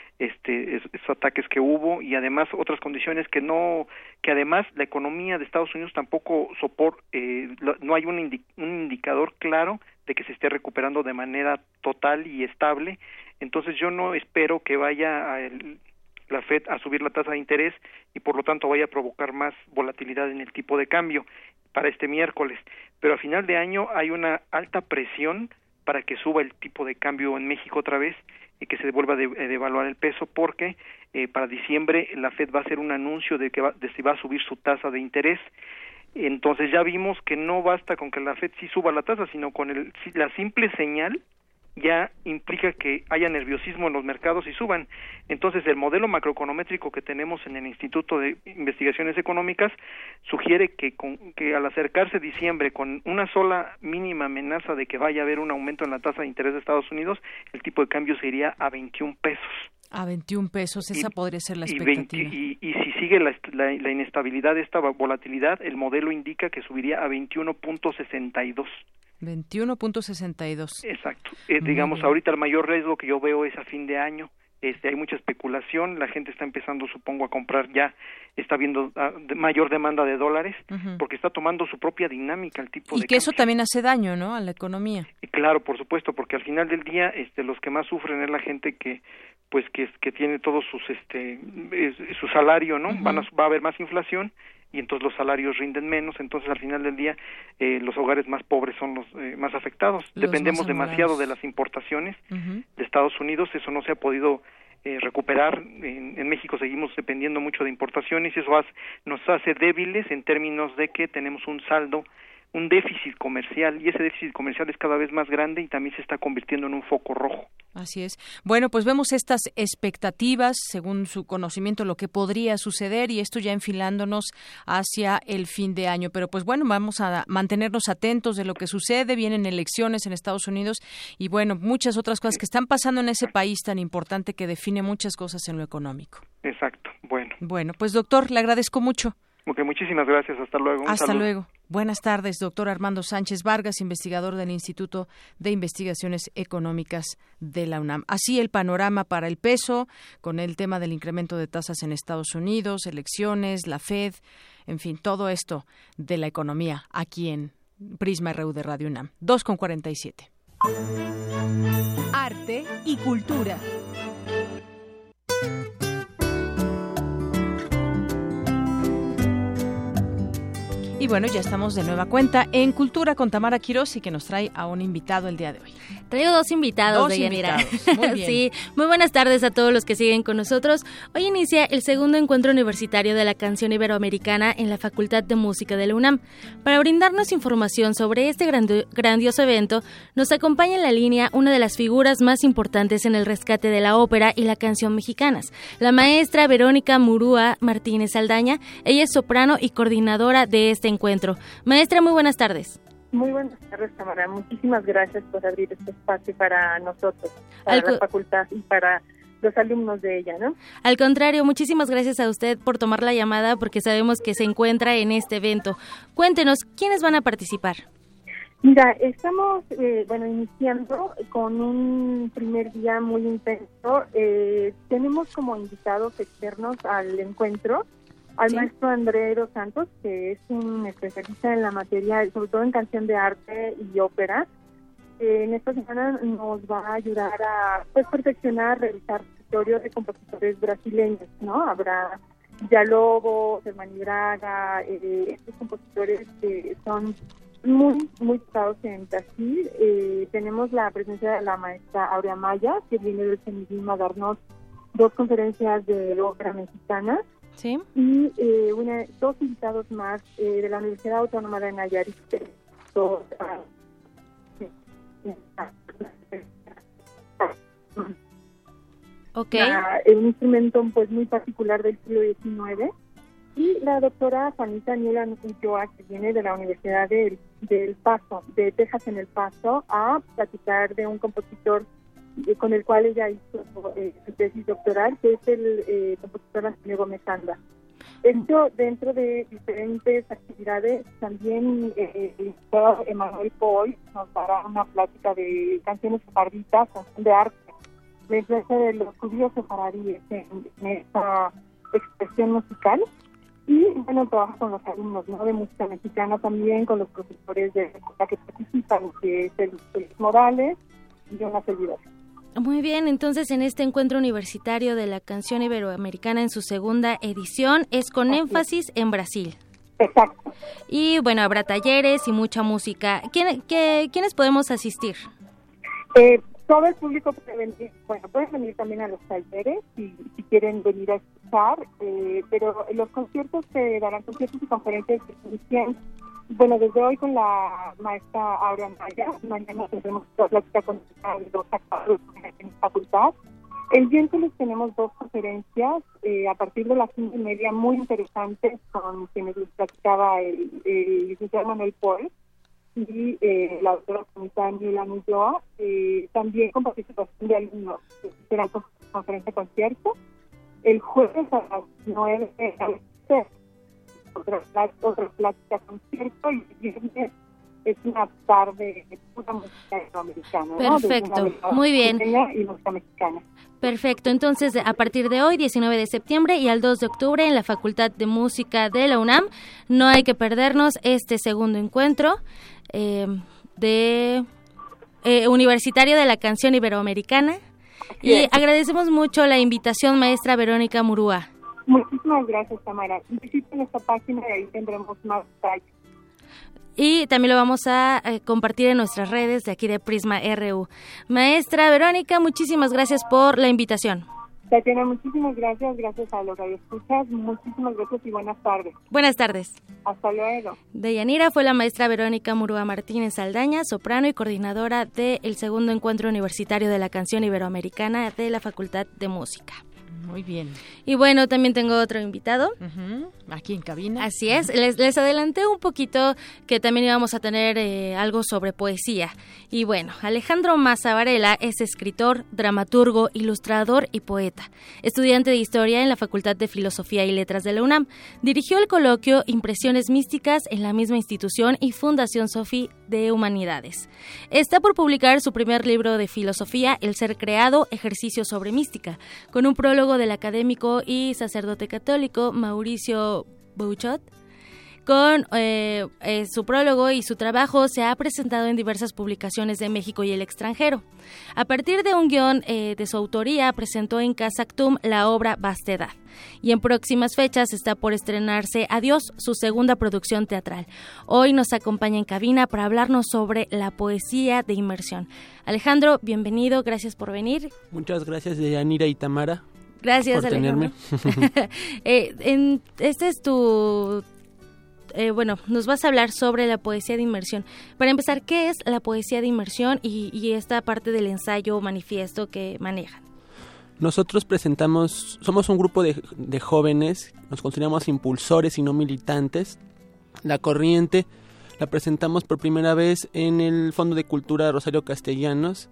Speaker 10: este es, esos ataques que hubo, y además otras condiciones que no, que además la economía de Estados Unidos tampoco soporta, eh, no hay un, indi, un indicador claro de que se esté recuperando de manera total y estable. Entonces yo no espero que vaya a el, la Fed a subir la tasa de interés y por lo tanto vaya a provocar más volatilidad en el tipo de cambio para este miércoles, pero a final de año hay una alta presión para que suba el tipo de cambio en México otra vez y que se vuelva a de, de devaluar el peso, porque eh, para diciembre la Fed va a hacer un anuncio de que va, de si va a subir su tasa de interés. Entonces ya vimos que no basta con que la Fed sí suba la tasa, sino con el, la simple señal ya implica que haya nerviosismo en los mercados y suban. Entonces el modelo macroeconométrico que tenemos en el Instituto de Investigaciones Económicas sugiere que, con, que al acercarse diciembre con una sola mínima amenaza de que vaya a haber un aumento en la tasa de interés de Estados Unidos, el tipo de cambio se iría a veintiún pesos.
Speaker 2: A veintiún pesos, esa y, podría ser la
Speaker 10: expectativa. Y, veinte, y, y si sigue la, la, la inestabilidad de esta volatilidad, el modelo indica que subiría a veintiuno punto sesenta y dos.
Speaker 2: veintiuno punto sesenta y dos.
Speaker 10: Exacto. Eh, digamos, ahorita el mayor riesgo que yo veo es a fin de año. Este, hay mucha especulación, la gente está empezando, supongo, a comprar ya, está viendo uh, de mayor demanda de dólares, uh-huh. porque está tomando su propia dinámica el tipo
Speaker 2: y
Speaker 10: de... Y
Speaker 2: que eso también hace daño, ¿no?, a la economía.
Speaker 10: Y claro, por supuesto, porque al final del día, este, los que más sufren es la gente que, pues, que, que tiene todos sus, este, es, su salario, ¿no? Uh-huh. Van a, va a haber más inflación, y entonces los salarios rinden menos, entonces al final del día eh, los hogares más pobres son los eh, más afectados. Los Dependemos más demasiado de las importaciones uh-huh. de Estados Unidos, eso no se ha podido eh, recuperar. En, en México seguimos dependiendo mucho de importaciones y eso hace, nos hace débiles en términos de que tenemos un saldo, un déficit comercial, y ese déficit comercial es cada vez más grande y también se está convirtiendo en un foco rojo.
Speaker 2: Así es. Bueno, pues vemos estas expectativas, según su conocimiento, lo que podría suceder, y esto ya enfilándonos hacia el fin de año. Pero pues bueno, vamos a mantenernos atentos de lo que sucede. Vienen elecciones en Estados Unidos y bueno, muchas otras cosas que están pasando en ese país tan importante que define muchas cosas en lo económico.
Speaker 10: Exacto. Bueno.
Speaker 2: Bueno, pues doctor, le agradezco mucho.
Speaker 10: Ok, muchísimas gracias. Hasta luego. Un
Speaker 2: Hasta
Speaker 10: saludo.
Speaker 2: luego. Buenas tardes, doctor Armando Sánchez Vargas, investigador del Instituto de Investigaciones Económicas de la UNAM. Así el panorama para el peso, con el tema del incremento de tasas en Estados Unidos, elecciones, la Fed, en fin, todo esto de la economía aquí en Prisma R U de Radio UNAM. dos con cuarenta y siete.
Speaker 18: Arte y cultura.
Speaker 2: Y bueno, ya estamos de nueva cuenta en Cultura con Tamara Quirós y que nos trae a un invitado el día de hoy.
Speaker 3: Traigo dos invitados,
Speaker 2: dos
Speaker 3: de Yanira.
Speaker 2: Invitados. Muy bien.
Speaker 3: Sí, muy buenas tardes a todos los que siguen con nosotros. Hoy inicia el segundo encuentro universitario de la canción iberoamericana en la Facultad de Música de la UNAM. Para brindarnos información sobre este grandi- grandioso evento, nos acompaña en la línea una de las figuras más importantes en el rescate de la ópera y la canción mexicanas, la maestra Verónica Murúa Martínez Saldaña. Ella es soprano y coordinadora de este encuentro. Maestra, muy buenas tardes.
Speaker 11: Muy buenas tardes, Tamara. Muchísimas gracias por abrir este espacio para nosotros, para
Speaker 3: Al co-
Speaker 11: la facultad y para los alumnos de ella, ¿no?
Speaker 3: Al contrario, muchísimas gracias a usted por tomar la llamada porque sabemos que se encuentra en este evento. Cuéntenos, ¿quiénes van a participar?
Speaker 11: Mira, estamos, eh, bueno, iniciando con un primer día muy intenso. Eh, tenemos como invitados externos al encuentro al sí. maestro André Dos Santos, que es un especialista en la materia, sobre todo en canción de arte y ópera. Eh, en esta semana nos va a ayudar a pues perfeccionar, revisar repertorio de compositores brasileños, ¿no? Habrá Villalobos, Germán Braga, eh, estos compositores que son muy, muy usados en Brasil. Eh, tenemos la presencia de la maestra Aurea Maya, que viene del CENIDIM a darnos dos conferencias de ópera mexicana.
Speaker 3: Sí.
Speaker 11: Y eh, una, dos invitados más eh, de la Universidad Autónoma de Nayarit. Dos, uh,
Speaker 3: okay.
Speaker 11: la, un instrumento pues muy particular del siglo diecinueve. Y la doctora Juanita Niela Ulloa, que viene de la Universidad de, del Paso, de Texas en El Paso, a platicar de un compositor con el cual ella hizo eh, su tesis doctoral, que es el eh, compositor Antonio Gómez Anda. Esto dentro de diferentes actividades, también eh, el doctor Emanuel Poy nos dará una plática de canciones sefarditas, de arte, la influencia de los judíos sefaradíes en, en esta expresión musical. Y bueno, trabaja con los alumnos, ¿no?, de música mexicana, también con los profesores de la que participan, que es el Luis Morales y una servidora.
Speaker 3: Muy bien, entonces en este encuentro universitario de la canción iberoamericana en su segunda edición es con Así énfasis es. en Brasil.
Speaker 11: Exacto.
Speaker 3: Y bueno, habrá talleres y mucha música. ¿Quién, qué, ¿Quiénes podemos asistir?
Speaker 11: Eh, todo el público puede venir, bueno, pueden venir también a los talleres si, si quieren venir a escuchar, eh, pero los conciertos se darán, conciertos y conferencias que se inician. Bueno, desde hoy con la maestra Aurea Maya, mañana tendremos una plática con los actores en la facultad. El miércoles tenemos dos conferencias eh, a partir de las cinco y media muy interesantes con quienes les platicaba el, el licenciado Manuel Poy y eh, la doctora Juanita Niela Ulloa, eh, también con participación de alumnos. Será conferencia concierto. El jueves a las nueve a las seis. Otra, otra plática concierto y viernes es una tarde de pura música iberoamericana.
Speaker 6: Perfecto,
Speaker 11: ¿no?
Speaker 6: muy bien.
Speaker 11: Y música mexicana.
Speaker 6: Perfecto, entonces a partir de hoy, diecinueve de septiembre y al dos de octubre en la Facultad de Música de la UNAM, no hay que perdernos este segundo encuentro eh, de eh, universitario de la canción iberoamericana. Y
Speaker 11: Bien.
Speaker 6: Agradecemos mucho la invitación, maestra Verónica Murúa.
Speaker 11: Muchísimas gracias, Tamara. Visiten nuestra página y ahí tendremos más detalles.
Speaker 6: Y también lo vamos a eh, compartir en nuestras redes de aquí de Prisma R U. Maestra Verónica, muchísimas gracias por la invitación.
Speaker 11: Tatiana, muchísimas gracias, gracias a los radioescuchas, muchísimas gracias y buenas tardes.
Speaker 6: Buenas tardes.
Speaker 11: Hasta luego.
Speaker 6: Deyanira fue la maestra Verónica Murúa Martínez Saldaña, soprano y coordinadora del segundo encuentro universitario de la canción iberoamericana de la Facultad de Música.
Speaker 2: Muy bien.
Speaker 6: Y bueno, también tengo otro invitado.
Speaker 2: Uh-huh. Aquí en cabina.
Speaker 6: Así es. Les, les adelanté un poquito que también íbamos a tener eh, algo sobre poesía. Y bueno, Alejandro Maza Varela es escritor, dramaturgo, ilustrador y poeta. Estudiante de Historia en la Facultad de Filosofía y Letras de la UNAM. Dirigió el coloquio Impresiones Místicas en la misma institución y Fundación Sofi de Humanidades. Está por publicar su primer libro de filosofía, El ser creado, ejercicio sobre mística, con un prólogo del académico y sacerdote católico Mauricio Bouchot. Con eh, eh, su prólogo y su trabajo se ha presentado en diversas publicaciones de México y el extranjero. A partir de un guión eh, de su autoría, presentó en Casa Actum la obra Vastedad. Y en próximas fechas está por estrenarse Adiós, su segunda producción teatral. Hoy nos acompaña en cabina para hablarnos sobre la poesía de inmersión. Alejandro, bienvenido, gracias por venir.
Speaker 12: Muchas gracias, Deyanira y Tamara.
Speaker 6: Gracias,
Speaker 12: por
Speaker 6: Alejandro.
Speaker 12: tenerme.
Speaker 6: eh, en, este es tu... Eh, bueno, nos vas a hablar sobre la poesía de inmersión. Para empezar, ¿qué es la poesía de inmersión y, y esta parte del ensayo manifiesto que manejan?
Speaker 12: Nosotros presentamos, somos un grupo de, de jóvenes, nos consideramos impulsores y no militantes. La corriente la presentamos por primera vez en el Fondo de Cultura Rosario Castellanos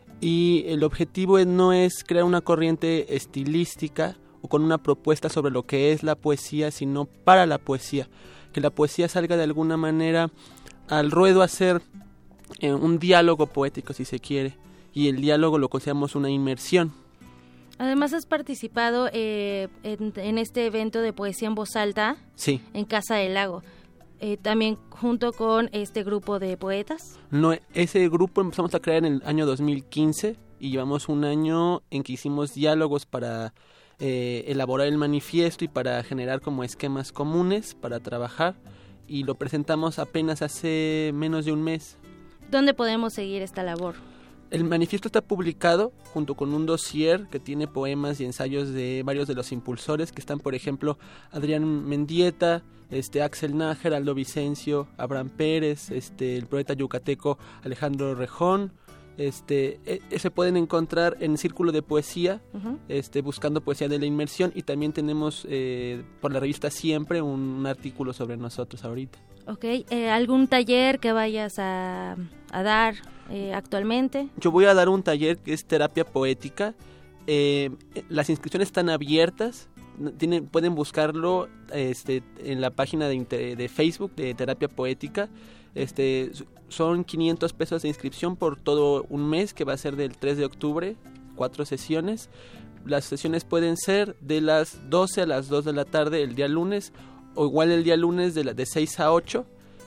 Speaker 12: y el objetivo no es crear una corriente estilística o con una propuesta sobre lo que es la poesía, sino para la poesía. Que la poesía salga de alguna manera al ruedo a ser eh, un diálogo poético, si se quiere, y el diálogo lo consideramos una inmersión.
Speaker 6: Además has participado eh, en, en este evento de poesía en voz alta,
Speaker 12: sí,
Speaker 6: en Casa del Lago, eh, también junto con este grupo de poetas.
Speaker 12: No, ese grupo empezamos a crear en el año dos mil quince y llevamos un año en que hicimos diálogos para Eh, elaborar el manifiesto y para generar como esquemas comunes para trabajar, y lo presentamos apenas hace menos de un mes.
Speaker 6: ¿Dónde podemos seguir esta labor?
Speaker 12: El manifiesto está publicado junto con un dossier que tiene poemas y ensayos de varios de los impulsores, que están, por ejemplo, Adrián Mendieta, este Axel Nájer, Aldo Vicencio, Abraham Pérez, este el poeta yucateco Alejandro Rejón. Este eh, se pueden encontrar en Círculo de Poesía, uh-huh. este buscando poesía de la inmersión, y también tenemos eh, por la revista Siempre un, un artículo sobre nosotros ahorita.
Speaker 6: Okay, eh, ¿algún taller que vayas a, a dar eh, actualmente?
Speaker 12: Yo voy a dar un taller que es terapia poética. Eh, las inscripciones están abiertas. Tienen, pueden buscarlo este, en la página de, de Facebook de Terapia Poética. Este, son quinientos pesos de inscripción por todo un mes, que va a ser del tres de octubre, cuatro sesiones. Las sesiones pueden ser de las doce a las dos de la tarde el día lunes, o igual el día lunes de, la, de seis a ocho.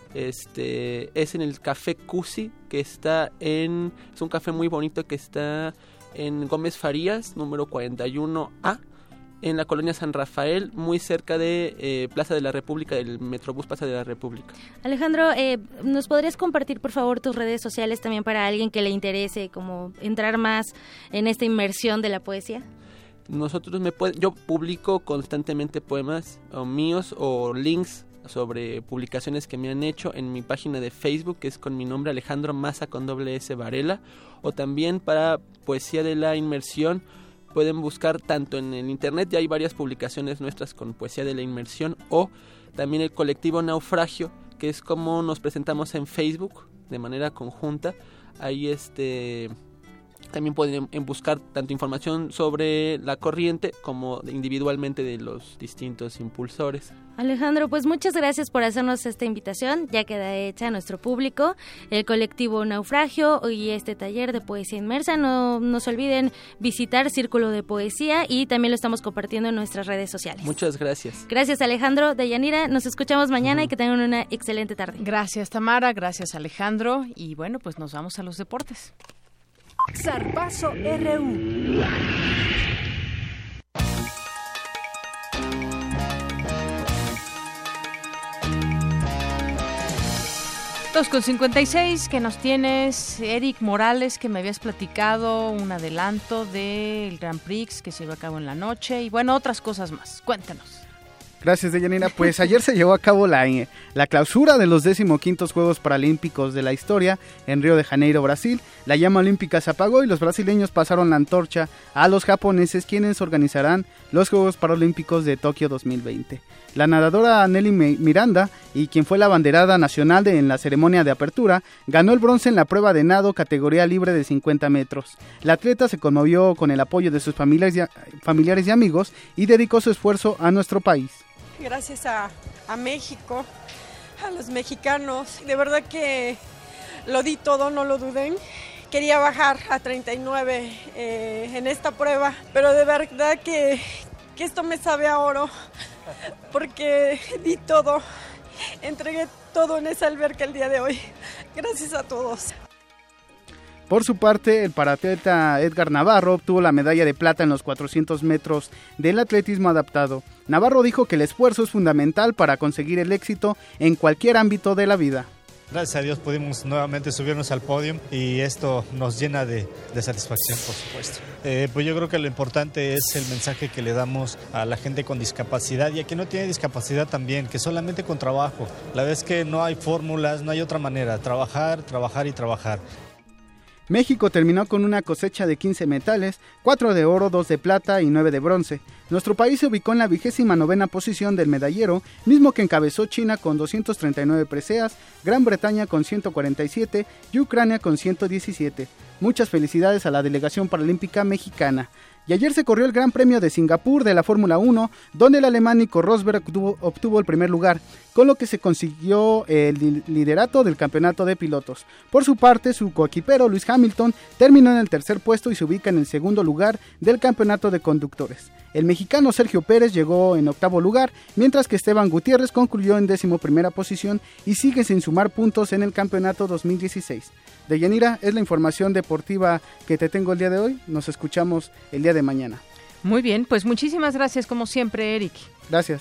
Speaker 12: Este, es en el Café Cusi, que está en... es un café muy bonito que está en Gómez Farías, número cuarenta y uno A, en la colonia San Rafael, muy cerca de eh, Plaza de la República, del Metrobús Plaza de la República.
Speaker 6: Alejandro, eh, ¿nos podrías compartir por favor tus redes sociales también para alguien que le interese como entrar más en esta inmersión de la poesía?
Speaker 12: Nosotros me pueden, yo publico constantemente poemas o míos o links sobre publicaciones que me han hecho en mi página de Facebook, que es con mi nombre, Alejandro Maza con doble S Varela, o también para Poesía de la Inmersión. Pueden buscar tanto en el internet, ya hay varias publicaciones nuestras con poesía de la inmersión, o también el colectivo Naufragio, que es como nos presentamos en Facebook de manera conjunta. Ahí este También pueden buscar tanto información sobre la corriente como individualmente de los distintos impulsores.
Speaker 6: Alejandro, pues muchas gracias por hacernos esta invitación, ya queda hecha a nuestro público, el colectivo Naufragio y este taller de poesía inmersa. No, no se olviden visitar Círculo de Poesía y también lo estamos compartiendo en nuestras redes sociales.
Speaker 12: Muchas gracias.
Speaker 6: Gracias, Alejandro. Deyanira, nos escuchamos mañana uh-huh. y que tengan una excelente tarde.
Speaker 2: Gracias, Tamara, gracias, Alejandro, y bueno, pues nos vamos a los deportes.
Speaker 18: Zarpazo R U.
Speaker 2: dos con cincuenta y seis, que nos tienes, Eric Morales, que me habías platicado un adelanto del Grand Prix que se llevó a cabo en la noche y bueno, otras cosas más. Cuéntanos.
Speaker 4: Gracias, Deyanira. Pues ayer se llevó a cabo la, la clausura de los decimoquintos Juegos Paralímpicos de la historia en Río de Janeiro, Brasil. La llama olímpica se apagó y los brasileños pasaron la antorcha a los japoneses, quienes organizarán los Juegos Paralímpicos de Tokio dos mil veinte. La nadadora Nelly Miranda, y quien fue la abanderada nacional de, en la ceremonia de apertura, ganó el bronce en la prueba de nado categoría libre de cincuenta metros. La atleta se conmovió con el apoyo de sus familiares y, familiares y amigos y dedicó su esfuerzo a nuestro país.
Speaker 13: Gracias a, a México, a los mexicanos, de verdad que lo di todo, no lo duden. Quería bajar a treinta y nueve eh, en esta prueba, pero de verdad que, que esto me sabe a oro, porque di todo, entregué todo en esa alberca el día de hoy. Gracias a todos.
Speaker 4: Por su parte, el paratleta Edgar Navarro obtuvo la medalla de plata en los cuatrocientos metros del atletismo adaptado. Navarro dijo que el esfuerzo es fundamental para conseguir el éxito en cualquier ámbito de la vida.
Speaker 15: Gracias a Dios pudimos nuevamente subirnos al podio y esto nos llena de, de satisfacción, por supuesto. Eh, pues yo creo que lo importante es el mensaje que le damos a la gente con discapacidad y a quien no tiene discapacidad también, que solamente con trabajo. La verdad es que no hay fórmulas, no hay otra manera, trabajar, trabajar y trabajar.
Speaker 4: México terminó con una cosecha de quince metales, cuatro de oro, dos de plata y nueve de bronce. Nuestro país se ubicó en la vigésima novena posición del medallero, mismo que encabezó China con doscientas treinta y nueve preseas, Gran Bretaña con ciento cuarenta y siete y Ucrania con ciento diecisiete. Muchas felicidades a la delegación paralímpica mexicana. Y ayer se corrió el Gran Premio de Singapur de la Fórmula uno, donde el alemán Nico Rosberg obtuvo, obtuvo el primer lugar, con lo que se consiguió el liderato del campeonato de pilotos. Por su parte, su coequipero Lewis Hamilton terminó en el tercer puesto y se ubica en el segundo lugar del campeonato de conductores. El mexicano Sergio Pérez llegó en octavo lugar, mientras que Esteban Gutiérrez concluyó en décimo primera posición y sigue sin sumar puntos en el campeonato dos mil dieciséis. Deyanira, es la información deportiva que te tengo el día de hoy. Nos escuchamos el día de mañana.
Speaker 2: Muy bien, pues muchísimas gracias como siempre, Eric.
Speaker 4: Gracias.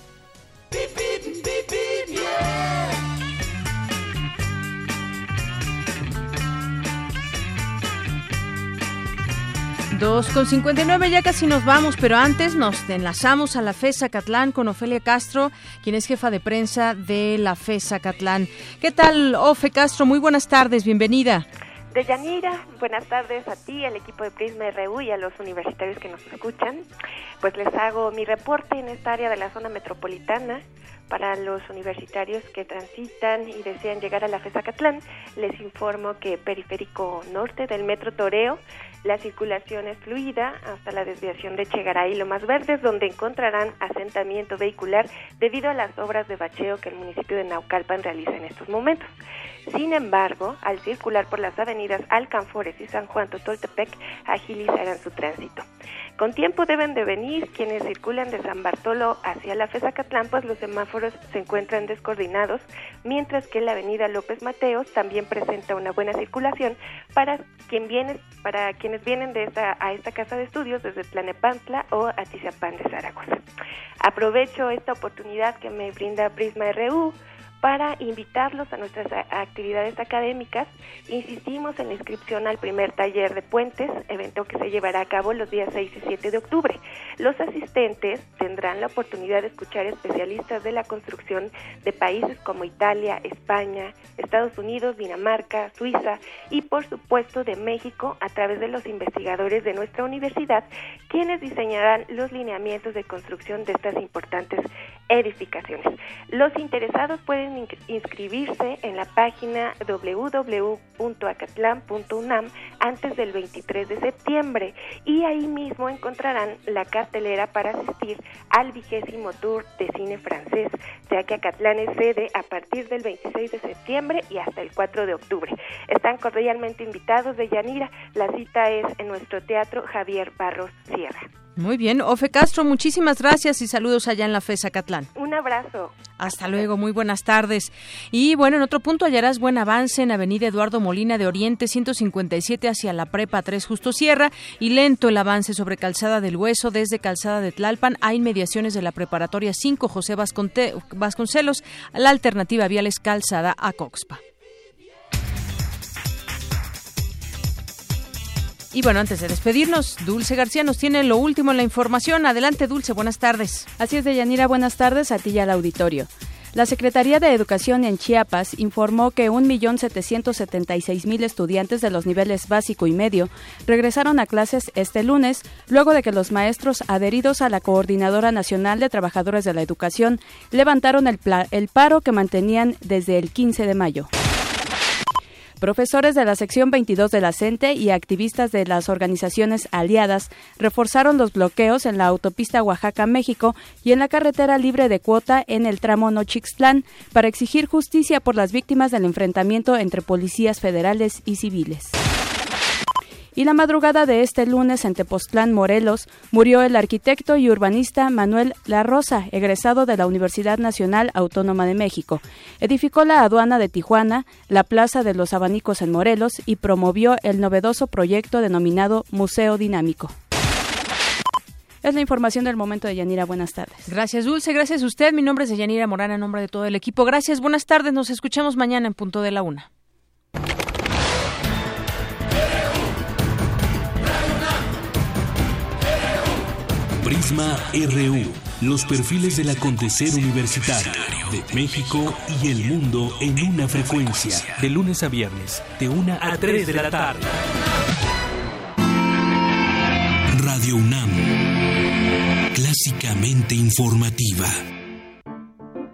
Speaker 2: dos con cincuenta y nueve, ya casi nos vamos, pero antes nos enlazamos a la FES Zacatlán con Ofelia Castro, quien es jefa de prensa de la FES Zacatlán. ¿Qué tal, Ofe Castro? Muy buenas tardes, bienvenida.
Speaker 16: Deyanira, buenas tardes a ti, al equipo de Prisma R U y a los universitarios que nos escuchan. Pues les hago mi reporte en esta área de la zona metropolitana. Para los universitarios que transitan y desean llegar a la FES Zacatlán, les informo que periférico norte del Metro Toreo, la circulación es fluida hasta la desviación de Chegaray y Lomas Verdes, donde encontrarán asentamiento vehicular debido a las obras de bacheo que el municipio de Naucalpan realiza en estos momentos. Sin embargo, al circular por las avenidas Alcanfores y San Juan Totoltepec, agilizarán su tránsito. Con tiempo deben de venir quienes circulan de San Bartolo hacia la FES Zacatlán, pues los semáforos se encuentran descoordinados, mientras que la avenida López Mateos también presenta una buena circulación para quien viene, para quienes vienen de esta, a esta casa de estudios desde Tlanepantla o Atizapán de Zaragoza. Aprovecho esta oportunidad que me brinda Prisma R U para invitarlos a nuestras actividades académicas. Insistimos en la inscripción al primer taller de puentes, evento que se llevará a cabo los días seis y siete de octubre. Los asistentes tendrán la oportunidad de escuchar especialistas de la construcción de países como Italia, España, Estados Unidos, Dinamarca, Suiza y por supuesto de México a través de los investigadores de nuestra universidad, quienes diseñarán los lineamientos de construcción de estas importantes edificaciones. Los interesados pueden inscribirse en la página doble u doble u doble u punto acatlán punto unam antes del veintitrés de septiembre y ahí mismo encontrarán la cartelera para asistir al vigésimo tour de cine francés, ya que Acatlán es sede a partir del veintiséis de septiembre y hasta el cuatro de octubre. Están cordialmente invitados de Yanira. La cita es en nuestro teatro Javier Barros Sierra.
Speaker 2: Muy bien, Ofe Castro, muchísimas gracias y saludos allá en la FES Acatlán.
Speaker 16: Un abrazo.
Speaker 2: Hasta luego, muy buenas tardes. Y bueno, en otro punto hallarás buen avance en Avenida Eduardo Molina de Oriente ciento cincuenta y siete hacia la Prepa tres Justo Sierra y lento el avance sobre Calzada del Hueso desde Calzada de Tlalpan a inmediaciones de la Preparatoria cinco José Vasconte- Vasconcelos. La alternativa vial es Calzada a Coxpa. Y bueno, antes de despedirnos, Dulce García nos tiene lo último en la información. Adelante, Dulce, buenas tardes.
Speaker 5: Así es, Deyanira, buenas tardes a ti y al auditorio. La Secretaría de Educación en Chiapas informó que un millón setecientos setenta y seis mil estudiantes de los niveles básico y medio regresaron a clases este lunes, luego de que los maestros adheridos a la Coordinadora Nacional de Trabajadores de la Educación levantaron el, pla- el paro que mantenían desde el quince de mayo. Profesores de la sección veintidós de la CENTE y activistas de las organizaciones aliadas reforzaron los bloqueos en la autopista Oaxaca-México y en la carretera libre de cuota en el tramo Nochixtlán para exigir justicia por las víctimas del enfrentamiento entre policías federales y civiles. Y la madrugada de este lunes en Tepoztlán, Morelos, murió el arquitecto y urbanista Manuel La Rosa, egresado de la Universidad Nacional Autónoma de México. Edificó la aduana de Tijuana, la Plaza de los Abanicos en Morelos y promovió el novedoso proyecto denominado Museo Dinámico. Es la información del momento de Yanira. Buenas tardes.
Speaker 2: Gracias, Dulce. Gracias a usted. Mi nombre es Yanira Morán, en nombre de todo el equipo. Gracias, buenas tardes. Nos escuchamos mañana en punto de la una.
Speaker 7: Prisma R U, los perfiles del acontecer universitario de México y el mundo en una frecuencia. De lunes a viernes, de una a tres de la tarde. Radio UNAM, clásicamente informativa.